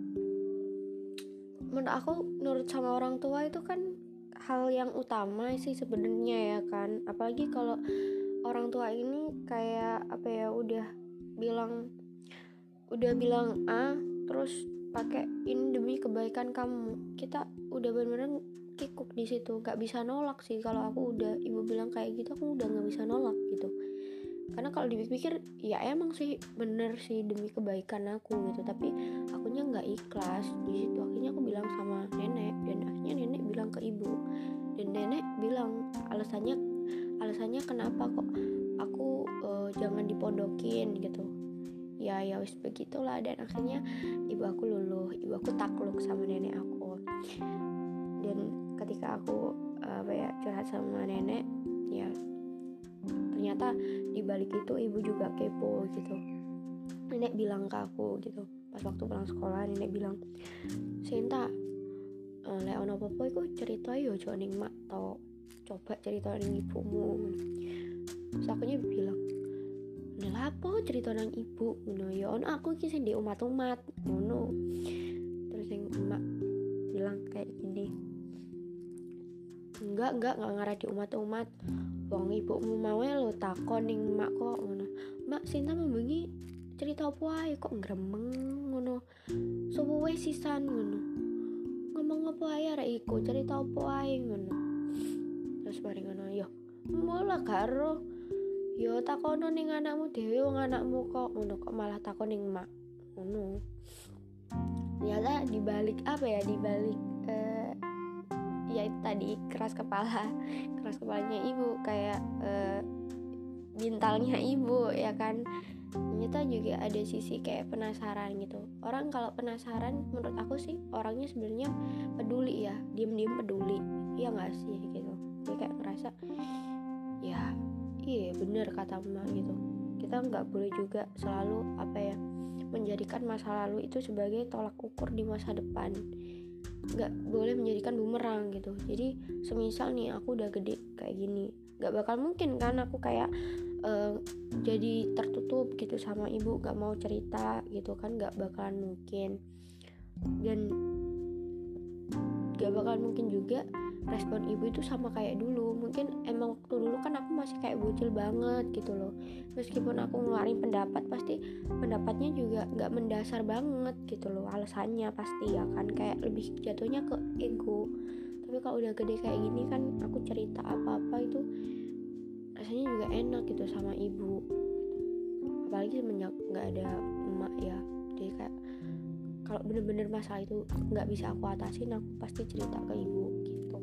menurut aku nurut sama orang tua itu kan hal yang utama sih sebenarnya ya kan. Apalagi kalau orang tua ini kayak apa ya, udah bilang udah bilang A terus pakai ini demi kebaikan kamu, kita udah bener-bener kikuk di situ, nggak bisa nolak sih. Kalau aku udah ibu bilang kayak gitu, aku udah nggak bisa nolak gitu. Karena kalau dipikir ya emang sih bener sih demi kebaikan aku gitu, tapi akunya nggak ikhlas di situ. Akhirnya aku bilang sama nenek, dan akhirnya nenek bilang ke ibu, dan nenek bilang alasannya alasannya kenapa kok aku uh, jangan dipondokin gitu. Ya ya wis begitulah. Dan akhirnya ibu aku luluh, ibu aku takluk sama nenek aku. Dan ketika aku uh, apa ya curhat sama nenek, ya ternyata di balik itu ibu juga kepo gitu. Nenek bilang ke aku gitu, pas waktu pulang sekolah nenek bilang, Sinta, uh, lek ono apa-apa iku cerita yo aja ning mak to, coba cerita ning ibumu. Terus akunya bilang, "Lah apa cerita nang ibu?" ngono. Ya ono aku iki sing di umat-umat ngono. Terus yang emak bilang kayak gini, Enggak, enggak, enggak ngarah di umat-umat. Wong ibumu mau lo takon ning mak kok ngono. Mak Sinta membengi cerita apa ae kok gremeng ngono. Suwe sisan ngono. Ngomong apa ae arek iku, cerita apa ae ngono. Terus mari ngono, yo mola karo. Yo takono ning anakmu dhewe, wong anakmu kok ngono, kok malah takon ning mak. Ngono. Ternyata dibalik apa ya, dibalik uh, ya itu tadi keras kepala keras kepalanya ibu, kayak uh, bintalnya ibu ya kan. Ternyata juga ada sisi kayak penasaran gitu. Orang kalau penasaran menurut aku sih orangnya sebenarnya peduli ya, diem-diem peduli, iya nggak sih gitu. Jadi kayak ngerasa ya iya bener kata emak gitu, kita nggak boleh juga selalu apa ya menjadikan masa lalu itu sebagai tolak ukur di masa depan, nggak boleh menjadikan bumerang gitu. Jadi semisal nih aku udah gede kayak gini, nggak bakal mungkin kan aku kayak uh, jadi tertutup gitu sama ibu, nggak mau cerita gitu kan, nggak bakalan mungkin. Dan nggak bakalan mungkin juga respon ibu itu sama kayak dulu. Mungkin emang waktu dulu kan aku masih kayak bocil banget gitu loh, meskipun aku ngeluarin pendapat pasti pendapatnya juga nggak mendasar banget gitu loh alasannya pasti ya kan, kayak lebih jatuhnya ke ego. Tapi kalau udah gede kayak gini kan aku cerita apa-apa itu rasanya juga enak gitu sama ibu, apalagi semenjak nggak ada emak ya. Jadi kayak kalau bener-bener masalah itu nggak bisa aku atasin, aku pasti cerita ke ibu gitu.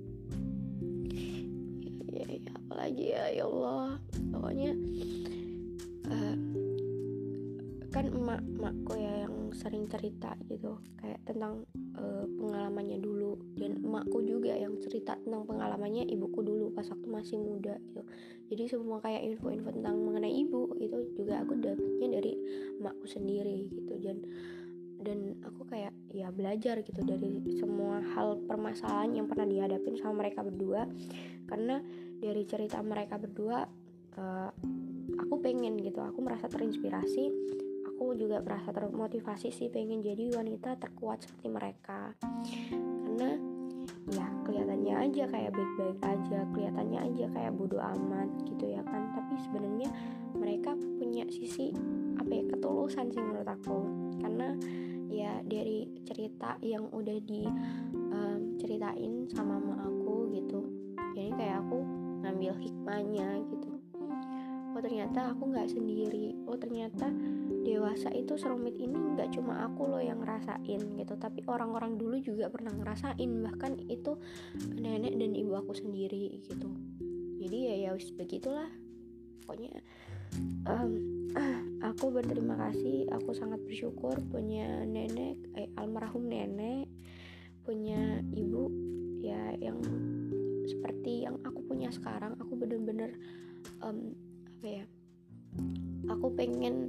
Ya, ya apalagi ya ya Allah, pokoknya uh, kan emak-emakku ya yang sering cerita gitu kayak tentang uh, pengalamannya dulu, dan emakku juga yang cerita tentang pengalamannya ibuku dulu pas waktu masih muda gitu. Jadi semua kayak info-info tentang mengenai ibu itu juga aku dapetnya dari emakku sendiri gitu. Dan dan aku kayak ya belajar gitu dari semua hal permasalahan yang pernah dihadapin sama mereka berdua. Karena dari cerita mereka berdua uh, aku pengen gitu, aku merasa terinspirasi, aku juga merasa termotivasi sih pengen jadi wanita terkuat seperti mereka. Karena karena ya kelihatannya aja kayak baik-baik aja, kelihatannya aja kayak bodoh amat gitu ya kan, tapi sebenarnya mereka punya sisi apa ya, ketulusan sih menurut aku. Karena ya dari cerita yang udah di um, ceritain sama mama aku gitu, jadi kayak aku ngambil hikmahnya gitu. Oh ternyata aku nggak sendiri, oh ternyata dewasa itu serumit ini nggak cuma aku loh yang ngerasain gitu, tapi orang-orang dulu juga pernah ngerasain, bahkan itu nenek dan ibu aku sendiri gitu. Jadi ya ya wis begitulah pokoknya. um, aku berterima kasih, aku sangat bersyukur punya nenek, eh, almarhum nenek, punya ibu ya yang seperti yang aku punya sekarang. Aku bener-bener um, apa ya, aku pengen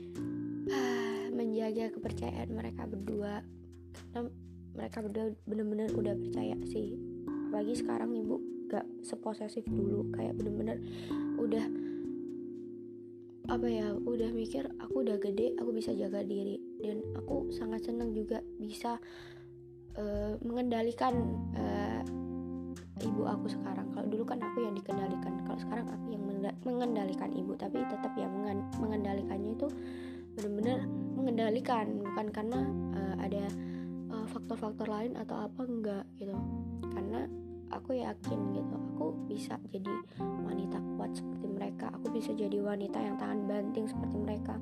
uh, menjaga kepercayaan mereka berdua, karena mereka berdua bener-bener udah percaya sih. Apalagi sekarang ibu gak seposesif dulu, kayak bener-bener udah apa ya, udah mikir aku udah gede, aku bisa jaga diri. Dan aku sangat senang juga bisa uh, mengendalikan uh, ibu aku sekarang. Kalau dulu kan aku yang dikendalikan, kalau sekarang aku yang mengendalikan ibu, tapi tetap ya mengendalikannya itu benar-benar mengendalikan, bukan karena uh, ada uh, faktor-faktor lain atau apa, enggak gitu. Karena aku yakin gitu, aku bisa jadi wanita kuat seperti mereka, aku bisa jadi wanita yang tahan banting seperti mereka.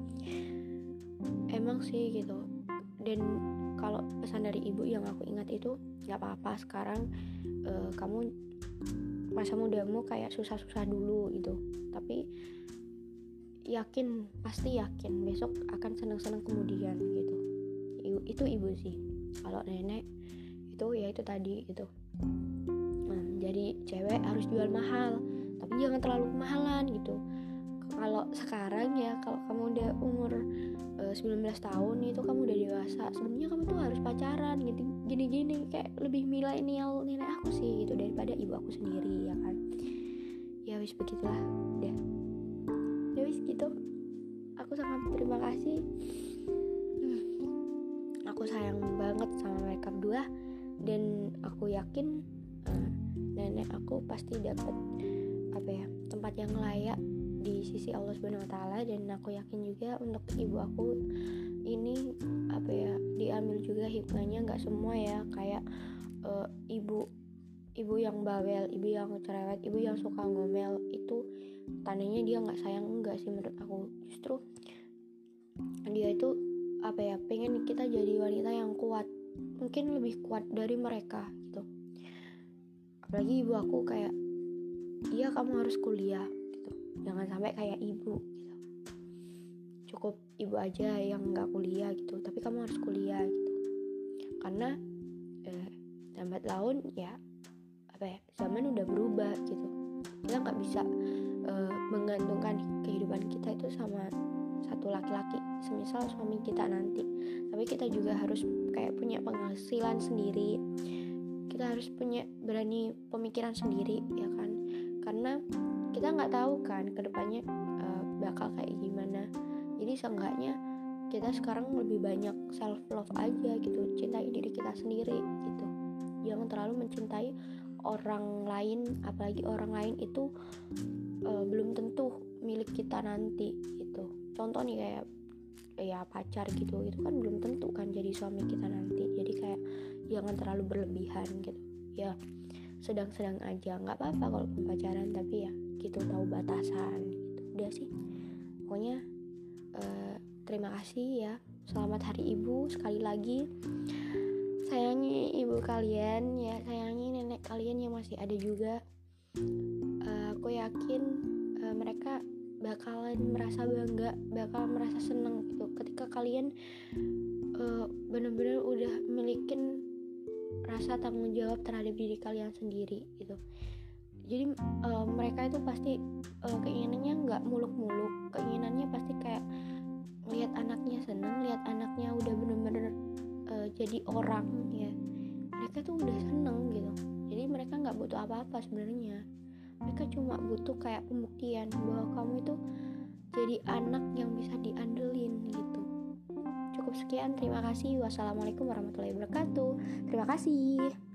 Emang sih gitu. Dan kalau pesan dari ibu yang aku ingat itu, gak apa-apa sekarang uh, kamu masa mudamu kayak susah-susah dulu gitu, tapi yakin, pasti yakin besok akan senang-senang kemudian gitu. Itu ibu sih. Kalau nenek itu ya itu tadi gitu. Nah, jadi cewek harus jual mahal, tapi jangan terlalu kemahalan gitu. Kalau sekarang ya, kalau kamu udah umur uh, sembilan belas tahun itu kamu udah dewasa, sebenarnya kamu tuh harus pacaran gitu, gini-gini, kayak lebih milenial nenek aku sih gitu daripada ibu aku sendiri ya kan. Ya wis begitulah, udah ya wis gitu. Aku sangat terima kasih, hmm, aku sayang banget sama mereka berdua, dan aku yakin uh, nenek aku pasti dapat apa ya, tempat yang layak di sisi Allah Subhanahu Wa Taala. Dan aku yakin juga untuk ibu aku ini apa ya, diambil juga hikmahnya. Nggak semua ya kayak uh, ibu ibu yang bawel, ibu yang cerewet, ibu yang suka ngomel itu tandanya dia nggak sayang. Enggak sih menurut aku, justru dia itu apa ya, pengen kita jadi wanita yang kuat, mungkin lebih kuat dari mereka gitu. Apalagi ibu aku kayak, iya kamu harus kuliah, jangan sampai kayak ibu gitu. Cukup ibu aja yang nggak kuliah gitu, tapi kamu harus kuliah gitu. Karena eh, lambat laun ya apa ya, zaman udah berubah gitu. Kita nggak bisa eh, menggantungkan kehidupan kita itu sama satu laki-laki, semisal suami kita nanti. Tapi kita juga harus kayak punya penghasilan sendiri. Kita harus punya berani pemikiran sendiri ya kan. Karena kita nggak tahu kan kedepannya uh, bakal kayak gimana. Jadi seenggaknya kita sekarang lebih banyak self love aja gitu, cintai diri kita sendiri gitu. Jangan terlalu mencintai orang lain, apalagi orang lain itu uh, belum tentu milik kita nanti gitu. Contoh nih kayak ya pacar gitu, itu kan belum tentu kan jadi suami kita nanti. Jadi kayak jangan terlalu berlebihan gitu ya, sedang-sedang aja, nggak apa-apa kalau pacaran, tapi ya gitu, tahu batasan gitu. Udah sih pokoknya uh, terima kasih ya, selamat hari ibu sekali lagi. Sayangi ibu kalian ya, sayangi nenek kalian yang masih ada juga. uh, aku yakin uh, mereka bakalan merasa bangga, bakal merasa senang gitu ketika kalian uh, benar-benar udah milikin rasa tanggung jawab terhadap diri kalian sendiri gitu. Jadi uh, mereka itu pasti uh, keinginannya nggak muluk-muluk, keinginannya pasti kayak lihat anaknya senang, lihat anaknya udah bener-bener uh, jadi orang ya. Mereka tuh udah seneng gitu. Jadi mereka nggak butuh apa-apa sebenarnya. Mereka cuma butuh kayak pembuktian bahwa kamu itu jadi anak yang bisa diandelin gitu. Cukup sekian, terima kasih. Wassalamualaikum warahmatullahi wabarakatuh. Terima kasih.